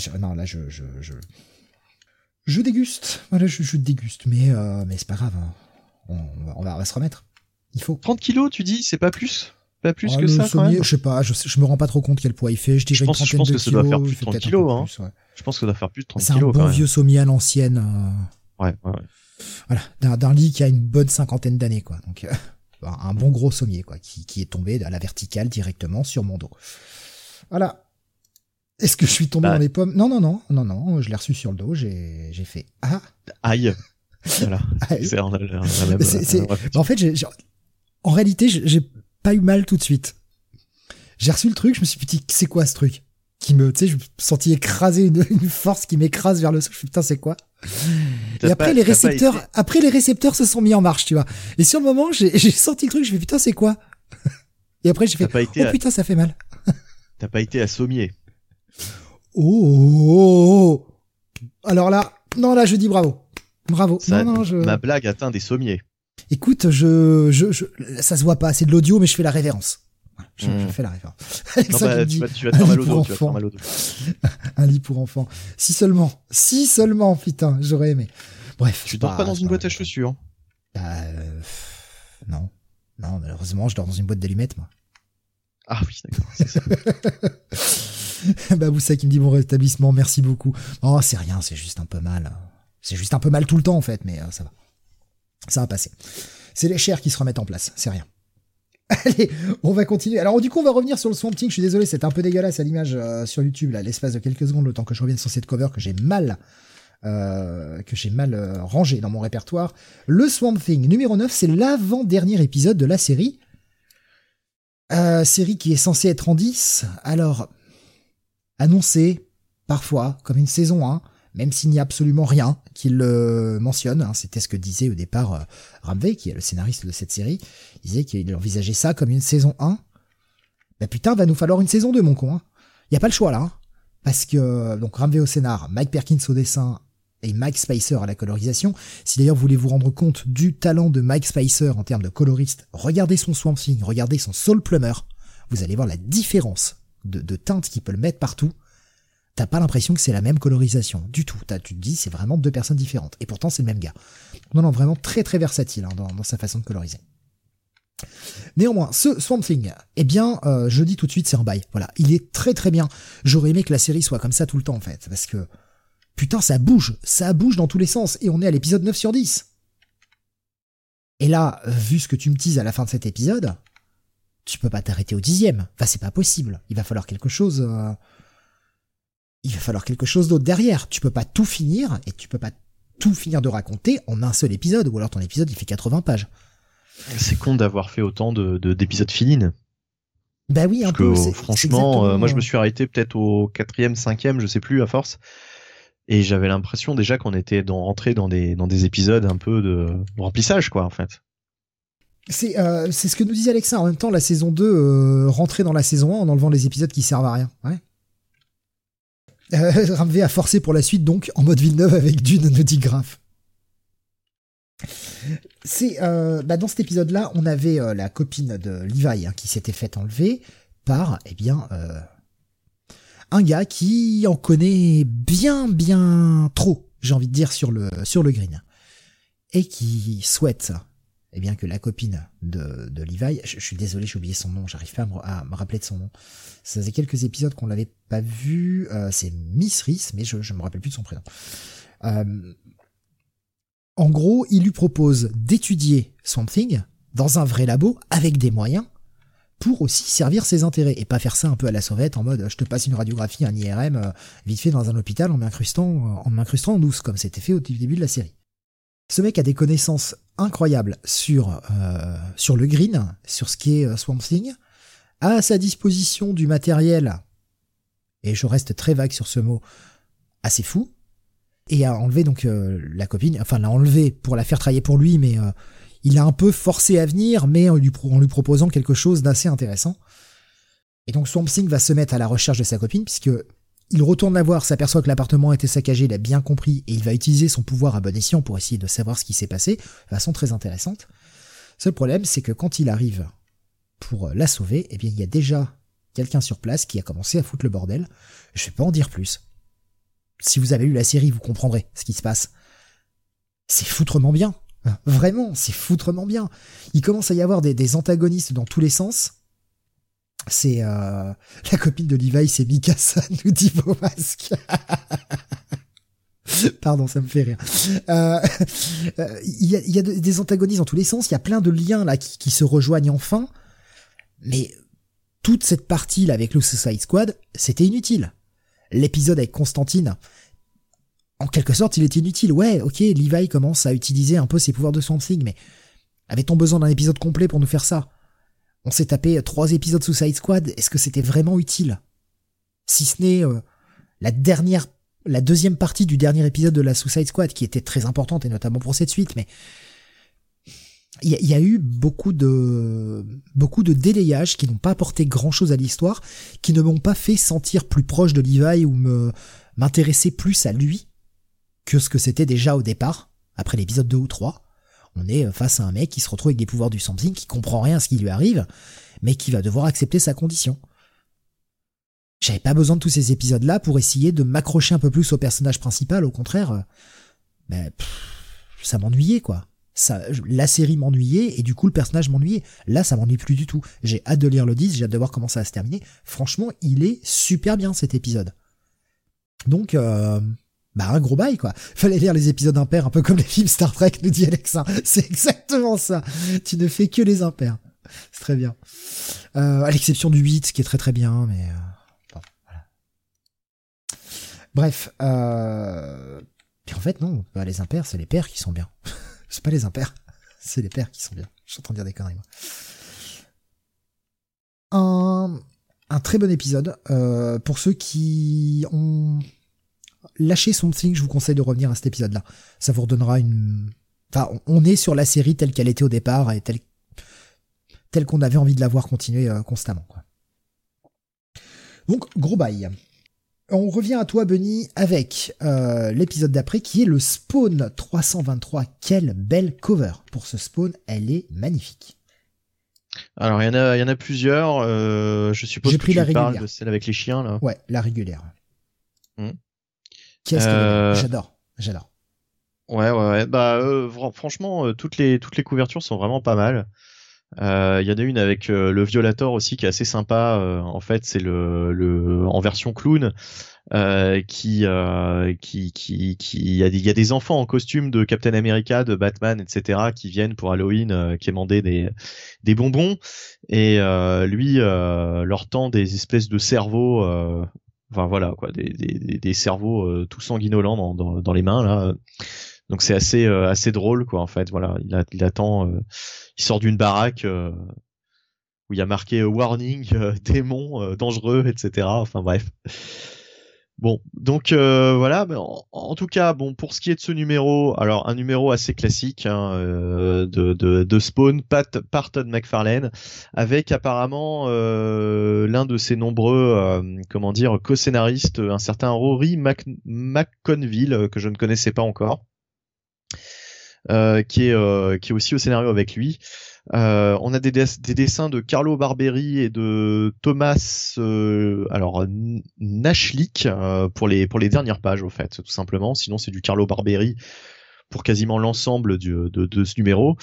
je déguste. Voilà, je déguste, mais c'est pas grave. Hein. On va se remettre. Il faut. 30 kilos, tu dis, c'est pas plus? Pas plus que ça, quand même? Je sais pas, je me rends pas trop compte quel poids il fait. Je dirais une trentaine de kilos. Je pense que ça doit faire plus de 30 kilos, hein. Plus, ouais. Je pense que ça doit faire plus de 30 kilos, c'est un bon vieux sommier à l'ancienne. Ouais. Voilà, d'un lit qui a une bonne 50aine d'années, quoi. Donc, un bon gros sommier, quoi, qui est tombé à la verticale directement sur mon dos. Voilà. Est-ce que je suis tombé dans les pommes? Non, je l'ai reçu sur le dos, j'ai fait aïe. Voilà. Aïe. En fait, en réalité, j'ai pas eu mal tout de suite. J'ai reçu le truc, je me suis dit, c'est quoi ce truc? Je me sentis écraser une force qui m'écrase vers le sol. Je me suis dit, putain, c'est quoi? Et après, les récepteurs se sont mis en marche, tu vois. Et sur le moment, j'ai senti le truc, je me suis dit, putain, c'est quoi? Et après, j'ai fait, putain, ça fait mal. T'as pas été à sommier. Oh. Alors là, je dis bravo. Bravo. Ma blague atteint des sommiers. Écoute, ça se voit pas, c'est de l'audio, mais je fais la révérence. Je fais la référence. Tu vas te faire mal au dos. Un lit pour enfants. Si seulement, putain, j'aurais aimé. Bref. Tu dors pas dans une boîte à chaussures? Non, malheureusement, je dors dans une boîte d'allumettes, moi. Ah oui, d'accord, c'est ça. Vous savez qui me dit bon rétablissement, merci beaucoup. Oh, c'est rien, c'est juste un peu mal. C'est juste un peu mal tout le temps, en fait, mais ça va. Ça va passer. C'est les chairs qui se remettent en place, c'est rien. Allez, on va continuer. Alors du coup, on va revenir sur le Swamp Thing. Je suis désolé, c'est un peu dégueulasse à l'image sur YouTube, là, l'espace de quelques secondes, le temps que je revienne sur cette cover que j'ai mal rangé dans mon répertoire. Le Swamp Thing numéro 9, c'est l'avant-dernier épisode de la série. Série qui est censée être en 10. Alors, annoncée, parfois, comme une saison 1, même s'il n'y a absolument rien qui le mentionne, hein, c'était ce que disait au départ Ramvey, qui est le scénariste de cette série, il disait qu'il envisageait ça comme une saison 1. Putain, va nous falloir une saison 2, mon con. Hein. Y a pas le choix là, hein, parce que donc Ramvey au scénar, Mike Perkins au dessin et Mike Spicer à la colorisation. Si d'ailleurs vous voulez vous rendre compte du talent de Mike Spicer en termes de coloriste, regardez son Swamp Thing, regardez son Soul Plumber, vous allez voir la différence de teinte qu'il peut le mettre partout. T'as pas l'impression que c'est la même colorisation du tout. Tu te dis c'est vraiment 2 personnes différentes. Et pourtant c'est le même gars. Non, vraiment très très versatile hein, dans sa façon de coloriser. Néanmoins, ce Swamp Thing, je dis tout de suite c'est un bail. Voilà, il est très très bien. J'aurais aimé que la série soit comme ça tout le temps en fait. Parce que, putain, ça bouge dans tous les sens. Et on est à l'épisode 9 sur 10. Et là, vu ce que tu me teases à la fin de cet épisode, tu peux pas t'arrêter au 10e. Enfin, c'est pas possible. Il va falloir quelque chose... il va falloir quelque chose d'autre derrière. Tu peux pas tout finir, et tu peux pas tout finir de raconter en un seul épisode, ou alors ton épisode il fait 80 pages. C'est con d'avoir fait autant d'épisodes fill-in. Bah oui, un peu. C'est franchement, moi je me suis arrêté peut-être au 4e, 5e, je sais plus à force. Et j'avais l'impression déjà qu'on était rentré dans des épisodes un peu de remplissage, quoi, en fait. C'est ce que nous disait Alexa. En même temps, la saison 2 rentrait dans la saison 1 en enlevant les épisodes qui servent à rien. Ouais. Ramvé a forcé pour la suite, donc, en mode Villeneuve avec Dune, nous dit Graf. Dans cet épisode-là, on avait la copine de Levi qui s'était fait enlever par, un gars qui en connaît bien trop, j'ai envie de dire, sur le green. Et qui souhaite, que la copine de Levi, je suis désolé, j'ai oublié son nom, j'arrive pas à me rappeler de son nom. Ça faisait quelques épisodes qu'on l'avait pas vu, c'est Miss Reese, mais je me rappelle plus de son prénom. En gros, il lui propose d'étudier Swamp Thing dans un vrai labo avec des moyens pour aussi servir ses intérêts et pas faire ça un peu à la sauvette en mode je te passe une radiographie, un IRM vite fait dans un hôpital en m'incrustant en douce comme c'était fait au début de la série. Ce mec a des connaissances incroyables sur le green, sur ce qui est Swamp Thing, a à sa disposition du matériel, et je reste très vague sur ce mot, assez fou, et a enlevé donc la copine, enfin l'a enlevé pour la faire travailler pour lui, mais il a un peu forcé à venir, mais en lui proposant quelque chose d'assez intéressant. Et donc Swamp Thing va se mettre à la recherche de sa copine, puisque il retourne la voir, s'aperçoit que l'appartement était saccagé, il a bien compris, et il va utiliser son pouvoir à bon escient pour essayer de savoir ce qui s'est passé, de façon très intéressante. Seul problème, c'est que quand il arrive pour la sauver, il y a déjà quelqu'un sur place qui a commencé à foutre le bordel. Je vais pas en dire plus. Si vous avez lu la série, vous comprendrez ce qui se passe. C'est foutrement bien. Vraiment, c'est foutrement bien. Il commence à y avoir des antagonistes dans tous les sens. C'est la copine de Levi, c'est Mikasa, nous dit Beaumasque. Pardon, ça me fait rire. Il y a des antagonistes dans tous les sens. Il y a plein de liens là qui se rejoignent enfin. Mais toute cette partie là avec le Suicide Squad, c'était inutile. L'épisode avec Constantine, en quelque sorte, il était inutile. Ouais, ok, Levi commence à utiliser un peu ses pouvoirs de Swamp Thing, mais avait-on besoin d'un épisode complet pour nous faire ça? On s'est tapé 3 épisodes Suicide Squad, est-ce que c'était vraiment utile? Si ce n'est la deuxième partie du dernier épisode de la Suicide Squad, qui était très importante, et notamment pour cette suite, mais il y a eu beaucoup de délayages qui n'ont pas apporté grand chose à l'histoire, qui ne m'ont pas fait sentir plus proche de Levi ou m'intéresser plus à lui que ce que c'était déjà au départ, après l'épisode 2 ou 3. On est face à un mec qui se retrouve avec des pouvoirs du Swamp Thing, qui comprend rien à ce qui lui arrive, mais qui va devoir accepter sa condition. J'avais pas besoin de tous ces épisodes-là pour essayer de m'accrocher un peu plus au personnage principal, au contraire, ça m'ennuyait, quoi. La série m'ennuyait, et du coup le personnage m'ennuyait. Là, ça m'ennuie plus du tout. J'ai hâte de lire le 10, j'ai hâte de voir comment ça va se terminer. Franchement, il est super bien, cet épisode. Donc, un gros bail, quoi. Fallait lire les épisodes impairs, un peu comme les films Star Trek, nous dit Alexa. C'est exactement ça. Tu ne fais que les impairs. C'est très bien. À l'exception du 8, qui est très très bien, mais bon, voilà. Bref, puis en fait, non, les impairs, c'est les pairs qui sont bien. C'est pas les impairs, c'est les pairs qui sont bien. Je suis en train de dire des conneries, moi. Un très bon épisode. Pour ceux qui ont lâché Swamp Thing, je vous conseille de revenir à cet épisode-là. Ça vous redonnera une... Enfin, on est sur la série telle qu'elle était au départ et telle qu'on avait envie de la voir continuer constamment, quoi. Donc, gros bail. On revient à toi, Benny, avec l'épisode d'après, qui est le Spawn 323. Quelle belle cover pour ce Spawn, elle est magnifique. Alors, il y en a plusieurs. Je suppose que tu parles de celle avec les chiens, là. Ouais, la régulière. Qu'est-ce que j'adore. Ouais. Franchement, toutes les couvertures sont vraiment pas mal. Il y en a une avec le Violator aussi qui est assez sympa. En fait, c'est le en version clown. Il y a des enfants en costume de Captain America, de Batman, etc. qui viennent pour Halloween quémander des bonbons, et lui leur tend des espèces de cerveaux enfin voilà quoi, des cerveaux tout sanguinolents dans les mains là. Donc c'est assez drôle quoi en fait. Voilà, il attend, il sort d'une baraque où il y a marqué warning, démon, dangereux, etc. Enfin bref. Bon, donc voilà. Mais en tout cas, bon, pour ce qui est de ce numéro, alors un numéro assez classique hein, de Spawn, par Todd McFarlane, avec apparemment l'un de ses nombreux, comment dire, co-scénaristes, un certain Rory McConville que je ne connaissais pas encore. Qui est aussi au scénario avec lui. On a des dessins de Carlo Barberi et de Thomas Nachlik pour les dernières pages au fait, tout simplement. Sinon c'est du Carlo Barberi pour quasiment l'ensemble de ce numéro.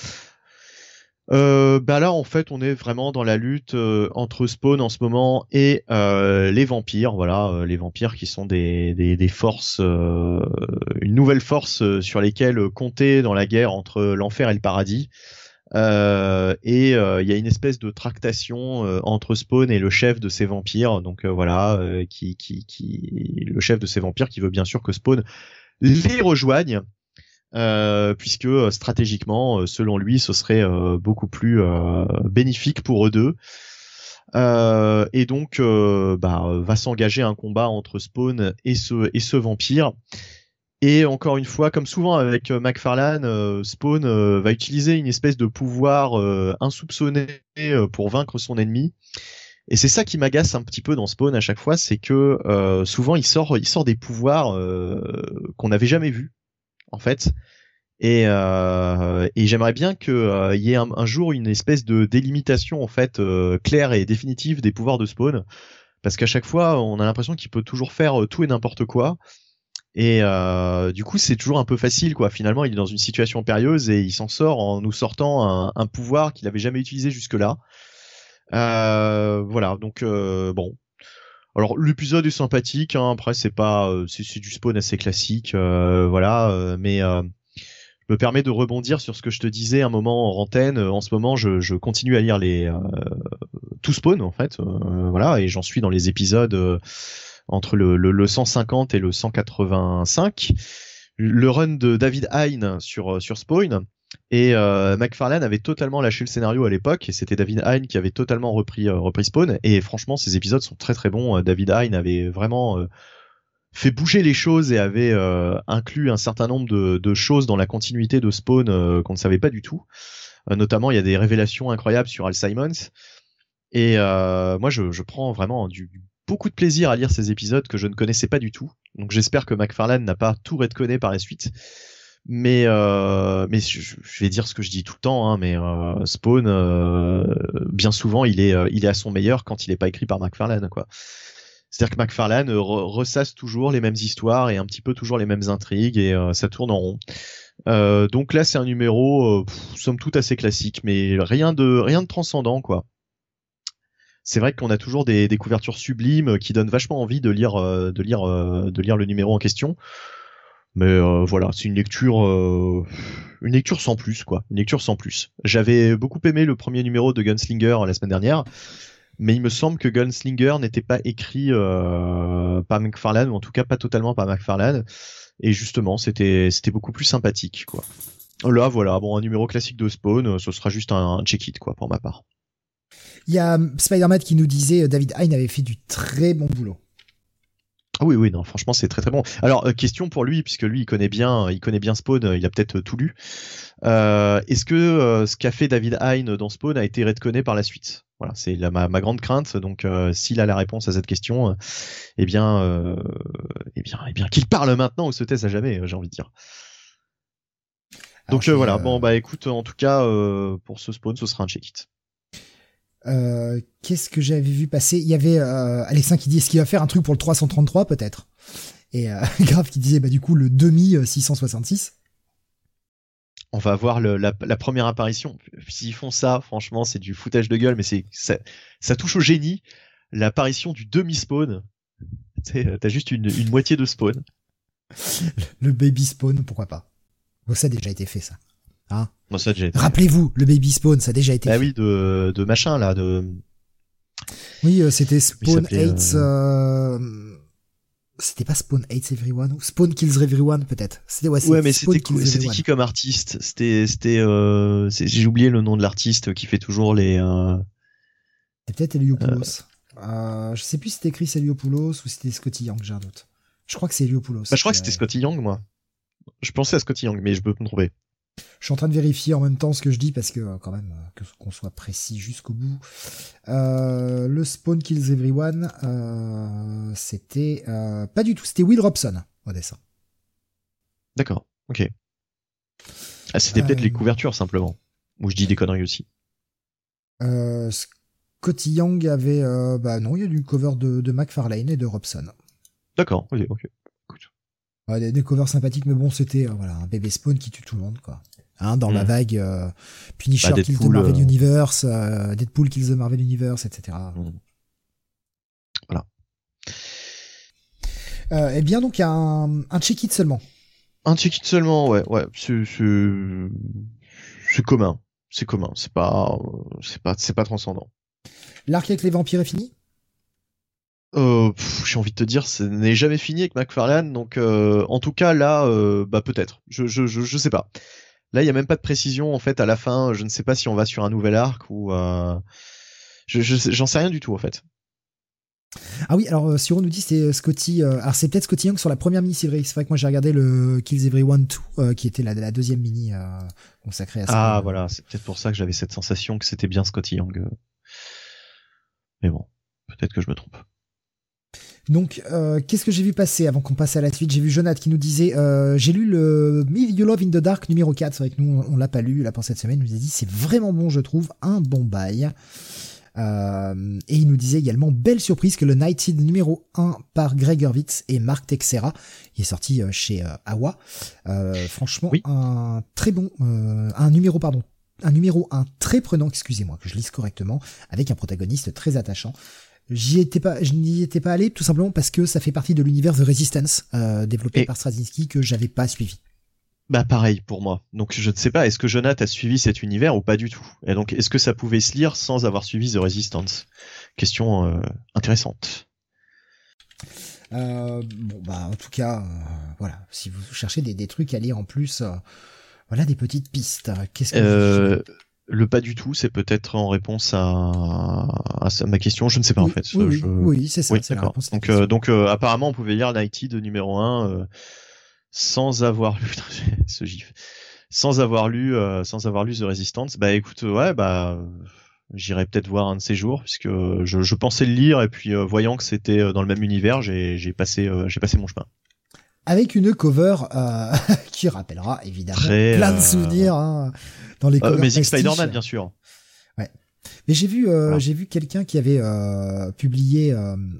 Bah là en fait on est vraiment dans la lutte entre Spawn en ce moment et les vampires, voilà, les vampires qui sont des forces, une nouvelle force sur lesquelles compter dans la guerre entre l'enfer et le paradis. Et il y a une espèce de tractation entre Spawn et le chef de ces vampires, donc voilà, qui le chef de ces vampires qui veut bien sûr que Spawn les rejoigne. Puisque stratégiquement, selon lui, ce serait beaucoup plus bénéfique pour eux deux. Et donc, va s'engager un combat entre Spawn et ce vampire. Et encore une fois, comme souvent avec McFarlane, Spawn va utiliser une espèce de pouvoir insoupçonné pour vaincre son ennemi. Et c'est ça qui m'agace un petit peu dans Spawn à chaque fois, c'est que souvent il sort des pouvoirs qu'on n'avait jamais vus. En fait, et j'aimerais bien que y ait un jour une espèce de délimitation en fait claire et définitive des pouvoirs de Spawn, parce qu'à chaque fois on a l'impression qu'il peut toujours faire tout et n'importe quoi, et du coup c'est toujours un peu facile quoi. Finalement il est dans une situation périlleuse et il s'en sort en nous sortant un pouvoir qu'il avait jamais utilisé jusque là. Voilà, donc bon. Alors l'épisode est sympathique, hein, après c'est pas c'est du Spawn assez classique, voilà, mais je me permets de rebondir sur ce que je te disais un moment en antenne. En ce moment, je continue à lire tout Spawn en fait, voilà, et j'en suis dans les épisodes entre le 150 et le 185. Le run de David Hein sur Spawn. Et McFarlane avait totalement lâché le scénario à l'époque, et c'était David Hein qui avait totalement repris Spawn. Et franchement, ces épisodes sont très très bons. David Hein avait vraiment fait bouger les choses et avait inclus un certain nombre de choses dans la continuité de Spawn qu'on ne savait pas du tout. Notamment, il y a des révélations incroyables sur Al Simons. Et moi, je prends vraiment beaucoup de plaisir à lire ces épisodes que je ne connaissais pas du tout. Donc j'espère que McFarlane n'a pas tout retconné par la suite. Mais je vais dire ce que je dis tout le temps, hein, mais Spawn, bien souvent, il est à son meilleur quand il n'est pas écrit par McFarlane, quoi. C'est-à-dire que McFarlane ressasse toujours les mêmes histoires et un petit peu toujours les mêmes intrigues, et ça tourne en rond. Donc là, c'est un numéro, somme toute assez classique, mais rien de transcendant, quoi. C'est vrai qu'on a toujours des couvertures sublimes qui donnent vachement envie de lire le numéro en question. Mais voilà, c'est une lecture sans plus, quoi. Une lecture sans plus. J'avais beaucoup aimé le premier numéro de Gunslinger la semaine dernière, mais il me semble que Gunslinger n'était pas écrit par McFarlane, ou en tout cas pas totalement par McFarlane. Et justement, c'était beaucoup plus sympathique, quoi. Là, voilà, bon, un numéro classique de Spawn, ce sera juste un check-it, quoi, pour ma part. Il y a Spider-Man qui nous disait David Hein avait fait du très bon boulot. Ah oui, non, franchement, c'est très très bon. Alors, question pour lui, puisque lui, il connaît bien Spawn, il a peut-être tout lu. Est-ce que ce qu'a fait David Hein dans Spawn a été retconné par la suite? Voilà, c'est ma grande crainte. Donc, s'il a la réponse à cette question, eh bien, qu'il parle maintenant ou se taise à jamais, j'ai envie de dire. Donc voilà. Bon, bah écoute, en tout cas, pour ce Spawn, ce sera un check-it. Qu'est-ce que j'avais vu passer? Il y avait Alexin qui dit est-ce qu'il va faire un truc pour le 333 peut-être, et Grave qui disait bah du coup le demi 666. On va voir la première apparition. S'ils font ça, franchement, c'est du foutage de gueule, mais ça touche au génie. L'apparition du demi-Spawn. T'as juste une moitié de Spawn. Le baby Spawn, pourquoi pas? Bon, ça a déjà été fait, ça. Hein, bon, ça a déjà été Rappelez-vous, le baby Spawn, ça a déjà été fait. Ah oui, de machin là, Oui, c'était Spawn Hates C'était pas Spawn Hates Everyone ou Spawn Kills Everyone peut-être. Ouais, mais Spawn Kills c'était Everyone. qui comme artiste? J'ai oublié le nom de l'artiste qui fait toujours les. C'est peut-être Eliopoulos. Je sais plus si c'était Chris Eliopoulos ou si c'était Scotty Young, j'ai un doute. Je crois que c'est Eliopoulos. Bah, je crois que c'était Scotty Young, moi. Je pensais à Scotty Young, mais je peux me tromper. Je suis en train de vérifier en même temps ce que je dis parce que quand même qu'on soit précis jusqu'au bout. Le Spawn Kills Everyone, c'était pas du tout. C'était Will Robson au dessin. D'accord. Ok. Ah, c'était peut-être les couvertures simplement. Ou je dis des conneries aussi. Scotty Young avait, non, il y a du cover de McFarlane et de Robson. D'accord. Ok. Écoute. Des covers sympathiques, mais bon, c'était un bébé Spawn qui tue tout le monde, quoi. Hein, dans la vague Punisher kills the Marvel Universe, Deadpool kills the Marvel Universe, etc. Voilà. Eh bien, donc, un check-it seulement. Un check-it seulement, ouais. C'est commun. C'est commun. C'est pas transcendant. L'arc avec les vampires est fini? J'ai envie de te dire, ce n'est jamais fini avec McFarlane, donc en tout cas là, peut-être. Je sais pas. Là, il y a même pas de précision en fait à la fin. Je ne sais pas si on va sur un nouvel arc ou. J'en sais rien du tout en fait. Ah oui, alors Siro nous dit c'est Scotty. Alors c'est peut-être Scotty Young sur la première mini. C'est vrai que moi j'ai regardé le Kills Everyone 2 qui était la deuxième mini consacrée à ça. Ah voilà, c'est peut-être pour ça que j'avais cette sensation que c'était bien Scotty Young. Mais bon, peut-être que je me trompe. Donc, qu'est-ce que j'ai vu passer avant qu'on passe à la suite? J'ai vu Jonathan qui nous disait j'ai lu le Me You Love in the Dark numéro 4. C'est vrai que nous, on l'a pas lu là pour cette semaine. Il nous a dit c'est vraiment bon, je trouve, un bon bail. Et il nous disait également belle surprise que le Nighted numéro 1 par Greg Hurwitz et Mark Texeira, il est sorti chez Awa. Franchement, oui. un très bon, un numéro 1 très prenant, excusez-moi que je lise correctement, avec un protagoniste très attachant. Je n'y étais pas allé tout simplement parce que ça fait partie de l'univers The Resistance développé par Straczynski que j'avais pas suivi. Bah pareil pour moi. Donc je ne sais pas, est-ce que Jonathan a suivi cet univers ou pas du tout? Et donc est-ce que ça pouvait se lire sans avoir suivi The Resistance? Intéressante. En tout cas, voilà, si vous cherchez des trucs à lire en plus, voilà des petites pistes. Qu'est-ce que le pas du tout, c'est peut-être en réponse à ma question, je ne sais pas en fait. Oui, c'est ça. Oui, c'est d'accord. Donc apparemment on pouvait lire Nighty de numéro 1 sans avoir lu ce gif. Sans avoir lu The Resistance. Bah écoute, j'irai peut-être voir un de ces jours puisque je pensais le lire et puis voyant que c'était dans le même univers, j'ai passé mon chemin. Avec une cover qui rappellera évidemment plein de souvenirs dans les covers Amazing Spider-Man bien sûr. Ouais. Mais j'ai vu quelqu'un qui avait publié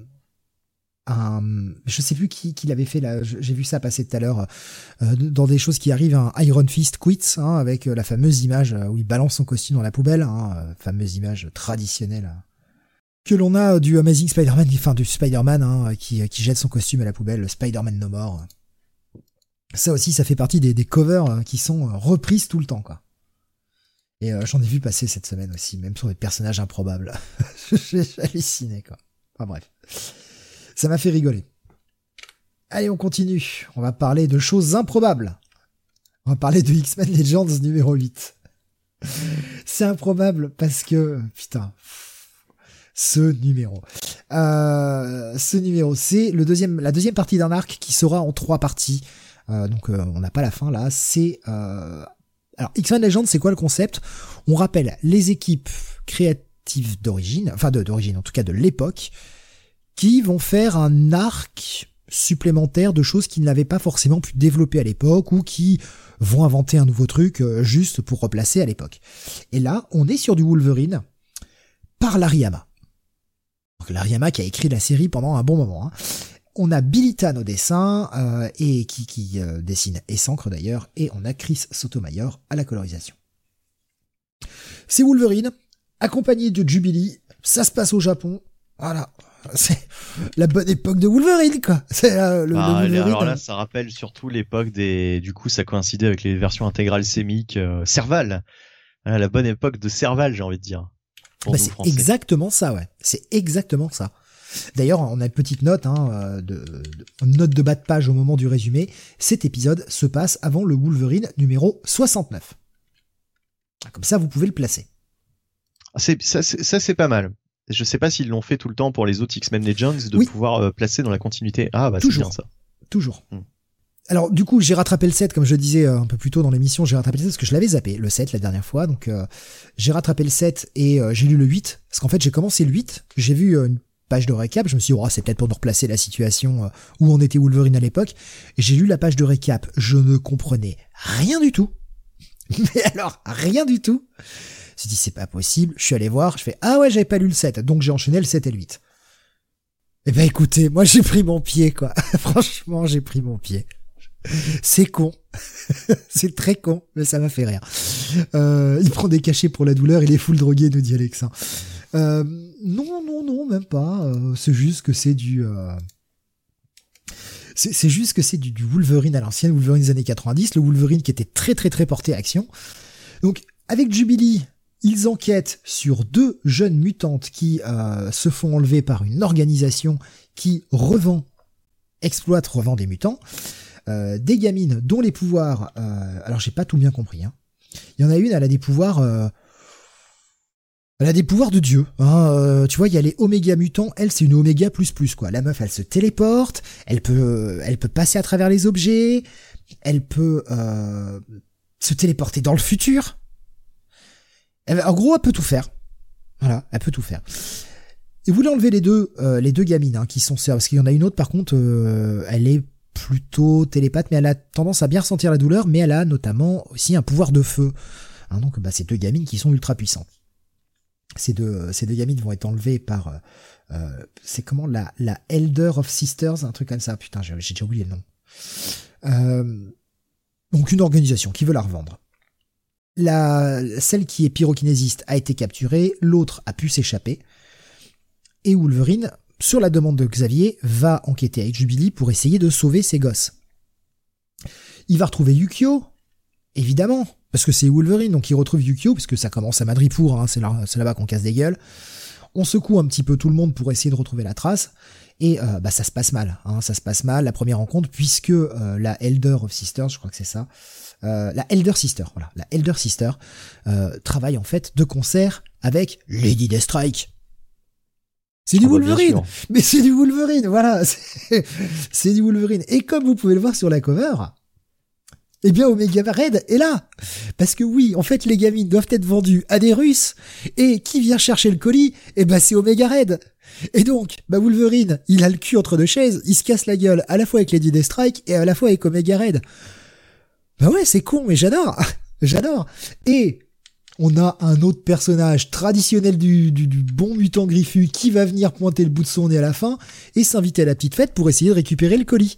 je sais plus qui l'avait fait là, j'ai vu ça passer tout à l'heure dans des choses qui arrivent, un Iron Fist Quits avec la fameuse image où il balance son costume dans la poubelle, fameuse image traditionnelle que l'on a du Amazing Spider-Man, enfin du Spider-Man qui jette son costume à la poubelle, le Spider-Man No More. Ça aussi, ça fait partie des covers qui sont reprises tout le temps, quoi. Et j'en ai vu passer cette semaine aussi, même sur des personnages improbables. J'ai halluciné, quoi. Enfin bref. Ça m'a fait rigoler. Allez, on continue. On va parler de choses improbables. On va parler de X-Men Legends numéro 8. C'est improbable parce que, putain, ce numéro, c'est la deuxième partie d'un arc qui sera en 3 parties. Donc on n'a pas la fin là. C'est alors X-Men Legends, c'est quoi le concept? On rappelle les équipes créatives d'origine, enfin d'origine en tout cas de l'époque, qui vont faire un arc supplémentaire de choses qu'ils n'avaient pas forcément pu développer à l'époque ou qui vont inventer un nouveau truc juste pour replacer à l'époque. Et là, on est sur du Wolverine par Larry Hama. Donc Larry Hama qui a écrit la série pendant un bon moment. On a Billy Tan au dessin et qui dessine et s'encre d'ailleurs, et on a Chris Sotomayor à la colorisation. C'est Wolverine accompagné de Jubilee. Ça se passe au Japon. Voilà. C'est la bonne époque de Wolverine, quoi. C'est le Wolverine. Alors là, ça rappelle surtout l'époque du coup, ça coïncidait avec les versions intégrales sémiques Serval. La bonne époque de Serval, j'ai envie de dire. C'est exactement ça, ouais. C'est exactement ça. D'ailleurs, on a une petite note, une note de bas de page au moment du résumé. Cet épisode se passe avant le Wolverine numéro 69. Comme ça, vous pouvez le placer. Ça, c'est pas mal. Je sais pas s'ils l'ont fait tout le temps pour les autres X-Men Legends de pouvoir placer dans la continuité. Ah bah toujours, c'est bien ça. Toujours. Alors du coup, j'ai rattrapé le 7, comme je disais un peu plus tôt dans l'émission, j'ai rattrapé le 7 parce que je l'avais zappé, le 7 la dernière fois. Donc j'ai rattrapé le 7 et j'ai lu le 8. Parce qu'en fait, j'ai commencé le 8, j'ai vu une page de récap, je me suis dit, c'est peut-être pour nous replacer la situation où on était Wolverine à l'époque. Et j'ai lu la page de récap, je ne comprenais rien du tout. Mais alors, rien du tout. Je me suis dit, c'est pas possible. Je suis allé voir, je fais, ah ouais, j'avais pas lu le 7. Donc j'ai enchaîné le 7 et le 8. Eh ben écoutez, moi j'ai pris mon pied, quoi. Franchement, j'ai pris mon pied. C'est con. C'est très con, mais ça m'a fait rire. Il prend des cachets pour la douleur, il est full drogué, nous dit Alex. Non, même pas. C'est juste que c'est du... C'est juste que c'est du Wolverine à l'ancienne, Wolverine des années 90, le Wolverine qui était très très très porté action. Donc, avec Jubilee, ils enquêtent sur 2 jeunes mutantes qui se font enlever par une organisation qui revend des mutants. Des gamines dont les pouvoirs... alors, j'ai pas tout bien compris. Il y en a une, elle a des pouvoirs... Elle a des pouvoirs de Dieu. Tu vois, il y a les Oméga mutants. Elle, c'est une Oméga ++, quoi. La meuf, elle se téléporte. Elle peut passer à travers les objets. Elle peut se téléporter dans le futur. En gros, elle peut tout faire. Voilà, elle peut tout faire. Et vous voulez enlever les deux gamines qui sont sœurs. Parce qu'il y en a une autre, par contre, elle est plutôt télépathe, mais elle a tendance à bien ressentir la douleur, mais elle a notamment aussi un pouvoir de feu. Donc, c'est 2 gamines qui sont ultra puissantes. Ces deux gamines vont être enlevées par c'est comment la Elder of Sisters, un truc comme ça. Putain, j'ai déjà oublié le nom. Donc une organisation qui veut la revendre. Celle qui est pyrokinésiste a été capturée, l'autre a pu s'échapper. Et Wolverine, sur la demande de Xavier, va enquêter avec Jubilee pour essayer de sauver ses gosses. Il va retrouver Yukio, évidemment. Parce que c'est Wolverine, donc il retrouve Yukio, parce que ça commence à Madripoor, c'est là-bas qu'on casse des gueules. On secoue un petit peu tout le monde pour essayer de retrouver la trace, et ça se passe mal. Ça se passe mal, la première rencontre, puisque la Elder of Sisters, je crois que c'est ça, la Elder Sister, travaille en fait de concert avec Lady Deathstrike. C'est du Wolverine, mais c'est du Wolverine, voilà, c'est du Wolverine. Et comme vous pouvez le voir sur la cover... Eh bien, Omega Red est là. Parce que oui, en fait, les gamines doivent être vendues à des Russes. Et qui vient chercher le colis? C'est Omega Red. Et donc, Wolverine, il a le cul entre 2 chaises. Il se casse la gueule à la fois avec Lady Deathstrike et à la fois avec Omega Red. Ouais, c'est con, mais j'adore. J'adore. Et on a un autre personnage traditionnel du bon mutant griffu qui va venir pointer le bout de son nez à la fin et s'inviter à la petite fête pour essayer de récupérer le colis.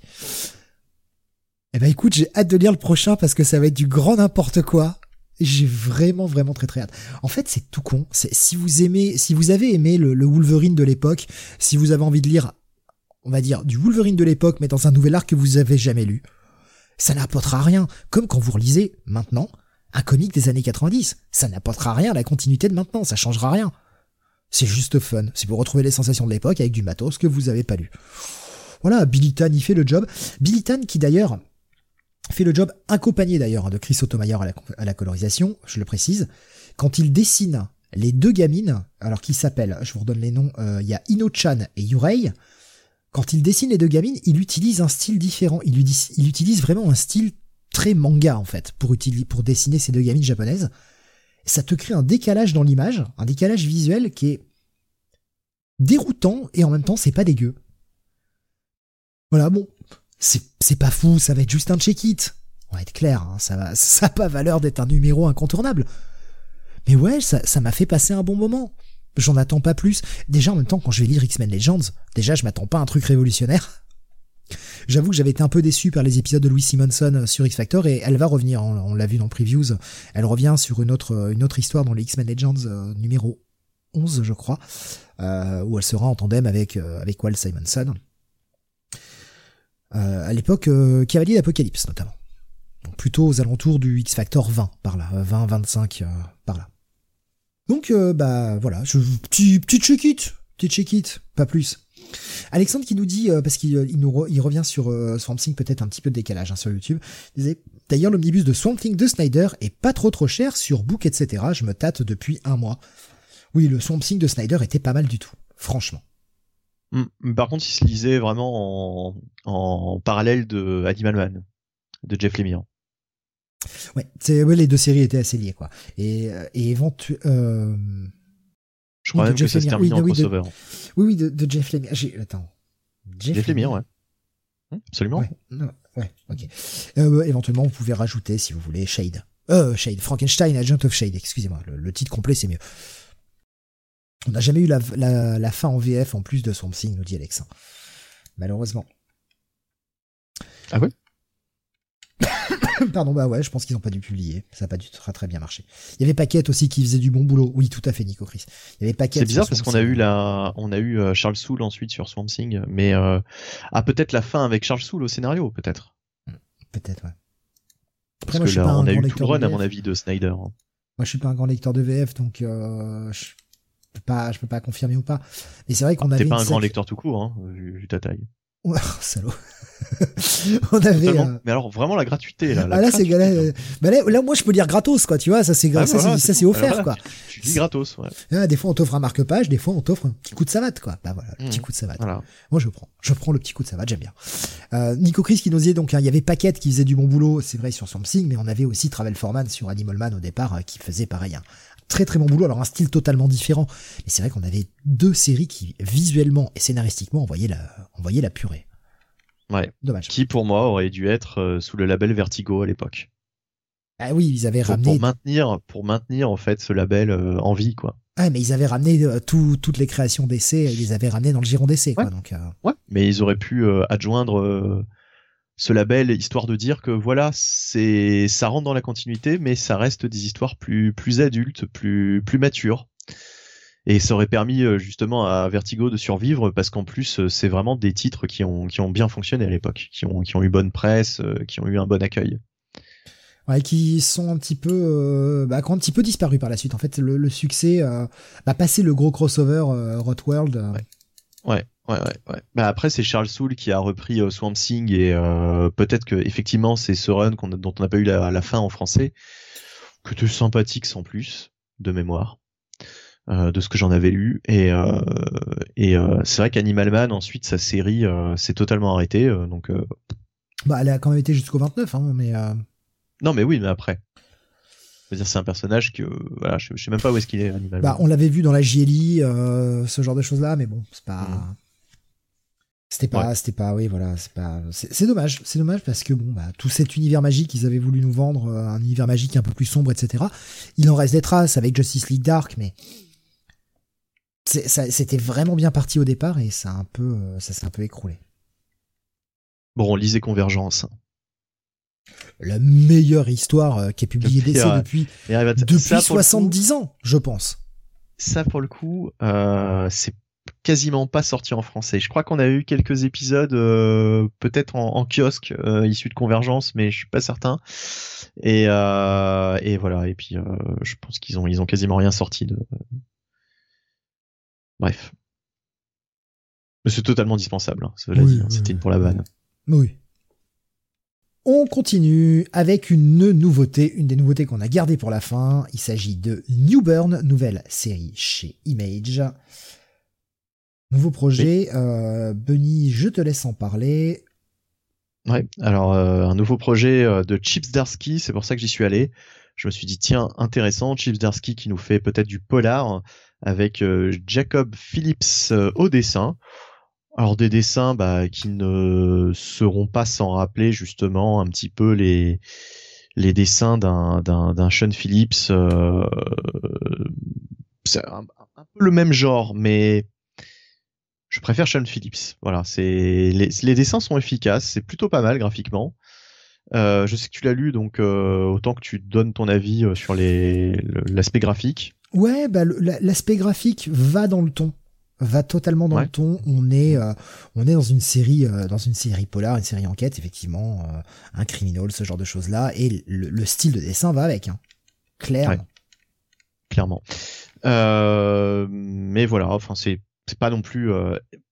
Écoute, j'ai hâte de lire le prochain parce que ça va être du grand n'importe quoi. J'ai vraiment très très hâte. En fait, c'est tout con. Si vous avez aimé le Wolverine de l'époque, si vous avez envie de lire, on va dire, du Wolverine de l'époque, mais dans un nouvel arc que vous avez jamais lu, ça n'apportera rien. Comme quand vous relisez, maintenant, un comic des années 90. Ça n'apportera rien à la continuité de maintenant. Ça changera rien. C'est juste fun. C'est pour retrouver les sensations de l'époque avec du matos que vous avez pas lu. Voilà, Billy Tan, il fait le job. Billy Tan, qui d'ailleurs fait le job accompagné d'ailleurs de Chris Sotomayor à la colorisation, je le précise, quand il dessine les 2 gamines, alors qui s'appellent, je vous redonne les noms, il y a Ino-chan et Yurei, quand il dessine les 2 gamines, il utilise un style différent, il utilise vraiment un style très manga en fait, pour dessiner ces 2 gamines japonaises. Ça te crée un décalage dans l'image, un décalage visuel qui est déroutant et en même temps c'est pas dégueu. Voilà, bon, c'est pas fou, ça va être juste un check-it. On va être clair, ça a pas valeur d'être un numéro incontournable. Mais ouais, ça m'a fait passer un bon moment. J'en attends pas plus. Déjà, en même temps, quand je vais lire X-Men Legends, déjà, je m'attends pas à un truc révolutionnaire. J'avoue que j'avais été un peu déçu par les épisodes de Louis Simonson sur X-Factor, et elle va revenir, on l'a vu dans Previews, elle revient sur une autre histoire dans les X-Men Legends numéro 11, je crois, où elle sera en tandem avec Walt Simonson. À l'époque, Cavalier d'Apocalypse, notamment. Donc plutôt aux alentours du X-Factor 20, par là, 20, 25, par là. Donc, voilà, petit check-it, pas plus. Alexandre qui nous dit, parce qu'il revient sur Swamp Thing, peut-être un petit peu de décalage sur YouTube, il disait, d'ailleurs l'omnibus de Swamp Thing de Snyder est pas trop cher sur Book, etc. Je me tâte depuis 1 mois. Oui, le Swamp Thing de Snyder était pas mal du tout, franchement. Par contre, il se lisait vraiment en parallèle de Animal Man, de Jeff Lemire. Ouais, les deux séries étaient assez liées, quoi. Et éventuellement... Je crois même que ça se termine en crossover. Oui, de Jeff Lemire. Attends. Jeff Lemire, ouais. Absolument. Ouais, ok. Éventuellement, vous pouvez rajouter, si vous voulez, Shade. Frankenstein, Agent of Shade, excusez-moi. Le titre complet, c'est mieux. On n'a jamais eu la fin en VF en plus de Swamp Thing, nous dit Alex. Malheureusement. Ah ouais? Pardon, bah ouais, je pense qu'ils n'ont pas dû publier. Ça n'a pas dû très bien marcher. Il y avait Paquette aussi qui faisait du bon boulot. Oui, tout à fait, Nico Chris. Il y avait Paquette. C'est bizarre parce qu'on a eu Charles Soule ensuite sur Swamp Thing, mais peut-être la fin avec Charles Soule au scénario, peut-être. Peut-être, ouais. Après, moi, on a eu tout le run, à mon avis, de Snyder. Moi, je suis pas un grand lecteur de VF, donc je peux pas confirmer ou pas. Mais c'est vrai qu'on avait. T'es pas un grand lecteur tout court, vu ta taille. Ouais, salaud. On avait. Mais alors vraiment la gratuité là. Là c'est là moi je peux lire gratos quoi, tu vois, ça c'est c'est offert alors, quoi. Tu dis gratos, ouais. Des fois on t'offre un marque-page, des fois on t'offre un petit coup de savate quoi. Bah voilà, le petit coup de savate. Voilà. Moi je prends le petit coup de savate, j'aime bien. Nico Chris qui nous disait donc il y avait Paquette qui faisait du bon boulot, c'est vrai sur Swamp Thing, mais on avait aussi Travel Foreman sur Animal Man au départ qui faisait pareil. Très très bon boulot, alors un style totalement différent, mais c'est vrai qu'on avait deux séries qui visuellement et scénaristiquement envoyaient la purée. Ouais. Dommage. Qui pour moi aurait dû être sous le label Vertigo à l'époque. Ah oui, ils avaient ramené pour maintenir en fait ce label en vie quoi. Ah mais ils avaient ramené toutes les créations d'essai, ils les avaient ramenées dans le giron d'essai quoi donc. Ouais, mais ils auraient pu adjoindre ce label histoire de dire que voilà, ça rentre dans la continuité mais ça reste des histoires plus adultes, plus matures. Et ça aurait permis justement à Vertigo de survivre parce qu'en plus c'est vraiment des titres qui ont bien fonctionné à l'époque, qui ont eu bonne presse, qui ont eu un bon accueil. Ouais, qui sont un petit peu qui ont un petit peu disparu par la suite. En fait, le succès passé le gros crossover Rothworld. Ouais. Bah après c'est Charles Soule qui a repris Swamp Thing et peut-être que effectivement c'est ce run dont on n'a pas eu la fin en français, que de sympathique sans plus de mémoire. De ce que j'en avais lu et c'est vrai qu'Animal Man ensuite sa série s'est totalement arrêtée donc elle a quand même été jusqu'au 29 mais non mais oui mais après je veux dire c'est un personnage que voilà je sais même pas où est-ce qu'il est Animal Man. On l'avait vu dans la JLI ce genre de choses là mais bon c'est pas c'était pas oui voilà c'est dommage parce que tout cet univers magique ils avaient voulu nous vendre un univers magique un peu plus sombre etc. Il en reste des traces avec Justice League Dark mais c'était vraiment bien parti au départ et ça s'est un peu écroulé. Bon, lisez Convergence. La meilleure histoire qui est publiée d'essai depuis 70 ans, je pense. Ça, pour le coup, c'est quasiment pas sorti en français. Je crois qu'on a eu quelques épisodes, peut-être en kiosque, issus de Convergence, mais je suis pas certain. Et voilà. Et puis, je pense qu'ils ont quasiment rien sorti de. Bref. Mais c'est totalement dispensable, cela dit, c'était une pour la vanne. Oui. On continue avec une des nouveautés qu'on a gardées pour la fin. Il s'agit de New Burn, nouvelle série chez Image. Nouveau projet, Bunny, je te laisse en parler. Ouais, alors un nouveau projet de Chip Zdarsky, c'est pour ça que j'y suis allé. Je me suis dit tiens, intéressant, Chip Zdarsky qui nous fait peut-être du polar avec Jacob Phillips au dessin. Alors des dessins qui ne seront pas sans rappeler justement un petit peu les dessins d'un Sean Phillips. C'est un peu le même genre, mais je préfère Sean Phillips. Voilà, les dessins sont efficaces, c'est plutôt pas mal graphiquement. Je sais que tu l'as lu, donc autant que tu donnes ton avis sur l'aspect graphique. Ouais, l'aspect graphique va dans le ton. Va totalement dans le ton. On est dans une série polar, une série enquête, effectivement, un criminel, ce genre de choses là, et le style de dessin va avec, clairement. Ouais, clairement. Mais voilà, enfin c'est pas non plus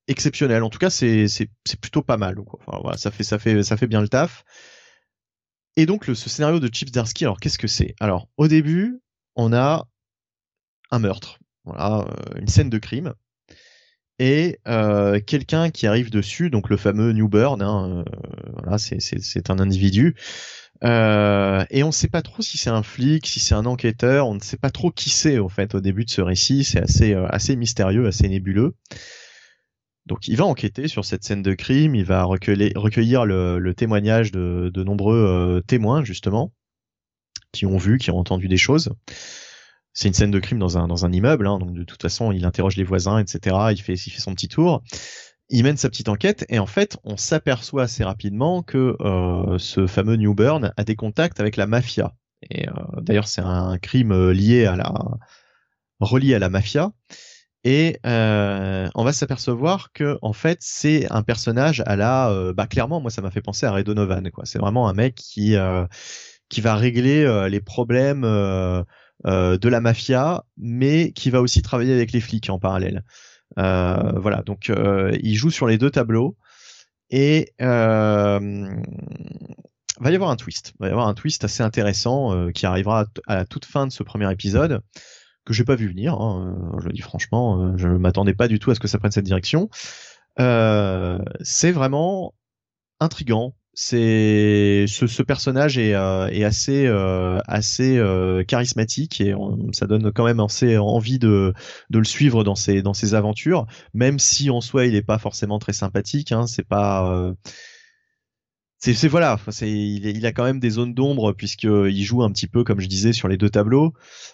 exceptionnel. En tout cas, c'est plutôt pas mal. Quoi. Enfin, voilà, ça fait bien le taf. Et donc ce scénario de Chip Zdarsky, alors qu'est-ce que c'est? Alors au début, on a un meurtre, voilà, une scène de crime, et quelqu'un qui arrive dessus, donc le fameux Newburn, hein, voilà, c'est un individu, et on ne sait pas trop si c'est un flic, si c'est un enquêteur, on ne sait pas trop qui c'est au fait au début de ce récit, c'est assez mystérieux, assez nébuleux. Donc il va enquêter sur cette scène de crime, il va recueillir le témoignage de nombreux témoins justement qui ont vu, qui ont entendu des choses. C'est une scène de crime dans un immeuble, hein, donc de toute façon il interroge les voisins, etc. Il fait son petit tour, il mène sa petite enquête et en fait on s'aperçoit assez rapidement que ce fameux Newburn a des contacts avec la mafia. Et d'ailleurs c'est un crime relié à la mafia. Et on va s'apercevoir que en fait c'est un personnage à la clairement moi ça m'a fait penser à Ray Donovan quoi. C'est vraiment un mec qui va régler les problèmes de la mafia, mais qui va aussi travailler avec les flics en parallèle. Voilà, donc il joue sur les deux tableaux et va y avoir un twist. Va y avoir un twist assez intéressant qui arrivera à la toute fin de ce premier épisode, que j'ai pas vu venir, hein, je le dis franchement, je m'attendais pas du tout à ce que ça prenne cette direction. C'est vraiment intriguant. Ce personnage est assez charismatique et ça donne quand même assez envie de le suivre dans ses aventures, même si en soi il est pas forcément très sympathique. Hein, c'est pas voilà, il a quand même des zones d'ombre puisqu'il joue un petit peu, comme je disais, sur les deux tableaux.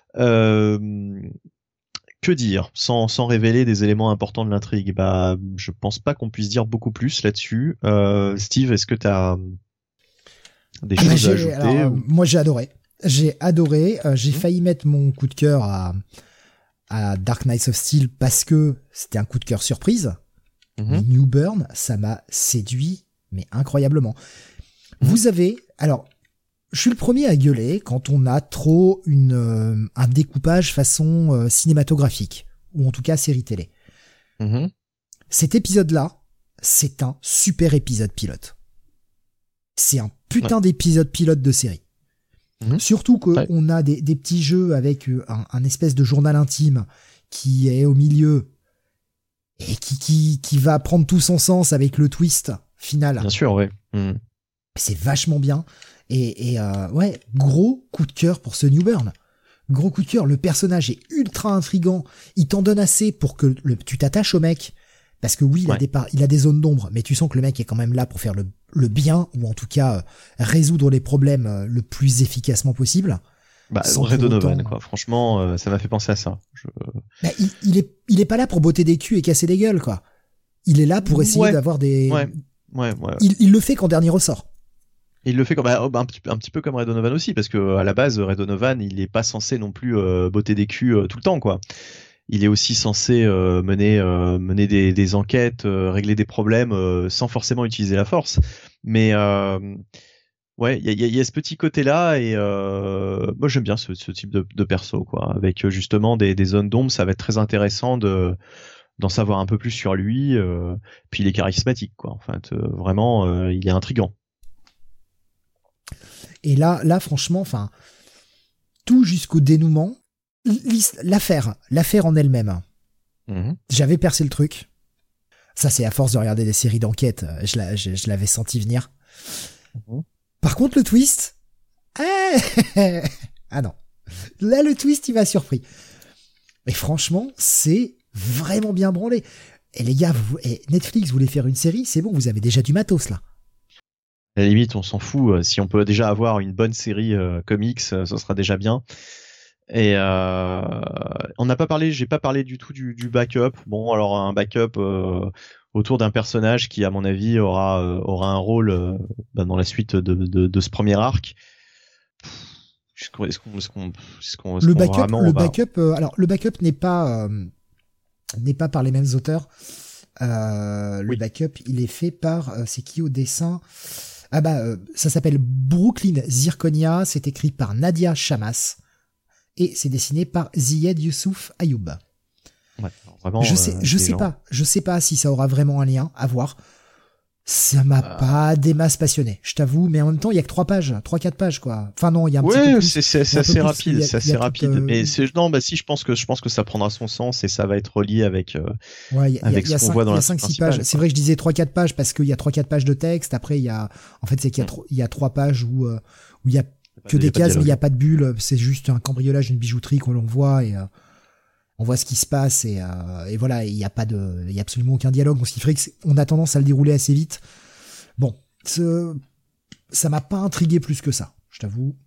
Que dire sans révéler des éléments importants de l'intrigue? Bah, je pense pas qu'on puisse dire beaucoup plus là-dessus. Steve, est-ce que t'as des choses à ajouter alors, moi j'ai adoré. J'ai failli mettre mon coup de cœur à Dark Knights of Steel parce que c'était un coup de cœur surprise. Mais Newburn, ça m'a séduit, mais incroyablement. Vous avez, alors, je suis le premier à gueuler quand on a trop un découpage façon cinématographique, ou en tout cas série télé. Cet épisode-là, c'est un super épisode pilote. C'est un putain d'épisode pilote de série. Surtout qu'on a des petits jeux avec un espèce de journal intime qui est au milieu et qui va prendre tout son sens avec le twist final. Bien sûr, ouais. C'est vachement bien. Et ouais, gros coup de cœur pour ce Newburn. Gros coup de cœur. Le personnage est ultra intriguant. Il t'en donne assez pour que tu t'attaches au mec. Parce que oui, il a des zones d'ombre, mais tu sens que le mec est quand même là pour faire le bien, ou en tout cas résoudre les problèmes le plus efficacement possible. Bah, Ray Donovan, quoi. Franchement, ça m'a fait penser à ça. Bah, il est pas là pour botter des culs et casser des gueules, quoi. Il est là pour essayer d'avoir des... Ouais. Il le fait qu'en dernier ressort. Il le fait comme un petit peu comme Ray Donovan aussi, parce que à la base, Ray Donovan, il est pas censé non plus botter des culs tout le temps, quoi. Il est aussi censé mener des enquêtes, régler des problèmes sans forcément utiliser la force. Mais ouais, il y a ce petit côté-là et moi j'aime bien ce type de perso, quoi. Avec justement des zones d'ombre, ça va être très intéressant d'en savoir un peu plus sur lui. Puis il est charismatique, quoi. En fait, vraiment, il est intriguant. Et là, franchement, enfin, tout jusqu'au dénouement, l'affaire en elle-même. J'avais percé le truc. Ça, c'est à force de regarder des séries d'enquête, je l'avais senti venir. Par contre, le twist, ah non. Là, le twist, il m'a surpris. Mais franchement, c'est vraiment bien branlé. Et les gars, Netflix voulait faire une série, c'est bon, vous avez déjà du matos, là. À la limite, on s'en fout. Si on peut déjà avoir une bonne série comics, ça sera déjà bien. Et on n'a pas parlé, j'ai pas parlé du tout du backup. Bon, alors un backup autour d'un personnage qui, à mon avis, aura un rôle dans la suite de ce premier arc. Le backup n'est pas par les mêmes auteurs. Le backup, il est fait par c'est qui au dessin? Ça s'appelle Brooklyn Zirconia, c'est écrit par Nadia Chamas et c'est dessiné par Zied Youssouf Ayoub. Ouais, vraiment, je sais pas si ça aura vraiment un lien, à voir. Ça m'a pas des masses passionné, je t'avoue, mais en même temps, il y a que 3-4 pages, quoi. Enfin non, il y a un petit peu Ouais, plus. c'est Il y a un peu assez plus, rapide, c'est il y assez a rapide. tout, Mais non, bah si, je pense que ça prendra son sens et ça va être relié avec ouais, avec ce qu'on voit dans la suite 5-6 pages. principale, C'est quoi. vrai que je disais 3-4 pages parce qu'il y a 3-4 pages de texte. Après, en fait, c'est qu'il y a, il y a 3 pages où il y a que des cases, mais il y a pas de bulles. C'est juste un cambriolage d'une bijouterie qu'on voit et on voit ce qui se passe et voilà, il y a absolument aucun dialogue. Donc, ce qui ferait qu'on a tendance à le dérouler assez vite. Bon, ça m'a pas intrigué plus que ça, je t'avoue.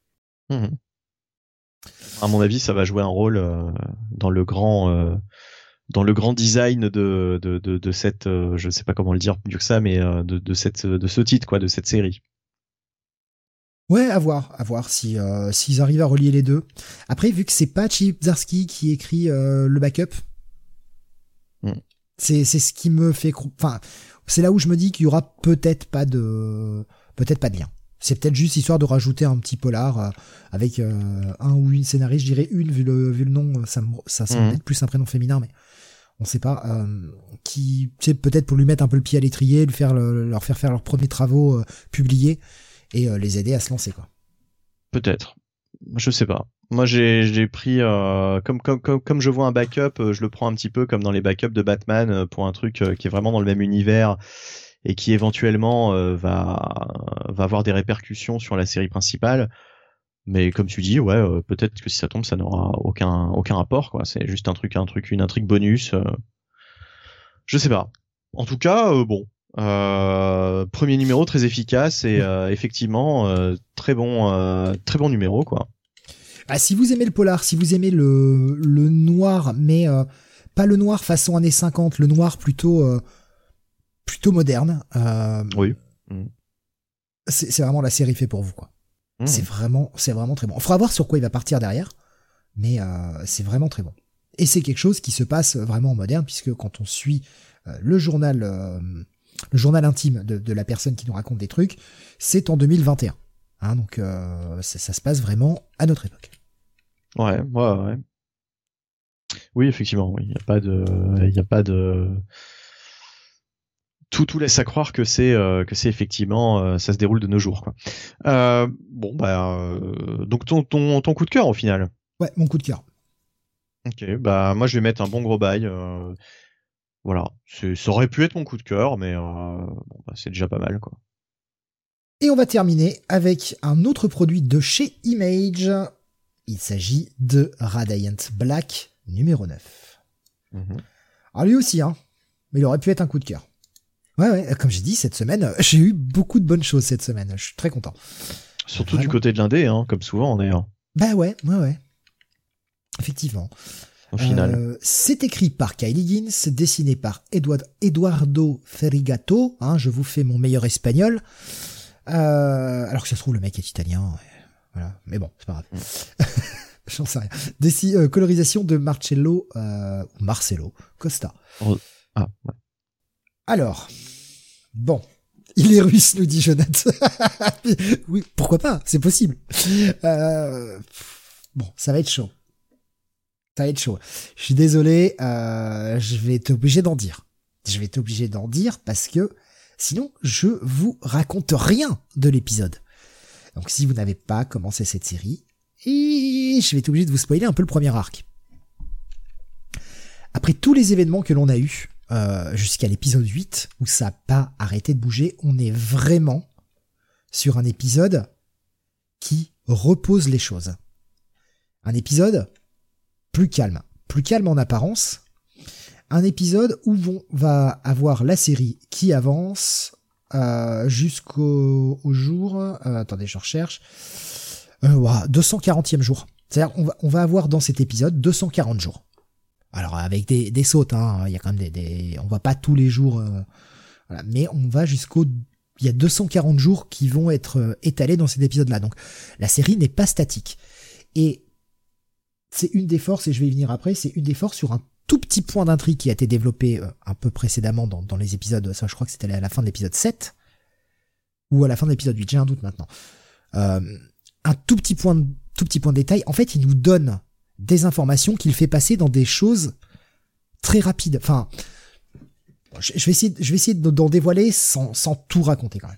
À mon avis, ça va jouer un rôle dans le grand design de cette, je sais pas comment le dire mieux que ça, mais de ce titre, quoi, de cette série. Ouais, à voir si s'ils arrivent à relier les deux. Après, vu que c'est pas Chip Zdarsky qui écrit le backup, c'est ce qui me fait, enfin, c'est là où je me dis qu'il y aura peut-être pas de lien. C'est peut-être juste histoire de rajouter un petit polar avec un ou une scénariste, je dirais une vu le nom, ça semble être plus un prénom féminin, mais on sait pas, qui, tu sais, peut-être pour lui mettre un peu le pied à l'étrier, leur faire leurs premiers travaux publiés et les aider à se lancer, quoi. Peut-être. Je sais pas. Moi, j'ai pris comme je vois un backup, je le prends un petit peu comme dans les backups de Batman pour un truc qui est vraiment dans le même univers et qui éventuellement va avoir des répercussions sur la série principale. Mais comme tu dis, ouais, peut-être que si ça tombe, ça n'aura aucun rapport, quoi. C'est juste une intrigue bonus. Je sais pas. En tout cas, bon. Premier numéro très efficace et effectivement très bon numéro, quoi. Ah, si vous aimez le polar, si vous aimez le noir, mais pas le noir façon années 50, le noir plutôt moderne. Oui. C'est vraiment la série fait pour vous, quoi. C'est vraiment très bon. Il faudra voir sur quoi il va partir derrière, mais c'est vraiment très bon. Et c'est quelque chose qui se passe vraiment en moderne, puisque quand on suit le journal intime de la personne qui nous raconte des trucs, c'est en 2021. Hein, donc ça se passe vraiment à notre époque. Ouais. Oui, effectivement, oui. Il y a pas de tout laisse à croire que c'est effectivement ça se déroule de nos jours, quoi. Bon bah donc ton coup de cœur au final. Ouais, mon coup de cœur. Ok, bah moi je vais mettre un bon gros bail. Voilà, ça aurait pu être mon coup de cœur, mais bon, bah, c'est déjà pas mal, quoi. Et on va terminer avec un autre produit de chez Image. Il s'agit de Radiant Black numéro 9. Alors lui aussi, hein, mais il aurait pu être un coup de cœur. Ouais, comme j'ai dit, cette semaine, j'ai eu beaucoup de bonnes choses cette semaine. Je suis très content. Surtout du côté de l'indé, hein, comme souvent d'ailleurs. Bah ouais. Effectivement. Au final. C'est écrit par Kylie Gins, dessiné par Eduardo Ferrigato. Hein, je vous fais mon meilleur espagnol. Alors que ça se trouve, le mec est italien. Voilà. Mais bon, c'est pas grave. J'en sais rien. Colorisation de Marcello Costa. Ah, ouais. Alors, bon, il est russe, nous dit Jonathan. Oui, pourquoi pas, c'est possible. Bon, ça va être chaud. Je suis désolé, je vais être obligé d'en dire. Parce que sinon, je vous raconte rien de l'épisode. Donc si vous n'avez pas commencé cette série, je vais être obligé de vous spoiler un peu le premier arc. Après tous les événements que l'on a eus, jusqu'à l'épisode 8, où ça n'a pas arrêté de bouger, on est vraiment sur un épisode qui repose les choses. Un épisode plus calme en apparence, un épisode où on va avoir la série qui avance jusqu'au jour... attendez, je recherche. 240e jour. C'est-à-dire on va avoir dans cet épisode 240 jours. Alors avec des sautes, hein, il y a quand même on va pas tous les jours, voilà, mais on va il y a 240 jours qui vont être étalés dans cet épisode-là. Donc la série n'est pas statique. Et c'est une des forces, et je vais y venir après, c'est une des forces sur un tout petit point d'intrigue qui a été développé un peu précédemment dans les épisodes, ça je crois que c'était à la fin de l'épisode 7, ou à la fin de l'épisode 8, j'ai un doute maintenant. Un tout petit point de détail, en fait il nous donne des informations qu'il fait passer dans des choses très rapide. Enfin, je vais essayer d'en dévoiler sans tout raconter quand même.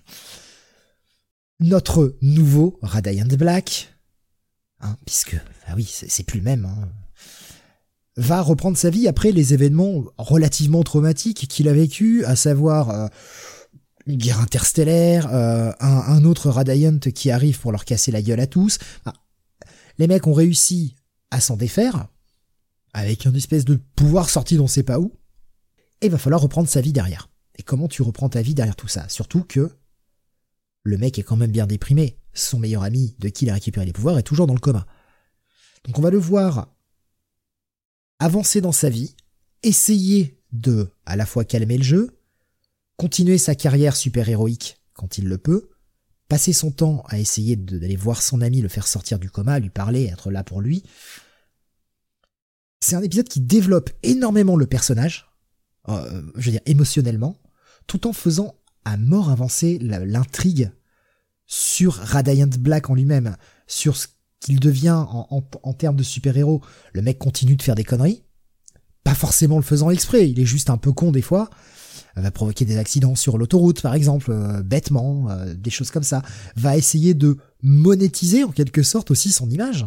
Notre nouveau Radiant Black, puisque, oui, c'est plus le même, va reprendre sa vie après les événements relativement traumatiques qu'il a vécu, à savoir une guerre interstellaire, un autre Radiant qui arrive pour leur casser la gueule à tous. Les mecs ont réussi à s'en défaire, avec une espèce de pouvoir sorti d'on sait pas où, et il va falloir reprendre sa vie derrière. Et comment tu reprends ta vie derrière tout ça? Surtout que le mec est quand même bien déprimé. Son meilleur ami, de qui il a récupéré les pouvoirs, est toujours dans le coma. Donc on va le voir avancer dans sa vie, essayer de à la fois calmer le jeu, continuer sa carrière super-héroïque quand il le peut, passer son temps à essayer d'aller voir son ami, le faire sortir du coma, lui parler, être là pour lui. C'est un épisode qui développe énormément le personnage, je veux dire émotionnellement, tout en faisant à mort avancer l'intrigue sur Radiant Black en lui-même, sur ce qu'il devient en termes de super-héros. Le mec continue de faire des conneries, pas forcément le faisant exprès, il est juste un peu con des fois, va provoquer des accidents sur l'autoroute par exemple, bêtement, des choses comme ça, va essayer de monétiser en quelque sorte aussi son image.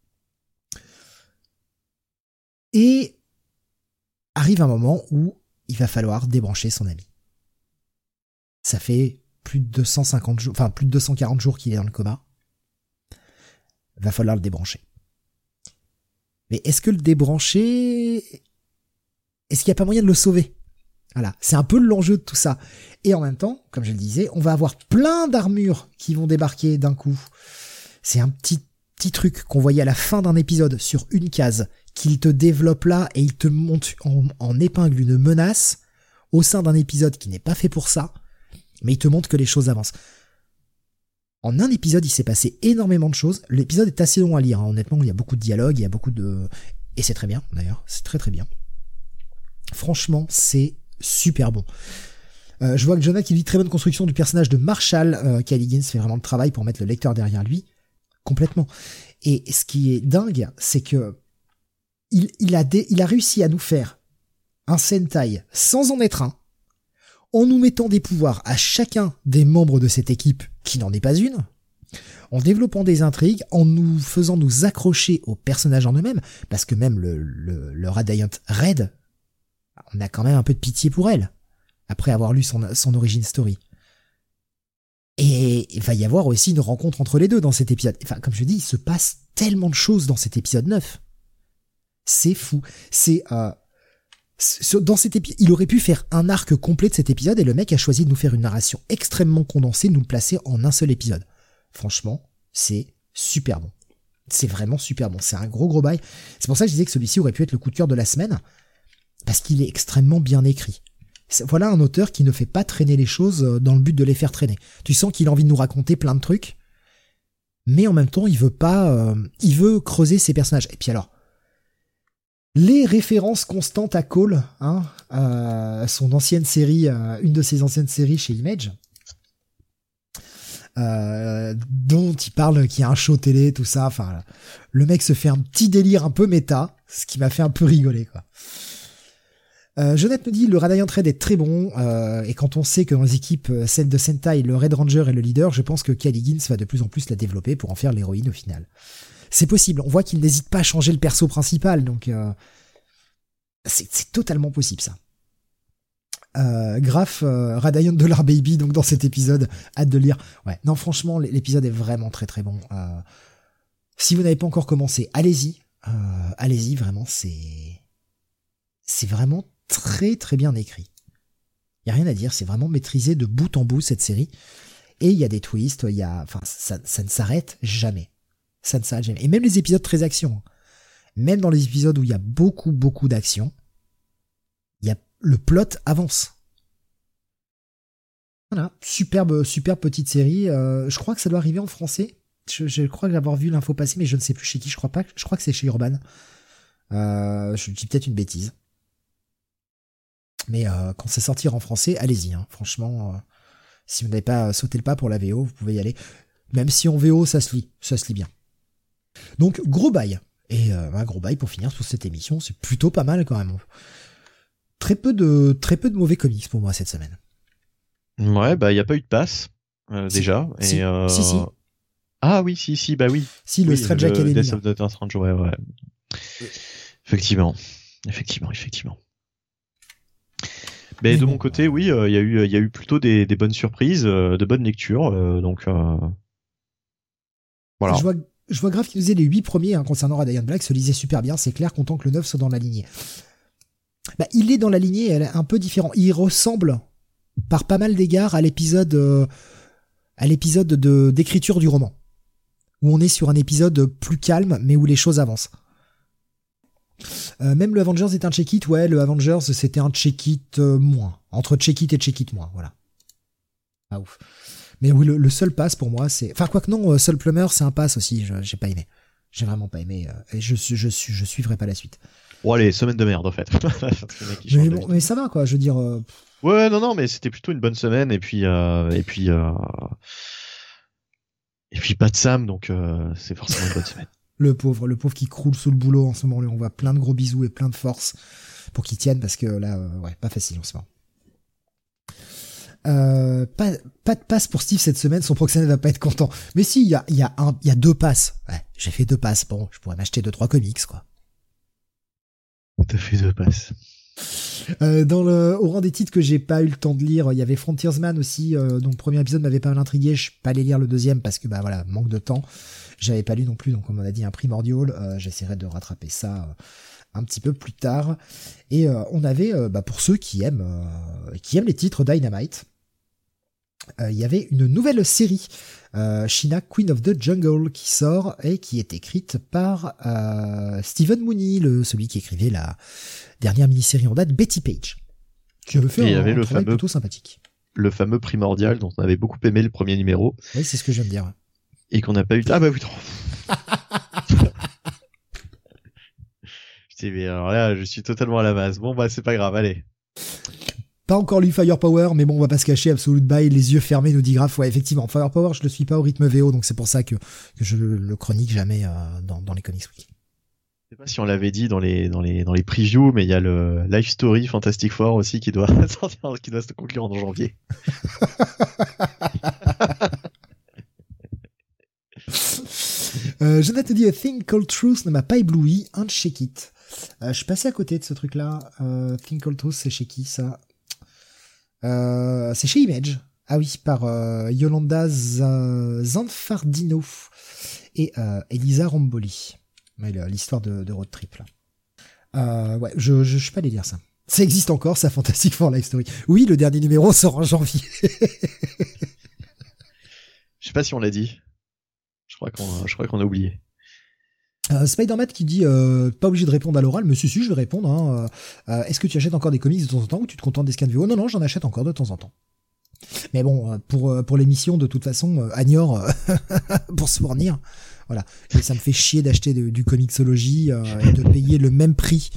Et arrive un moment où il va falloir débrancher son ami. Ça fait plus de 250 jours, enfin plus de 240 jours qu'il est dans le coma. Va falloir le débrancher. Mais est-ce que le débrancher, est-ce qu'il n'y a pas moyen de le sauver? Voilà, c'est un peu l'enjeu de tout ça. Et en même temps, comme je le disais, on va avoir plein d'armures qui vont débarquer d'un coup. C'est un petit truc qu'on voyait à la fin d'un épisode sur une case, qu'il te développe là et il te monte en épingle une menace au sein d'un épisode qui n'est pas fait pour ça, mais il te montre que les choses avancent. En un épisode, il s'est passé énormément de choses. L'épisode est assez long à lire, honnêtement, il y a beaucoup de dialogues, il y a beaucoup de... Et c'est très bien, d'ailleurs, c'est très très bien. Franchement, c'est super bon. Je vois que Jonah qui dit très bonne construction du personnage de Marshall. Kyle Higgins fait vraiment le travail pour mettre le lecteur derrière lui. Complètement. Et ce qui est dingue, c'est que il a réussi à nous faire un Sentai sans en être un, en nous mettant des pouvoirs à chacun des membres de cette équipe qui n'en est pas une, en développant des intrigues, en nous faisant nous accrocher aux personnages en eux-mêmes, parce que même le Radiant Red, on a quand même un peu de pitié pour elle, après avoir lu son origin story. Et il va y avoir aussi une rencontre entre les deux dans cet épisode. Enfin, comme je dis, il se passe tellement de choses dans cet épisode 9. C'est fou. Dans cet épisode, il aurait pu faire un arc complet de cet épisode et le mec a choisi de nous faire une narration extrêmement condensée, de nous le placer en un seul épisode. Franchement, c'est super bon. C'est vraiment super bon. C'est un gros bail. C'est pour ça que je disais que celui-ci aurait pu être le coup de cœur de la semaine, parce qu'il est extrêmement bien écrit. Voilà un auteur qui ne fait pas traîner les choses dans le but de les faire traîner. Tu sens qu'il a envie de nous raconter plein de trucs, mais en même temps, il veut creuser ses personnages. Et puis alors, les références constantes à Cole, son ancienne série, une de ses anciennes séries chez Image, dont il parle qu'il y a un show télé, tout ça. Enfin, le mec se fait un petit délire un peu méta, ce qui m'a fait un peu rigoler, quoi. Jonathan nous dit le Radiant Red est très bon, et quand on sait que dans les équipes celle de Sentai, le Red Ranger est le leader, je pense que Kyle Higgins va de plus en plus la développer pour en faire l'héroïne au final. C'est possible, on voit qu'il n'hésite pas à changer le perso principal, donc c'est totalement possible ça. Graph, Radiant Dollar Baby, donc dans cet épisode, hâte de lire. Ouais, non franchement, l'épisode est vraiment très très bon. Si vous n'avez pas encore commencé, allez-y, vraiment, c'est vraiment très très bien écrit. Il y a rien à dire, c'est vraiment maîtrisé de bout en bout cette série. Et il y a des twists, ça ne s'arrête jamais. Ça ne s'arrête jamais. Et même les épisodes très action. Même dans les épisodes où il y a beaucoup d'action, le plot avance. Voilà, superbe petite série. Je crois que ça doit arriver en français. Je crois l'avoir vu l'info passer, mais je ne sais plus chez qui. Je crois que c'est chez Urban. Je dis peut-être une bêtise. Mais quand c'est sorti en français, allez-y. Franchement, si vous n'avez pas sauté le pas pour la VO, vous pouvez y aller. Même si en VO, ça se lit bien. Donc, gros bail. Et un gros bail pour finir sur cette émission. C'est plutôt pas mal quand même. très peu de mauvais comics pour moi cette semaine. Ouais, bah il y a pas eu de passe Si, déjà. si, Et si. ah oui, si, bah oui. Si, le Oui, Strange le Academy. Death Là. of Doctor Strange, ouais. Effectivement. Mais Mais de bon, mon côté, oui, il y a eu plutôt des bonnes surprises, de bonnes lectures, donc voilà. je vois grave qu'il faisait les 8 premiers hein, concernant Radiant Black se lisaient super bien. C'est clair, content que le 9 soit dans la lignée. Bah, il est dans la lignée, elle est un peu différent. Il ressemble par pas mal d'égards à l'épisode d'écriture du roman, où on est sur un épisode plus calme, mais où les choses avancent. Même le Avengers est un check-it, ouais, le Avengers c'était un check-it moins. Entre check-it et check-it moins, voilà. Ah ouf. Mais oui, le seul pass pour moi, c'est... Enfin, quoi que non, Soul Plumber, c'est un pass aussi, j'ai pas aimé. J'ai vraiment pas aimé, et je suivrai pas la suite. Bon allez, semaine de merde en fait. Mais bon, mais ça va quoi, je veux dire... Ouais, non, mais c'était plutôt une bonne semaine, et puis pas de Sam, donc c'est forcément une bonne semaine. Le pauvre qui croule sous le boulot en ce moment, lui on voit plein de gros bisous et plein de force pour qu'il tienne, parce que là, ouais, pas facile en ce moment. Pas de passe pour Steve cette semaine, son proxénète va pas être content. Mais si, il y a 2 passes. Ouais, j'ai fait 2 passes. Bon, je pourrais m'acheter 2-3 comics, quoi. T'as fait 2 passes. Au rang des titres que j'ai pas eu le temps de lire, il y avait Frontiersman aussi, dont le premier épisode m'avait pas mal intrigué. Je suis pas allé lire le deuxième parce que, bah voilà, manque de temps. J'avais pas lu non plus, donc comme on a dit, un Primordial. J'essaierai de rattraper ça un petit peu plus tard. Et on avait, pour ceux qui aiment les titres Dynamite, il y avait une nouvelle série, Sheena Queen of the Jungle, qui sort et qui est écrite par Stephen Mooney, celui qui écrivait la dernière mini-série en date, Betty Page, qui avait fait un travail plutôt sympathique. Le fameux Primordial dont on avait beaucoup aimé le premier numéro. Oui, c'est ce que je viens de dire. Et qu'on n'a pas eu... Ah bah oui, alors là, je suis totalement à la base. Bon bah c'est pas grave, allez. Pas encore lu Firepower, mais bon, on va pas se cacher, Absolute Buy, les yeux fermés, nous dit Graf. Ouais, effectivement, Firepower, je le suis pas au rythme VO, donc c'est pour ça que je le chronique jamais dans les Comics Week. Je sais pas si on l'avait dit dans les previews, mais il y a le Life Story Fantastic Four aussi qui doit sortir, qui doit se conclure en janvier. Jonathan dit A Thing Called Truth ne m'a pas ébloui, un check it. Je suis passé à côté de ce truc-là. Thing Called Truth, c'est chez qui ça? C'est chez Image. Ah oui, par Yolanda Zanfardino et Elisa Romboli. Ouais, l'histoire de road trip là. Ouais, je suis pas allé lire ça. Ça existe encore, ça, Fantastic Four Life Story. Oui, le dernier numéro sort en janvier. Je sais pas si on l'a dit. Je crois qu'on a oublié. Spider-Man qui dit pas obligé de répondre à l'oral, mais si, je vais répondre. Hein. Est-ce que tu achètes encore des comics de temps en temps ou tu te contentes des scans VO? Non, j'en achète encore de temps en temps. Mais bon, pour l'émission, de toute façon, Agnor, pour se fournir, voilà. Et ça me fait chier d'acheter du Comixology et de payer le même prix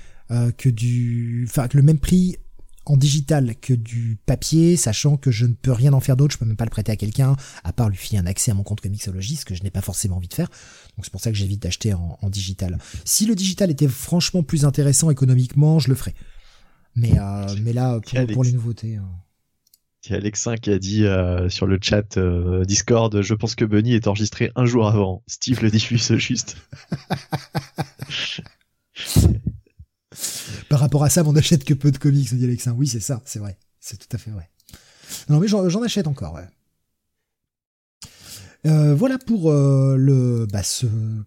le même prix en digital que du papier, sachant que je ne peux rien en faire d'autre, je peux même pas le prêter à quelqu'un, à part lui filer un accès à mon compte Comixology, ce que je n'ai pas forcément envie de faire. Donc c'est pour ça que j'évite d'acheter en digital. Si le digital était franchement plus intéressant économiquement, je le ferais. Mais là, pour les nouveautés... Il y a Alexin qui a dit sur le chat Discord, je pense que Bunny est enregistré un jour avant. Steve le diffuse juste. Par rapport à ça, on n'achète que peu de comics, dit Alexin. Oui, c'est ça, c'est vrai. C'est tout à fait vrai. Non, mais j'en achète encore, ouais. Voilà pour ce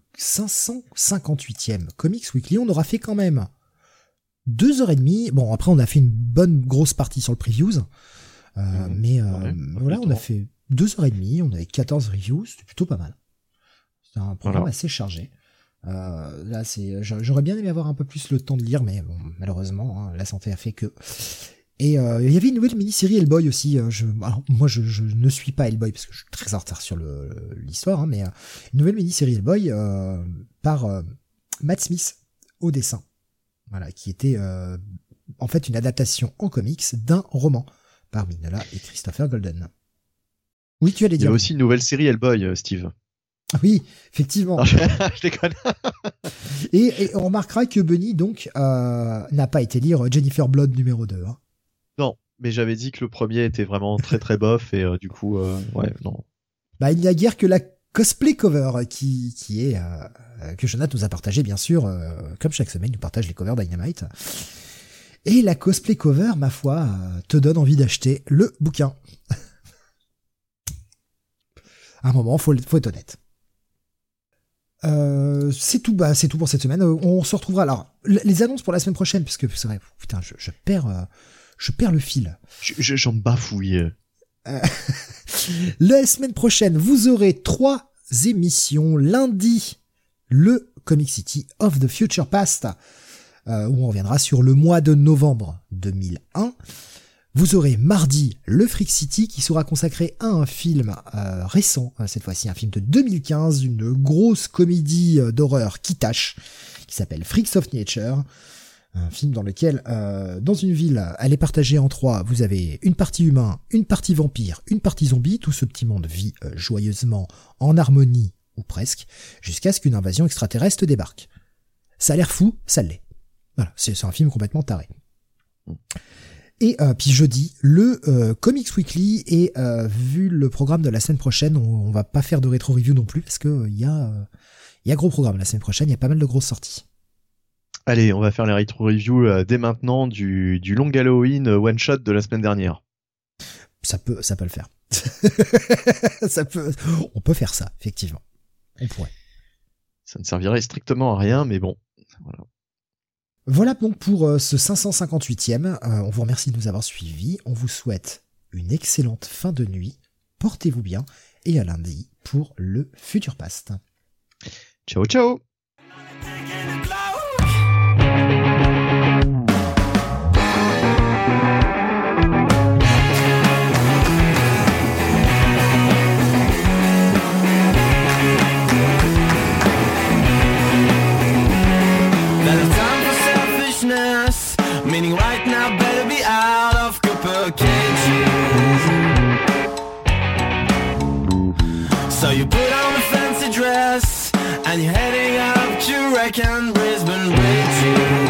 558e Comics Weekly. On aura fait quand même 2h30. Bon, après, on a fait une bonne grosse partie sur le previews. Voilà, on a fait 2h30. On avait 14 reviews. C'était plutôt pas mal. C'était un programme assez chargé. Là, j'aurais bien aimé avoir un peu plus le temps de lire, mais bon, malheureusement, hein, la santé a fait que. Et il y avait une nouvelle mini-série Hellboy aussi. Alors, moi, je ne suis pas Hellboy parce que je suis très en retard sur l'histoire, hein, mais une nouvelle mini-série Hellboy par Matt Smith au dessin, voilà, qui était en fait une adaptation en comics d'un roman par Mignola et Christopher Golden. Oui, tu allais dire. Il y a aussi une nouvelle série Hellboy, Steve. Oui, effectivement. Non, je déconne. Et on remarquera que Bunny, donc, n'a pas été lire Jennifer Blood numéro 2. Hein. Non, mais j'avais dit que le premier était vraiment très très bof et du coup, ouais, non. Bah, il n'y a guère que la cosplay cover qui est que Jonathan nous a partagé, bien sûr, comme chaque semaine, il nous partage les covers Dynamite. Et la cosplay cover, ma foi, te donne envie d'acheter le bouquin. À un moment, faut être honnête. C'est tout pour cette semaine. On se retrouvera. Alors, les annonces pour la semaine prochaine, puisque c'est vrai, putain, je perds le fil. J'en bafouille. La semaine prochaine, vous aurez 3 émissions. Lundi, le Comic City of the Future Past, où on reviendra sur le mois de novembre 2001. Vous aurez mardi le Freak City qui sera consacré à un film récent, cette fois-ci un film de 2015, une grosse comédie d'horreur qui tâche, qui s'appelle Freaks of Nature. Un film dans lequel, dans une ville, elle est partagée en 3. Vous avez une partie humain, une partie vampire, une partie zombie. Tout ce petit monde vit joyeusement, en harmonie, ou presque, jusqu'à ce qu'une invasion extraterrestre débarque. Ça a l'air fou, ça l'est. Voilà, c'est un film complètement taré. Et puis jeudi, le Comics Weekly, et vu le programme de la semaine prochaine, on va pas faire de rétro-review non plus, parce que il y a gros programme la semaine prochaine, il y a pas mal de grosses sorties. Allez, on va faire les rétro-reviews dès maintenant du Long Halloween one-shot de la semaine dernière. Ça peut le faire. On peut faire ça, effectivement. On pourrait. Ça ne servirait strictement à rien, mais bon, voilà. Voilà donc pour ce 558e. On vous remercie de nous avoir suivis. On vous souhaite une excellente fin de nuit. Portez-vous bien et à lundi pour le Future Past. Ciao, ciao! Meaning right now better be out of copper cages. So you put on a fancy dress and you're heading up to Breckenridge Bridge.